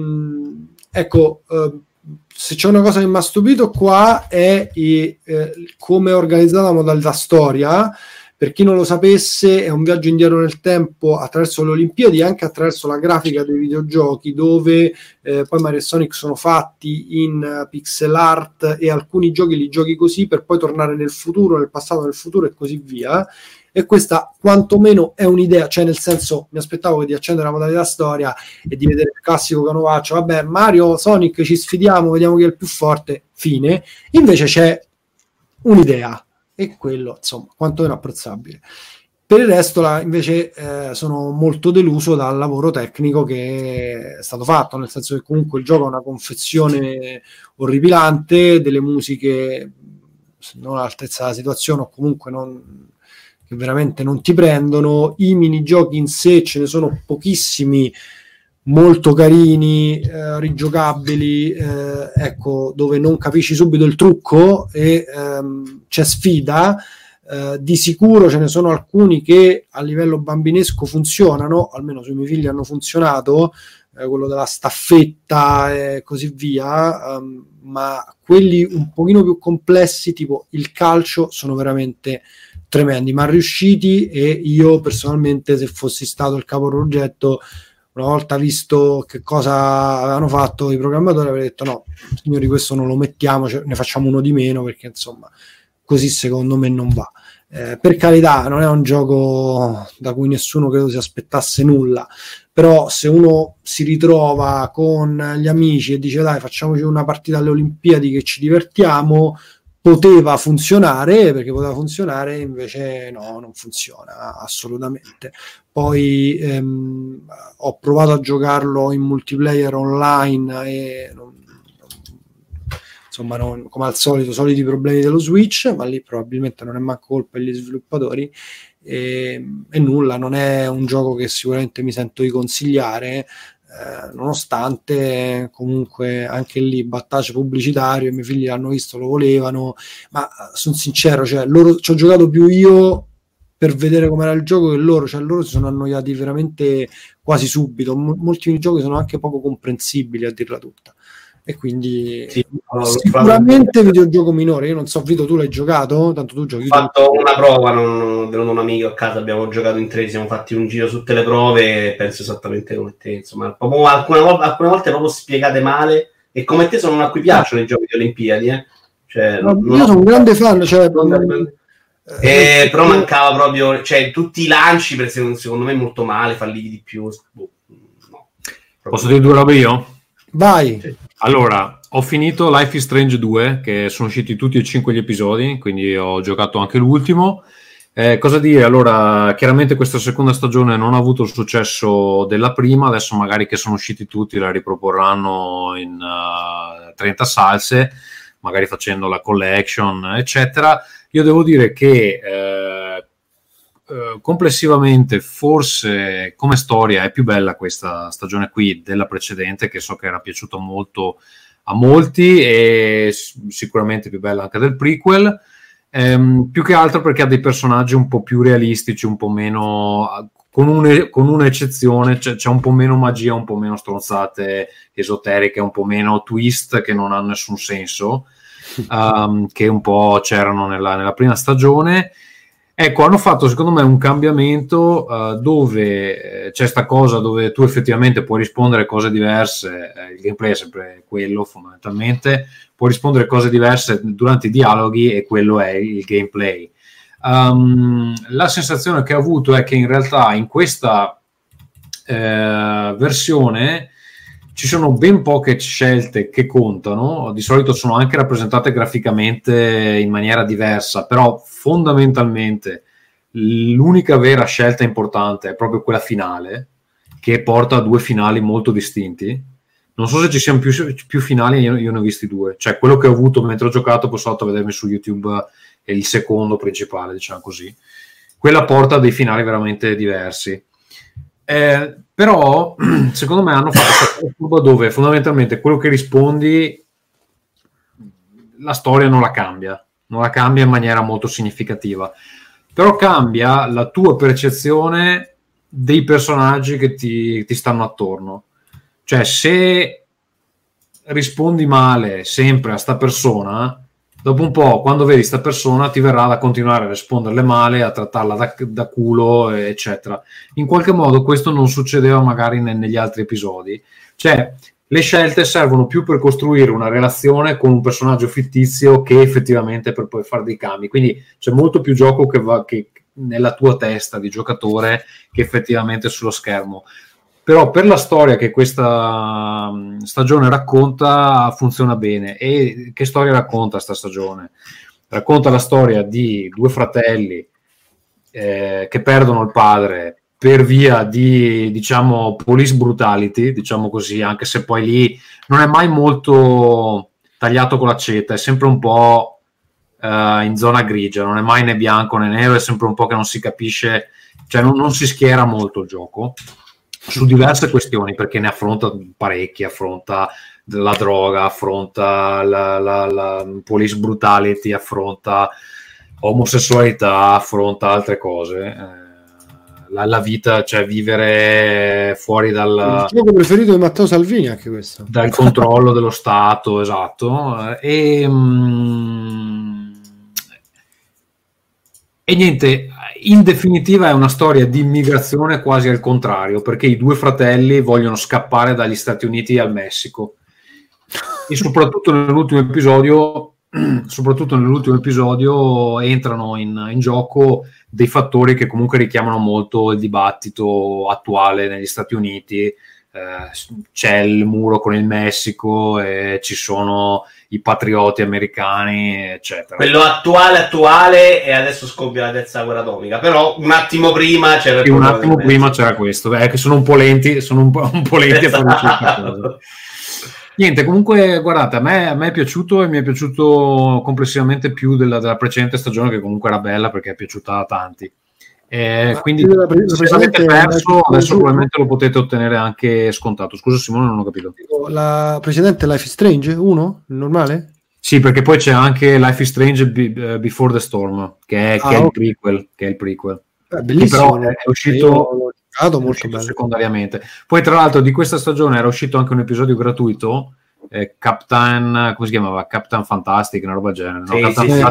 ecco, se c'è una cosa che mi ha stupito qua è come è organizzata la modalità storia. Per chi non lo sapesse, è un viaggio indietro nel tempo attraverso le Olimpiadi, anche attraverso la grafica dei videogiochi, dove poi Mario e Sonic sono fatti in pixel art e alcuni giochi li giochi così per poi tornare nel futuro, nel passato, nel futuro e così via. E questa quantomeno è un'idea, cioè nel senso mi aspettavo di accendere la modalità storia e di vedere il classico canovaccio, vabbè, Mario, Sonic, ci sfidiamo, vediamo chi è il più forte, fine. Invece c'è un'idea e quello insomma quantomeno apprezzabile. Per il resto invece sono molto deluso dal lavoro tecnico che è stato fatto, nel senso che comunque il gioco ha una confezione orripilante, delle musiche non all'altezza della situazione o comunque che veramente non ti prendono. I minigiochi in sé ce ne sono pochissimi, molto carini, rigiocabili, ecco, dove non capisci subito il trucco e c'è sfida. Di sicuro ce ne sono alcuni che a livello bambinesco funzionano, almeno sui miei figli hanno funzionato, quello della staffetta e così via, ma quelli un pochino più complessi, tipo il calcio, sono veramente tremendi, ma riusciti. E io personalmente, se fossi stato il capo progetto, una volta visto che cosa avevano fatto i programmatori, avrei detto no, signori, questo non lo mettiamo, ne facciamo uno di meno, perché insomma così secondo me non va. Per carità, non è un gioco da cui nessuno credo si aspettasse nulla, però se uno si ritrova con gli amici e dice dai, facciamoci una partita alle Olimpiadi che ci divertiamo, poteva funzionare, invece no, non funziona assolutamente. Poi ho provato a giocarlo in multiplayer online e insomma, come al solito, soliti problemi dello Switch, ma lì probabilmente non è manco colpa degli sviluppatori e nulla, non è un gioco che sicuramente mi sento di consigliare, nonostante comunque anche lì battage pubblicitario, i miei figli l'hanno visto, lo volevano, ma sono sincero, cioè loro ci ho giocato più io per vedere com'era il gioco che loro, cioè loro si sono annoiati veramente quasi subito. Molti giochi sono anche poco comprensibili, a dirla tutta. E quindi sì, sicuramente videogioco minore. Io non so, Vito, tu l'hai giocato? Tanto tu giochi. Ho fatto una prova, è venuto un amico a casa, abbiamo giocato in 3, siamo fatti un giro su tutte le prove e penso esattamente come te, insomma, proprio alcune volte proprio spiegate male, e come te sono a cui piacciono i giochi di Olimpiadi, Cioè, io sono un grande fan, cioè, però mancava proprio, cioè tutti i lanci secondo me molto male, falliti di più. No. Posso dire due robe io? Vai. Sì. Allora, ho finito Life is Strange 2, che sono usciti tutti e 5 gli episodi, quindi ho giocato anche l'ultimo. Cosa dire? Allora, chiaramente questa seconda stagione non ha avuto il successo della prima, adesso magari che sono usciti tutti la riproporranno in 30 salse, magari facendo la collection, eccetera. Io devo dire che complessivamente forse come storia è più bella questa stagione qui della precedente, che so che era piaciuta molto a molti, e sicuramente più bella anche del prequel. Più che altro perché ha dei personaggi un po' più realistici, un po' meno, con un'eccezione, c'è un po' meno magia, un po' meno stronzate esoteriche, un po' meno twist che non hanno nessun senso, che un po' c'erano nella prima stagione. Ecco, hanno fatto secondo me un cambiamento dove c'è sta cosa dove tu effettivamente puoi rispondere cose diverse, il gameplay è sempre quello fondamentalmente, puoi rispondere cose diverse durante i dialoghi e quello è il gameplay. La sensazione che ho avuto è che in realtà in questa versione ci sono ben poche scelte che contano, di solito sono anche rappresentate graficamente in maniera diversa, però fondamentalmente l'unica vera scelta importante è proprio quella finale, che porta a due finali molto distinti. Non so se ci siano più finali, io ne ho visti due, cioè quello che ho avuto mentre ho giocato, poi sono andato a vedermi su YouTube, è il secondo principale, diciamo così. Quella porta a dei finali veramente diversi. Però secondo me hanno fatto una curva dove fondamentalmente quello che rispondi la storia non la cambia in maniera molto significativa, però cambia la tua percezione dei personaggi che ti stanno attorno. Cioè, se rispondi male sempre a sta persona, dopo un po', quando vedi sta persona, ti verrà da continuare a risponderle male, a trattarla da culo, eccetera. In qualche modo questo non succedeva magari negli altri episodi. Cioè, le scelte servono più per costruire una relazione con un personaggio fittizio che effettivamente per poi fare dei cambi. Quindi c'è molto più gioco che nella tua testa di giocatore che effettivamente sullo schermo. Però per la storia che questa stagione racconta funziona bene. E che storia racconta sta stagione? Racconta la storia di due fratelli che perdono il padre per via di, diciamo, police brutality, diciamo così, anche se poi lì non è mai molto tagliato con l'accetta, è sempre un po' in zona grigia, non è mai né bianco né nero, è sempre un po' che non si capisce, cioè non si schiera molto il gioco su diverse questioni, perché ne affronta parecchie, affronta la droga, affronta la police brutality, affronta omosessualità, affronta altre cose, la vita, cioè vivere fuori dal... Il gioco preferito di Matteo Salvini anche questo. Dal controllo dello Stato, esatto. E niente, in definitiva è una storia di immigrazione quasi al contrario, perché i due fratelli vogliono scappare dagli Stati Uniti al Messico. E soprattutto nell'ultimo episodio entrano in gioco dei fattori che comunque richiamano molto il dibattito attuale negli Stati Uniti. C'è il muro con il Messico e ci sono i patrioti americani, eccetera. Quello attuale e adesso scoppia la terza guerra atomica, però un attimo prima c'era c'era questo, che sono un po' lenti, a fare questa cosa. Niente, comunque guardate, a me è piaciuto, e mi è piaciuto complessivamente più della precedente stagione, che comunque era bella perché è piaciuta a tanti. Quindi se l'avete perso, adesso probabilmente lo potete ottenere anche scontato. Scusa Simone, non ho capito. La precedente Life is Strange 1? Normale? Sì, perché poi c'è anche Life is Strange Before the Storm, che è il prequel. Bellissimo, però è uscito molto bello secondariamente. Poi tra l'altro di questa stagione era uscito anche un episodio gratuito, Captain, come si chiamava? Captain Fantastic, una roba del genere, no?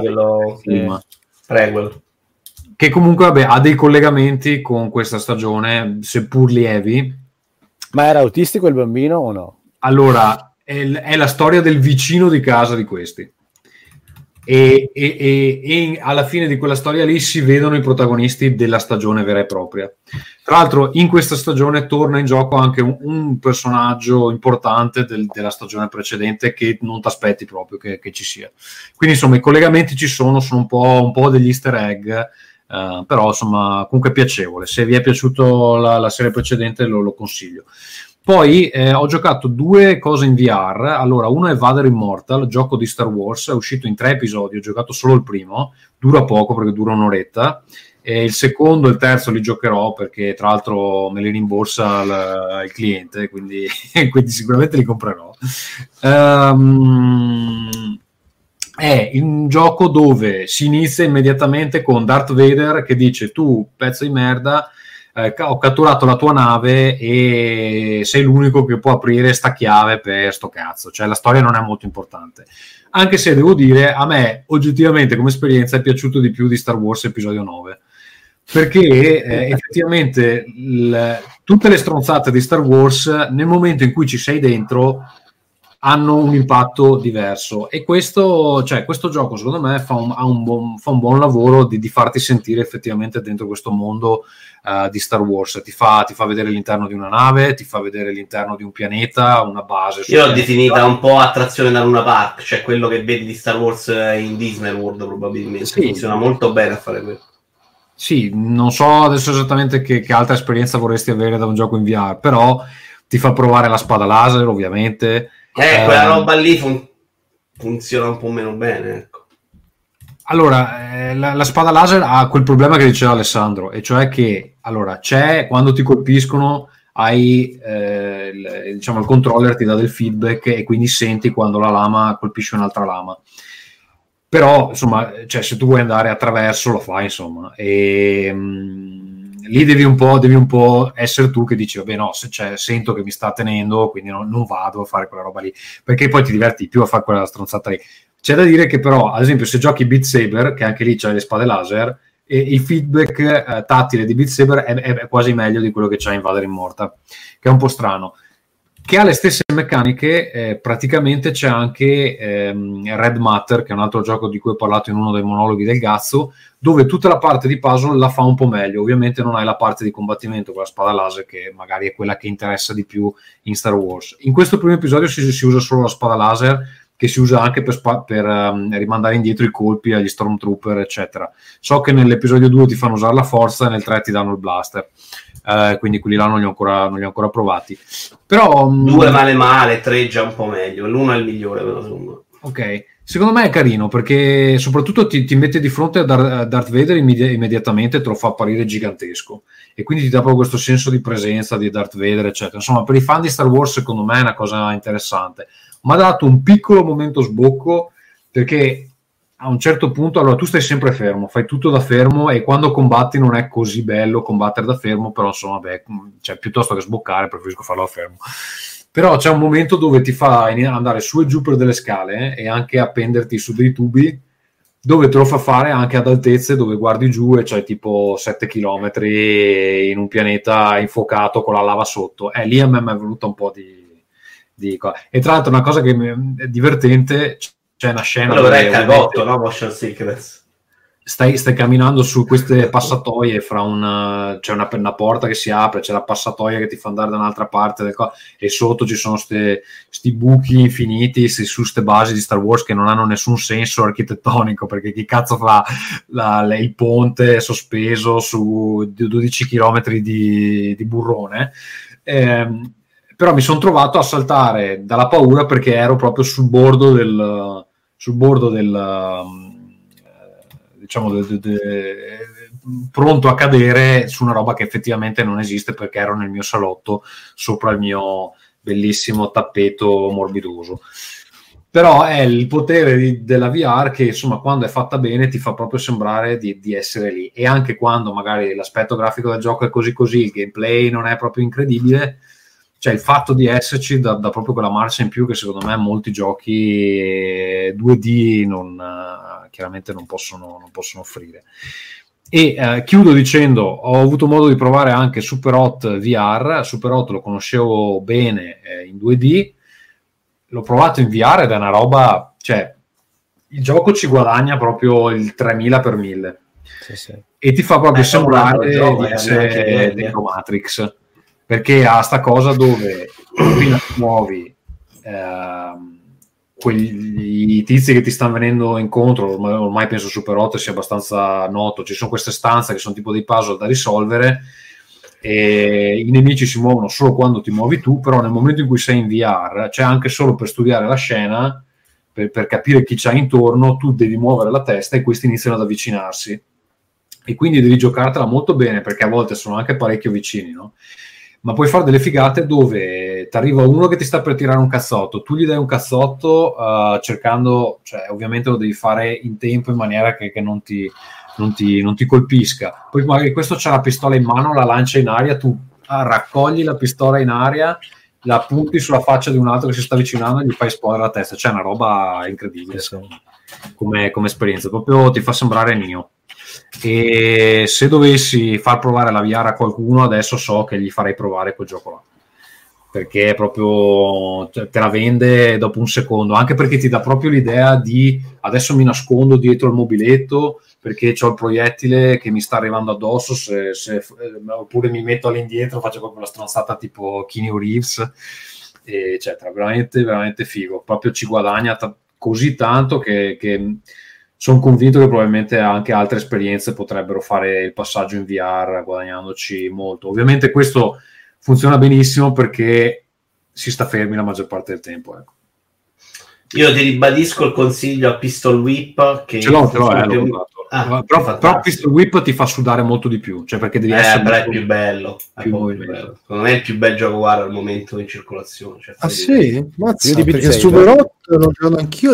Prequel, che comunque ha dei collegamenti con questa stagione, seppur lievi. Ma era autistico il bambino o no? Allora, è la storia del vicino di casa di questi. e alla fine di quella storia lì si vedono i protagonisti della stagione vera e propria. Tra l'altro in questa stagione torna in gioco anche un personaggio importante della stagione precedente che non ti aspetti proprio che ci sia. Quindi insomma i collegamenti ci sono un po' degli easter egg, però insomma comunque piacevole. Se vi è piaciuto la serie precedente lo consiglio. Poi ho giocato 2 cose in VR. Allora, uno è Vader Immortal, gioco di Star Wars, è uscito in 3 episodi, ho giocato solo il primo, dura poco perché dura un'oretta, e il secondo e il terzo li giocherò perché tra l'altro me li rimborsa il cliente, quindi sicuramente li comprerò. È un gioco dove si inizia immediatamente con Darth Vader che dice: tu pezzo di merda, ho catturato la tua nave e sei l'unico che può aprire sta chiave per sto cazzo. Cioè la storia non è molto importante, anche se devo dire a me oggettivamente come esperienza è piaciuto di più di Star Wars episodio 9, perché effettivamente tutte le stronzate di Star Wars nel momento in cui ci sei dentro hanno un impatto diverso, e questo gioco secondo me fa un buon lavoro di farti sentire effettivamente dentro questo mondo di Star Wars. Ti fa vedere l'interno di una nave, ti fa vedere l'interno di un pianeta, una base. Io l'ho definita un po' attrazione da Luna Park, cioè quello che vedi di Star Wars in Disney World probabilmente. Sì. Funziona molto bene a fare quello. Sì, non so adesso esattamente che altra esperienza vorresti avere da un gioco in VR, però ti fa provare la spada laser ovviamente. Quella roba lì funziona un po' meno bene, ecco. Allora, la spada laser ha quel problema che diceva Alessandro, e cioè che allora c'è, quando ti colpiscono hai il controller ti dà del feedback e quindi senti quando la lama colpisce un'altra lama. Però insomma, cioè, se tu vuoi andare attraverso lo fai, insomma, e lì devi un po' essere tu che dici vabbè no, sento che mi sta tenendo, quindi non vado a fare quella roba lì, perché poi ti diverti più a fare quella stronzata lì. C'è da dire che però, ad esempio, se giochi Beat Saber, che anche lì c'hai le spade laser, e il feedback tattile di Beat Saber è quasi meglio di quello che c'è in Vader Immortal, che è un po' strano. Che ha le stesse meccaniche, praticamente c'è anche Red Matter, che è un altro gioco di cui ho parlato in uno dei monologhi del Gazzo, dove tutta la parte di puzzle la fa un po' meglio. Ovviamente non hai la parte di combattimento con la spada laser, che magari è quella che interessa di più in Star Wars. In questo primo episodio si usa solo la spada laser, che si usa anche per rimandare indietro i colpi agli Stormtrooper, eccetera. So che nell'episodio 2 ti fanno usare la forza e nel 3 ti danno il blaster. Quindi quelli là non li ho ancora provati, però 2 male, 3 già un po' meglio, l'1 è il migliore però secondo me. Ok, secondo me è carino perché soprattutto ti mette di fronte a Darth Vader immediatamente, te lo fa apparire gigantesco e quindi ti dà proprio questo senso di presenza di Darth Vader, eccetera. Insomma, per i fan di Star Wars secondo me è una cosa interessante. Mi ha dato un piccolo momento sbocco, perché a un certo punto, allora tu stai sempre fermo, fai tutto da fermo, e quando combatti non è così bello combattere da fermo, però insomma, cioè, piuttosto che sboccare preferisco farlo da fermo. Però c'è un momento dove ti fa andare su e giù per delle scale e anche appenderti su dei tubi, dove te lo fa fare anche ad altezze dove guardi giù e c'hai tipo 7 km in un pianeta infuocato con la lava sotto. Lì a me mi è venuta un po' di... E tra l'altro una cosa che è divertente, c'è una scena dove è cagotto, no? Motion Sickness. Stai camminando su queste passatoie, c'è una porta che si apre, c'è la passatoia che ti fa andare da un'altra parte e sotto ci sono sti buchi infiniti su queste basi di Star Wars che non hanno nessun senso architettonico, perché chi cazzo fa il ponte sospeso su 12 km di burrone. Però mi sono trovato a saltare dalla paura perché ero proprio sul bordo del diciamo pronto a cadere su una roba che effettivamente non esiste, perché ero nel mio salotto sopra il mio bellissimo tappeto morbidoso. Però è il potere della VR che insomma quando è fatta bene ti fa proprio sembrare di essere lì, e anche quando magari l'aspetto grafico del gioco è così, il gameplay non è proprio incredibile, cioè il fatto di esserci dà proprio quella marcia in più che secondo me molti giochi 2D chiaramente non possono offrire. E chiudo dicendo, ho avuto modo di provare anche Superhot VR. Superhot lo conoscevo bene in 2D, l'ho provato in VR ed è una roba, cioè il gioco ci guadagna proprio il 3000 per 1000 Sì. e ti fa proprio sembrare gioco, di essere dentro Matrix, perché ha sta cosa dove appena ti muovi quegli tizi che ti stanno venendo incontro, ormai penso Super 8 sia abbastanza noto, ci sono queste stanze che sono tipo dei puzzle da risolvere e i nemici si muovono solo quando ti muovi tu, però nel momento in cui sei in VR, cioè anche solo per studiare la scena, per capire chi c'hai intorno, tu devi muovere la testa e questi iniziano ad avvicinarsi e quindi devi giocartela molto bene, perché a volte sono anche parecchio vicini, no? Ma puoi fare delle figate dove ti arriva uno che ti sta per tirare un cazzotto, tu gli dai un cazzotto cercando, cioè ovviamente lo devi fare in tempo in maniera che non ti colpisca, poi magari questo c'ha la pistola in mano, la lancia in aria, tu raccogli la pistola in aria, la punti sulla faccia di un altro che si sta avvicinando e gli fai esplodere la testa, cioè è una roba incredibile come esperienza, proprio ti fa sembrare Neo. E se dovessi far provare la VR a qualcuno adesso so che gli farei provare quel gioco là, perché proprio te la vende dopo un secondo, anche perché ti dà proprio l'idea di adesso mi nascondo dietro il mobiletto perché c'ho il proiettile che mi sta arrivando addosso, oppure mi metto all'indietro, faccio proprio la stronzata tipo Keanu Reeves, eccetera. Veramente, veramente figo, proprio ci guadagna così tanto che sono convinto che probabilmente anche altre esperienze potrebbero fare il passaggio in VR guadagnandoci molto. Ovviamente questo funziona benissimo perché si sta fermi la maggior parte del tempo, ecco. Io ti ribadisco il consiglio a Pistol Whip che ce l'ho, però Pistol Whip ti fa sudare molto di più, cioè perché devi essere però è più bello, secondo me è il più bel gioco VR al momento in circolazione, cioè, sì? Mazza, perché Super 8 lo gioco anch'io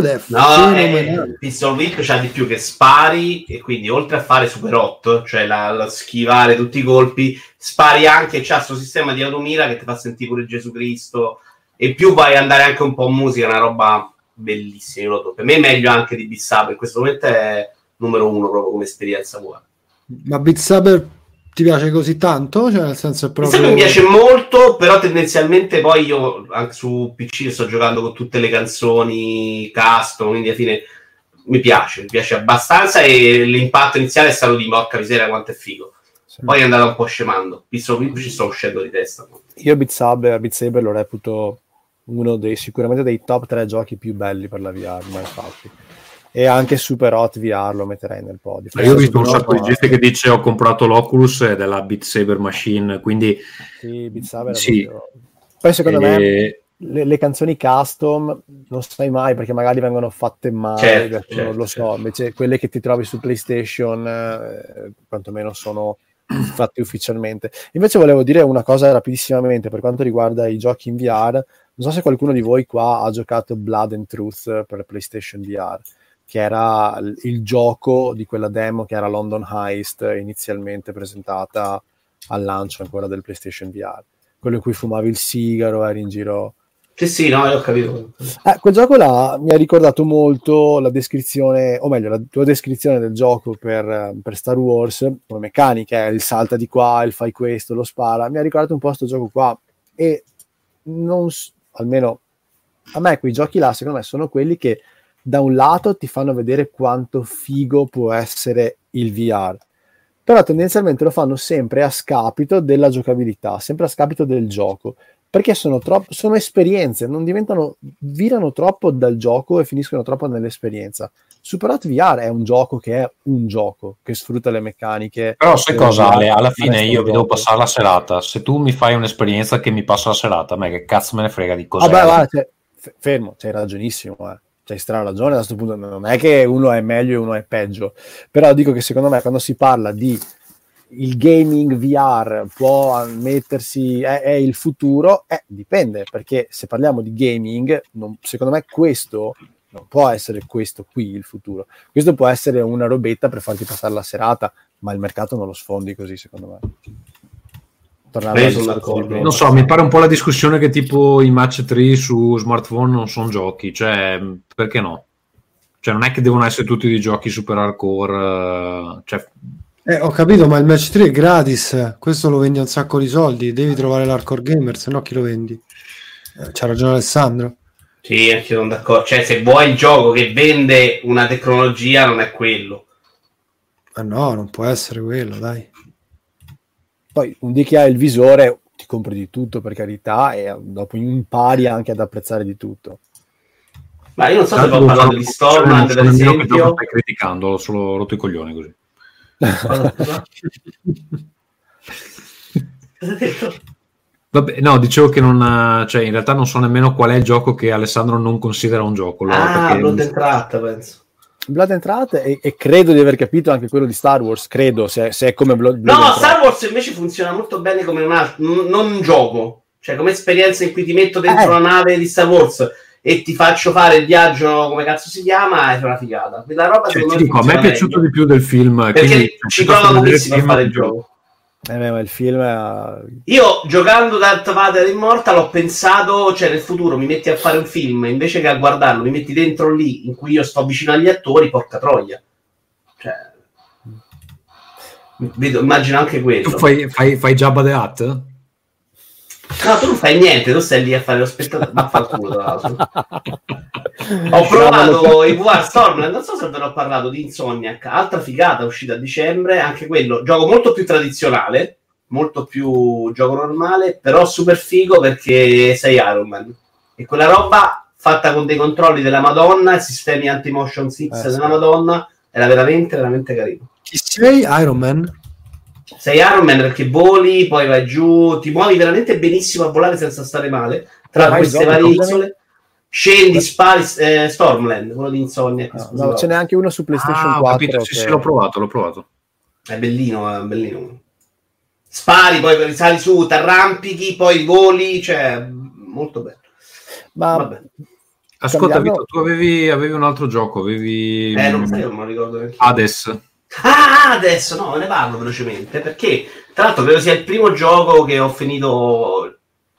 Pistol Whip c'ha di più che spari e quindi oltre a fare Super 8, cioè la schivare tutti i colpi, spari anche, c'ha questo sistema di automira che ti fa sentire pure Gesù Cristo e più vai ad andare anche un po' in musica, una roba bellissima. Per me è meglio anche di Beat Saber, in questo momento è numero 1 proprio come esperienza buona. Ma Beat Saber ti piace così tanto? Cioè nel senso è proprio... mi piace molto, però tendenzialmente poi io anche su PC sto giocando con tutte le canzoni custom, quindi alla fine mi piace abbastanza e l'impatto iniziale è stato di porca miseria quanto è figo. Sì. Poi è andato un po' scemando, visto che ci sto uscendo di testa. Io Beat Saber lo reputo uno sicuramente dei top 3 giochi più belli per la VR mai fatti, e anche Super Hot VR lo metterei nel podio. Io ho visto un sacco di gente che dice ho comprato l'Oculus e della Beat Saber Machine, quindi sì, Beat Saber sì. Poi secondo me le canzoni custom non sai mai perché magari vengono fatte male, non lo so, invece quelle che ti trovi su PlayStation quantomeno sono fatte ufficialmente. Invece volevo dire una cosa rapidissimamente per quanto riguarda i giochi in VR. Non so se qualcuno di voi qua ha giocato Blood and Truth per PlayStation VR, che era il gioco di quella demo che era London Heist, inizialmente presentata al lancio ancora del PlayStation VR, quello in cui fumavi il sigaro, eri in giro. Sì, no, ho capito. Quel gioco là mi ha ricordato molto la descrizione, o meglio, la tua descrizione del gioco per Star Wars, come meccanica, il salta di qua, il fai questo, lo spara, mi ha ricordato un po' sto gioco qua, e non, almeno a me quei giochi là secondo me sono quelli che da un lato ti fanno vedere quanto figo può essere il VR, però tendenzialmente lo fanno sempre a scapito della giocabilità, sempre a scapito del gioco, perché sono esperienze, non virano troppo dal gioco e finiscono troppo nell'esperienza. Super Hot VR è un gioco che sfrutta le meccaniche. Però sai cosa, Ale? Alla fine io vi devo passare la serata. Se tu mi fai un'esperienza che mi passa la serata, a me che cazzo me ne frega di cos'è? Vabbè, fermo, c'hai ragionissimo, c'hai straragione da questo punto. Non è che uno è meglio e uno è peggio, però dico che secondo me quando si parla di il gaming VR può mettersi, è il futuro, dipende, perché se parliamo di gaming, secondo me questo non può essere questo qui il futuro. Questo può essere una robetta per farti passare la serata, ma il mercato non lo sfondi così, secondo me. Non so, mi pare un po' la discussione che tipo i match 3 su smartphone non sono giochi, cioè perché no? Cioè non è che devono essere tutti dei giochi super hardcore, cioè... ho capito, ma il match 3 è gratis, questo lo vendi a un sacco di soldi, devi trovare l'hardcore gamer, se no chi lo vendi? C'ha ragione Alessandro. Sì, anche io sono d'accordo. Cioè, se vuoi il gioco che vende una tecnologia, non è quello. Ma no, non può essere quello, dai. Poi un di che hai il visore ti compri di tutto, per carità, e dopo impari anche ad apprezzare di tutto. Ma io non so se ho parlato di Stormland, per esempio. Stai criticando, ho solo rotto i coglioni così. Cosa hai detto? Vabbè, no, dicevo che non, cioè in realtà non so nemmeno qual è il gioco che Alessandro non considera un gioco. Ah, Blood and Track, penso. Blood and Track, e credo di aver capito anche quello di Star Wars, credo, se è come Blood No, Star Wars invece funziona molto bene come non un gioco, cioè come esperienza in cui ti metto dentro la nave di Star Wars e ti faccio fare il viaggio, come cazzo si chiama, è una figata. Quella roba, cioè, ti dico, a me è piaciuto di più del film, perché quindi, ci prova pochissimo a fare il gioco. Ma il film Io giocando Darth Vader Immortal ho pensato, cioè nel futuro mi metti a fare un film invece che a guardarlo, mi metti dentro lì in cui io sto vicino agli attori, porca troia, cioè immagino anche quello. Tu fai Jabba the Hutt? No, tu non fai niente, tu stai lì a fare lo spettatore, ma fa il culo tra l'altro. Ho provato i VR Stormland, non so se ve l'ho parlato, di Insomniac, altra figata uscita a dicembre, anche quello, gioco molto più tradizionale, molto più gioco normale, però super figo perché sei Iron Man. E quella roba fatta con dei controlli della Madonna, sistemi anti-motion 6 della Madonna, era veramente, veramente carino. Chi sei? Iron Man? Sei Iron Man perché voli, poi vai giù, ti muovi veramente benissimo a volare senza stare male, tra queste varie isole. Scendi, spari, Stormland, quello di Insomniac. No, ce n'è anche uno su PlayStation 4. Capito, sì, l'ho provato. È bellino, è bellino. Spari, poi sali su, t'arrampichi, poi voli, cioè, molto bello. Ma vabbè. Ascolta, Vito, tu avevi un altro gioco, avevi... non sai, non me lo ricordo neanche. Hades. Adesso, no, ne parlo velocemente, perché, tra l'altro, credo sia il primo gioco che ho finito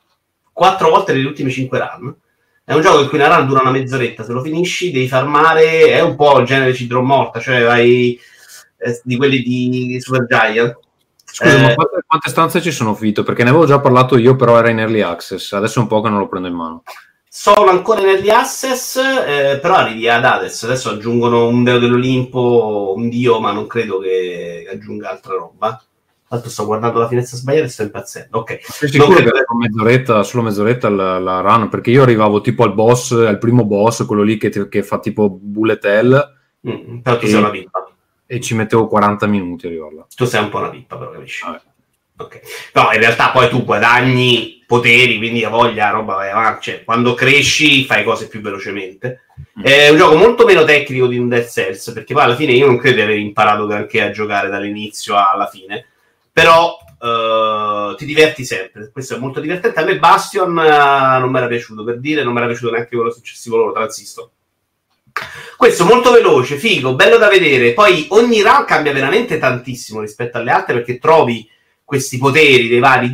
4 volte negli ultimi 5 run. È un gioco in cui la run dura una mezz'oretta, se lo finisci devi farmare, è un po' il genere Cidro Morta, cioè vai di quelli di Super Giant. Scusa, ma quante stanze ci sono, Vito? Perché ne avevo già parlato io, però era in early access, adesso è un po' che non lo prendo in mano. Sono ancora in early access, però arrivi ad Hades, adesso aggiungono un deo dell'Olimpo, un dio, ma non credo che aggiunga altra roba. Tanto sto guardando la finestra sbagliata e sto impazzendo. Ok. Sei sicuro che solo mezz'oretta la run? Perché io arrivavo tipo al primo boss, quello lì che fa tipo bullet hell. Però tu sei una pippa. E ci mettevo 40 minuti a arrivarla. Tu sei un po' una pippa, però capisci? Okay. No, in realtà poi tu guadagni poteri, quindi a voglia roba vai avanti, cioè quando cresci fai cose più velocemente. È un gioco molto meno tecnico di un Dead Cells, perché poi alla fine io non credo di aver imparato granché a giocare dall'inizio alla fine, però ti diverti sempre, questo è molto divertente. A me Bastion non mi era piaciuto, per dire, non mi era piaciuto neanche quello successivo loro, Transistor. Questo molto veloce, figo, bello da vedere. Poi ogni run cambia veramente tantissimo rispetto alle altre, perché trovi questi poteri dei vari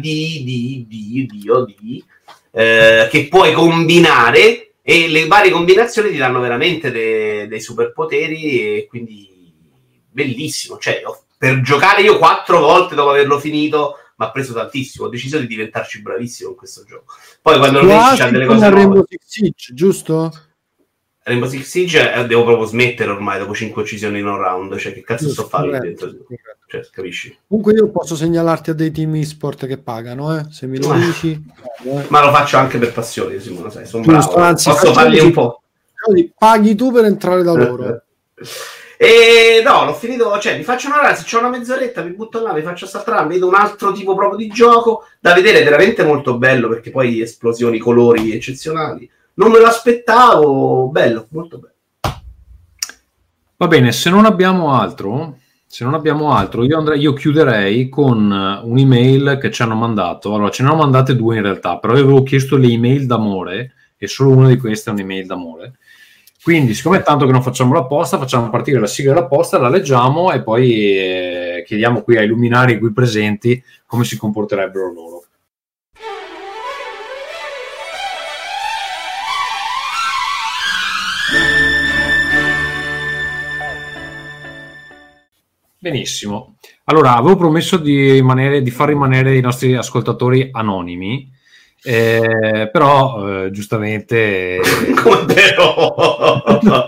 che puoi combinare, e le varie combinazioni ti danno veramente dei superpoteri, e quindi bellissimo. Cioè, per giocare io 4 volte dopo averlo finito mi ha preso tantissimo, ho deciso di diventarci bravissimo in questo gioco. Poi quando lo finisci c'ha delle cose nuove. Rainbow Six Siege, giusto? Rainbow Six Siege devo proprio smettere ormai dopo 5 uccisioni in un round, cioè che cazzo sto fare dentro? Cioè, capisci? Comunque io posso segnalarti a dei team e-sport che pagano, se mi lo dici. Ma lo faccio anche per passione, Simone, sai, sono bravo. Anzi, posso fargli un po'. Paghi tu per entrare da loro. E no, l'ho finito, cioè mi faccio una se c'ho una mezz'oretta, mi butto là, mi faccio saltare, vedo un altro tipo proprio di gioco da vedere, veramente molto bello, perché poi esplosioni, colori eccezionali. Non me lo aspettavo, bello, molto bello. Va bene, se non abbiamo altro, io chiuderei con un'email che ci hanno mandato. Allora, ce ne hanno mandate 2 in realtà, però io avevo chiesto le email d'amore e solo una di queste è un'email d'amore. Quindi, siccome è tanto che non facciamo la posta, facciamo partire la sigla della posta, la leggiamo e poi chiediamo qui ai luminari qui presenti come si comporterebbero loro. Benissimo. Allora, avevo promesso di far rimanere i nostri ascoltatori anonimi Però giustamente Come però?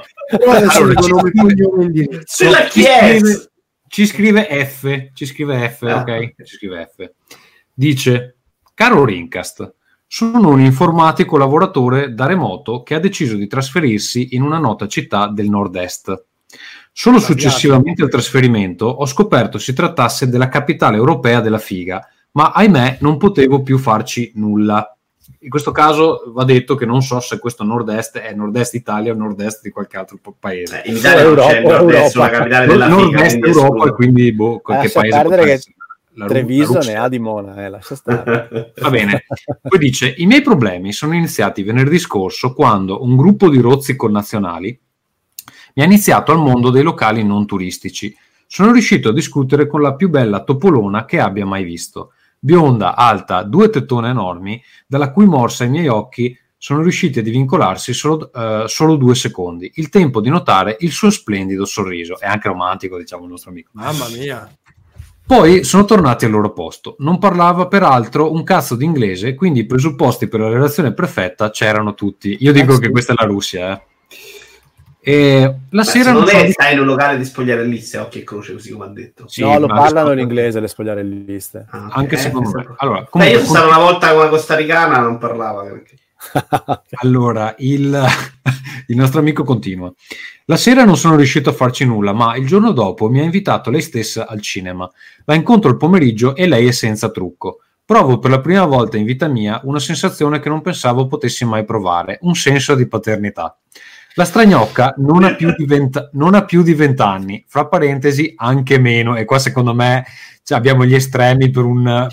Se la chiede ci scrive F, ok? Ci scrive F. Dice: caro Rincast, sono un informatico lavoratore da remoto che ha deciso di trasferirsi in una nota città del nord-est. Solo successivamente al trasferimento ho scoperto si trattasse della capitale europea della figa, ma ahimè non potevo più farci nulla. In questo caso va detto che non so se questo nord-est è nord-est Italia o nord-est di qualche altro paese. In Italia non c'è il nord-est, la capitale della figa. Nord-est Europa, e quindi qualche paese potrebbe essere. Treviso ne ha di Mona, lascia stare. Va bene. Poi dice: i miei problemi sono iniziati venerdì scorso quando un gruppo di rozzi connazionali mi ha iniziato al mondo dei locali non turistici. Sono riuscito a discutere con la più bella topolona che abbia mai visto. Bionda, alta, 2 tettone enormi, dalla cui morsa i miei occhi sono riusciti a divincolarsi solo 2 secondi. Il tempo di notare il suo splendido sorriso. È anche romantico, diciamo, il nostro amico. Mamma mia. Poi sono tornati al loro posto. Non parlava peraltro un cazzo di inglese, quindi i presupposti per la relazione perfetta c'erano tutti. Io dico che questa è la Russia, E la sera non stai in un locale di spogliarelliste, occhi e croce, così come ha detto. Sì, no, lo parlano in inglese le spogliarelliste. Anche secondo me. Allora, io sono stato una volta con una costaricana, non parlava. Perché... Allora, il nostro amico continua. La sera non sono riuscito a farci nulla, ma il giorno dopo mi ha invitato lei stessa al cinema. La incontro il pomeriggio e lei è senza trucco. Provo per la prima volta in vita mia una sensazione che non pensavo potessi mai provare, un senso di paternità. La stragnocca non ha più di 20 anni, fra parentesi anche meno, e qua secondo me abbiamo gli estremi per un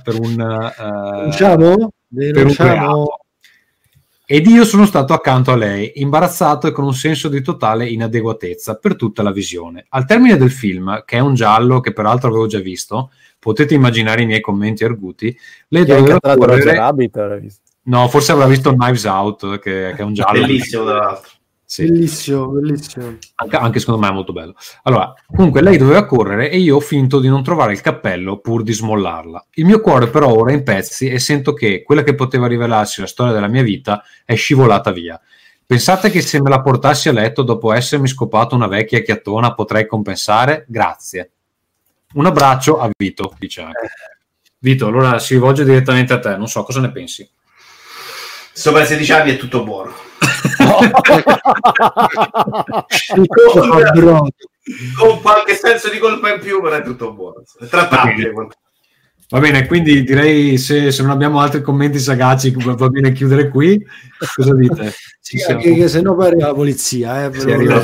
reato. Ed io sono stato accanto a lei, imbarazzato e con un senso di totale inadeguatezza per tutta la visione. Al termine del film, che è un giallo che peraltro avevo già visto, potete immaginare i miei commenti arguti, lei doveva correre... No, forse avrà visto Knives Out, che è un giallo. Bellissimo, tra l'altro. Sì. Bellissimo. Anche secondo me è molto bello. Allora, comunque lei doveva correre e io ho finto di non trovare il cappello pur di smollarla. Il mio cuore però ora è in pezzi e sento che quella che poteva rivelarsi la storia della mia vita è scivolata via. Pensate che se me la portassi a letto dopo essermi scopato una vecchia chiattona potrei compensare? Grazie. Un abbraccio a Vito, dice anche. Vito, allora si rivolge direttamente a te, non so cosa ne pensi. Sopra i 16 anni è tutto buono. Con qualche senso di colpa in più, però è tutto buono. È trattabile. Va bene, quindi direi se non abbiamo altri commenti sagaci va bene chiudere qui. Cosa dite? Sì, anche che se no poi arriva la polizia. Arriva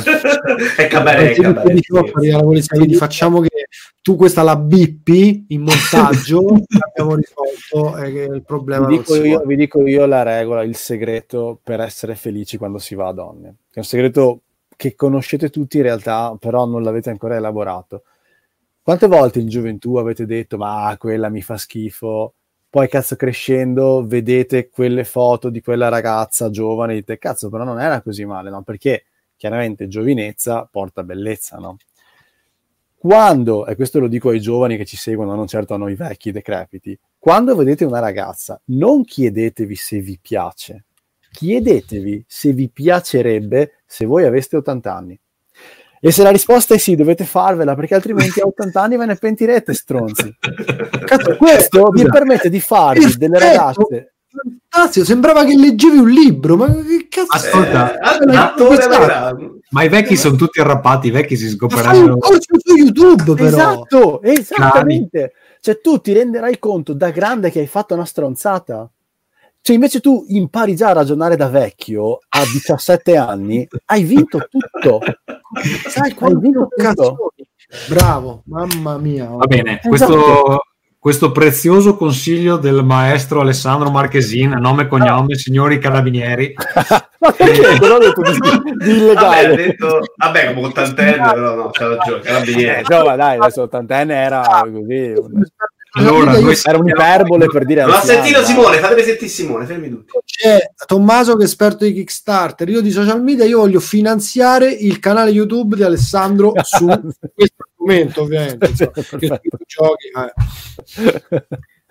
la polizia, quindi facciamo che tu questa la bippi in montaggio. Abbiamo risolto il problema. Vi dico io la regola, il segreto per essere felici quando si va a donne. È un segreto che conoscete tutti in realtà, però non l'avete ancora elaborato. Quante volte in gioventù avete detto ma quella mi fa schifo, poi cazzo crescendo vedete quelle foto di quella ragazza giovane e dite cazzo però non era così male, no? Perché chiaramente giovinezza porta bellezza, no? Quando, e questo lo dico ai giovani che ci seguono, non certo a noi vecchi decrepiti, quando vedete una ragazza non chiedetevi se vi piace, chiedetevi se vi piacerebbe se voi aveste 80 anni. E se la risposta è sì, dovete farvela, perché altrimenti a 80 anni ve ne pentirete, stronzi. Cazzo, questo vi permette di farvi delle ragazze. Fantastico, sembrava che leggevi un libro, ma che cazzo? Ascolta, ma i vecchi sono tutti arrappati, i vecchi si scopriranno. Fai un corso su YouTube, però. Esatto, esattamente. Cioè tu ti renderai conto da grande che hai fatto una stronzata. Cioè invece tu impari già a ragionare da vecchio a 17 anni, hai vinto tutto. Sai hai vinto tutto. Bravo, mamma mia. Va bene, Esatto. questo prezioso consiglio del maestro Alessandro Marchesin, nome e cognome, signori carabinieri. Ma perché? Non ho detto di illegale. Vabbè, come ottantenne, però no, c'ha ragione, carabinieri. No, ma dai, adesso ottantenne era così. Allora, era un'iperbole per dire. Non ho sentito Simone, fatemi sentire Simone, fermi tutti. C'è Tommaso che è esperto di Kickstarter, io di social media, io voglio finanziare il canale YouTube di Alessandro su questo argomento, ovviamente. Giochi,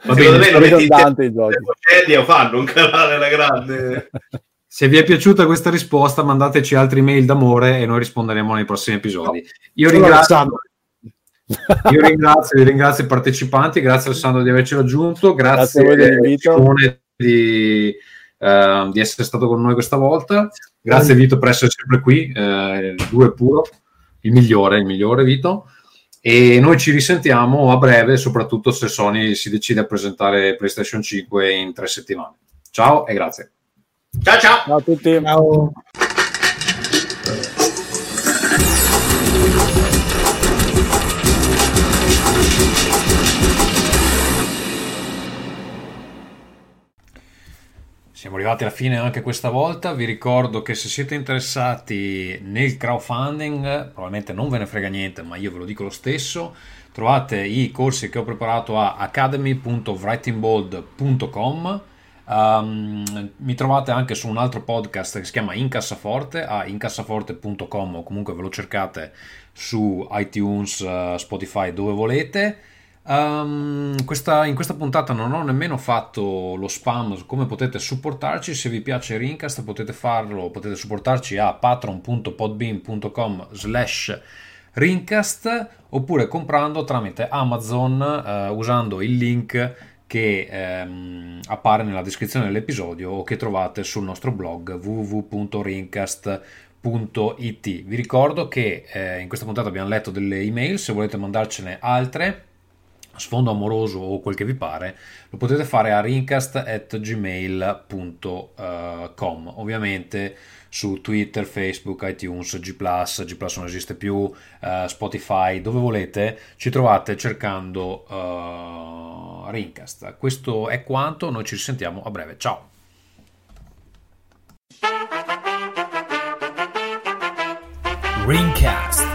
Va Secondo bene, me lo metti ridondante i giochi. e fanno un canale alla grande. se vi è piaciuta questa risposta, mandateci altri mail d'amore e noi risponderemo nei prossimi episodi. Io ringrazio vi ringrazio i partecipanti, grazie Alessandro di averci raggiunto, grazie a voi dell'invito. Simone di essere stato con noi questa volta, grazie Vito per essere sempre qui, il 2 puro, il migliore Vito, e noi ci risentiamo a breve, soprattutto se Sony si decide a presentare PlayStation 5 in 3 settimane. Ciao e grazie. Ciao ciao. Ciao a tutti. Ciao. Siamo arrivati alla fine anche questa volta. Vi ricordo che se siete interessati nel crowdfunding, probabilmente non ve ne frega niente, ma io ve lo dico lo stesso, trovate i corsi che ho preparato a academy.writingbold.com. Mi trovate anche su un altro podcast che si chiama Incassaforte a incassaforte.com, o comunque ve lo cercate su iTunes, Spotify, dove volete. In questa puntata non ho nemmeno fatto lo spam su come potete supportarci. Se vi piace Rincast potete farlo, potete supportarci a patreon.podbean.com/Rincast, oppure comprando tramite Amazon usando il link che appare nella descrizione dell'episodio o che trovate sul nostro blog www.rincast.it. Vi ricordo che in questa puntata abbiamo letto delle email. Se volete mandarcene altre, sfondo amoroso o quel che vi pare, lo potete fare a rincast@gmail.com. Ovviamente su Twitter, Facebook, iTunes, G+, non esiste più, Spotify, dove volete ci trovate cercando Rincast. Questo è quanto, noi ci risentiamo a breve, ciao. Rincast.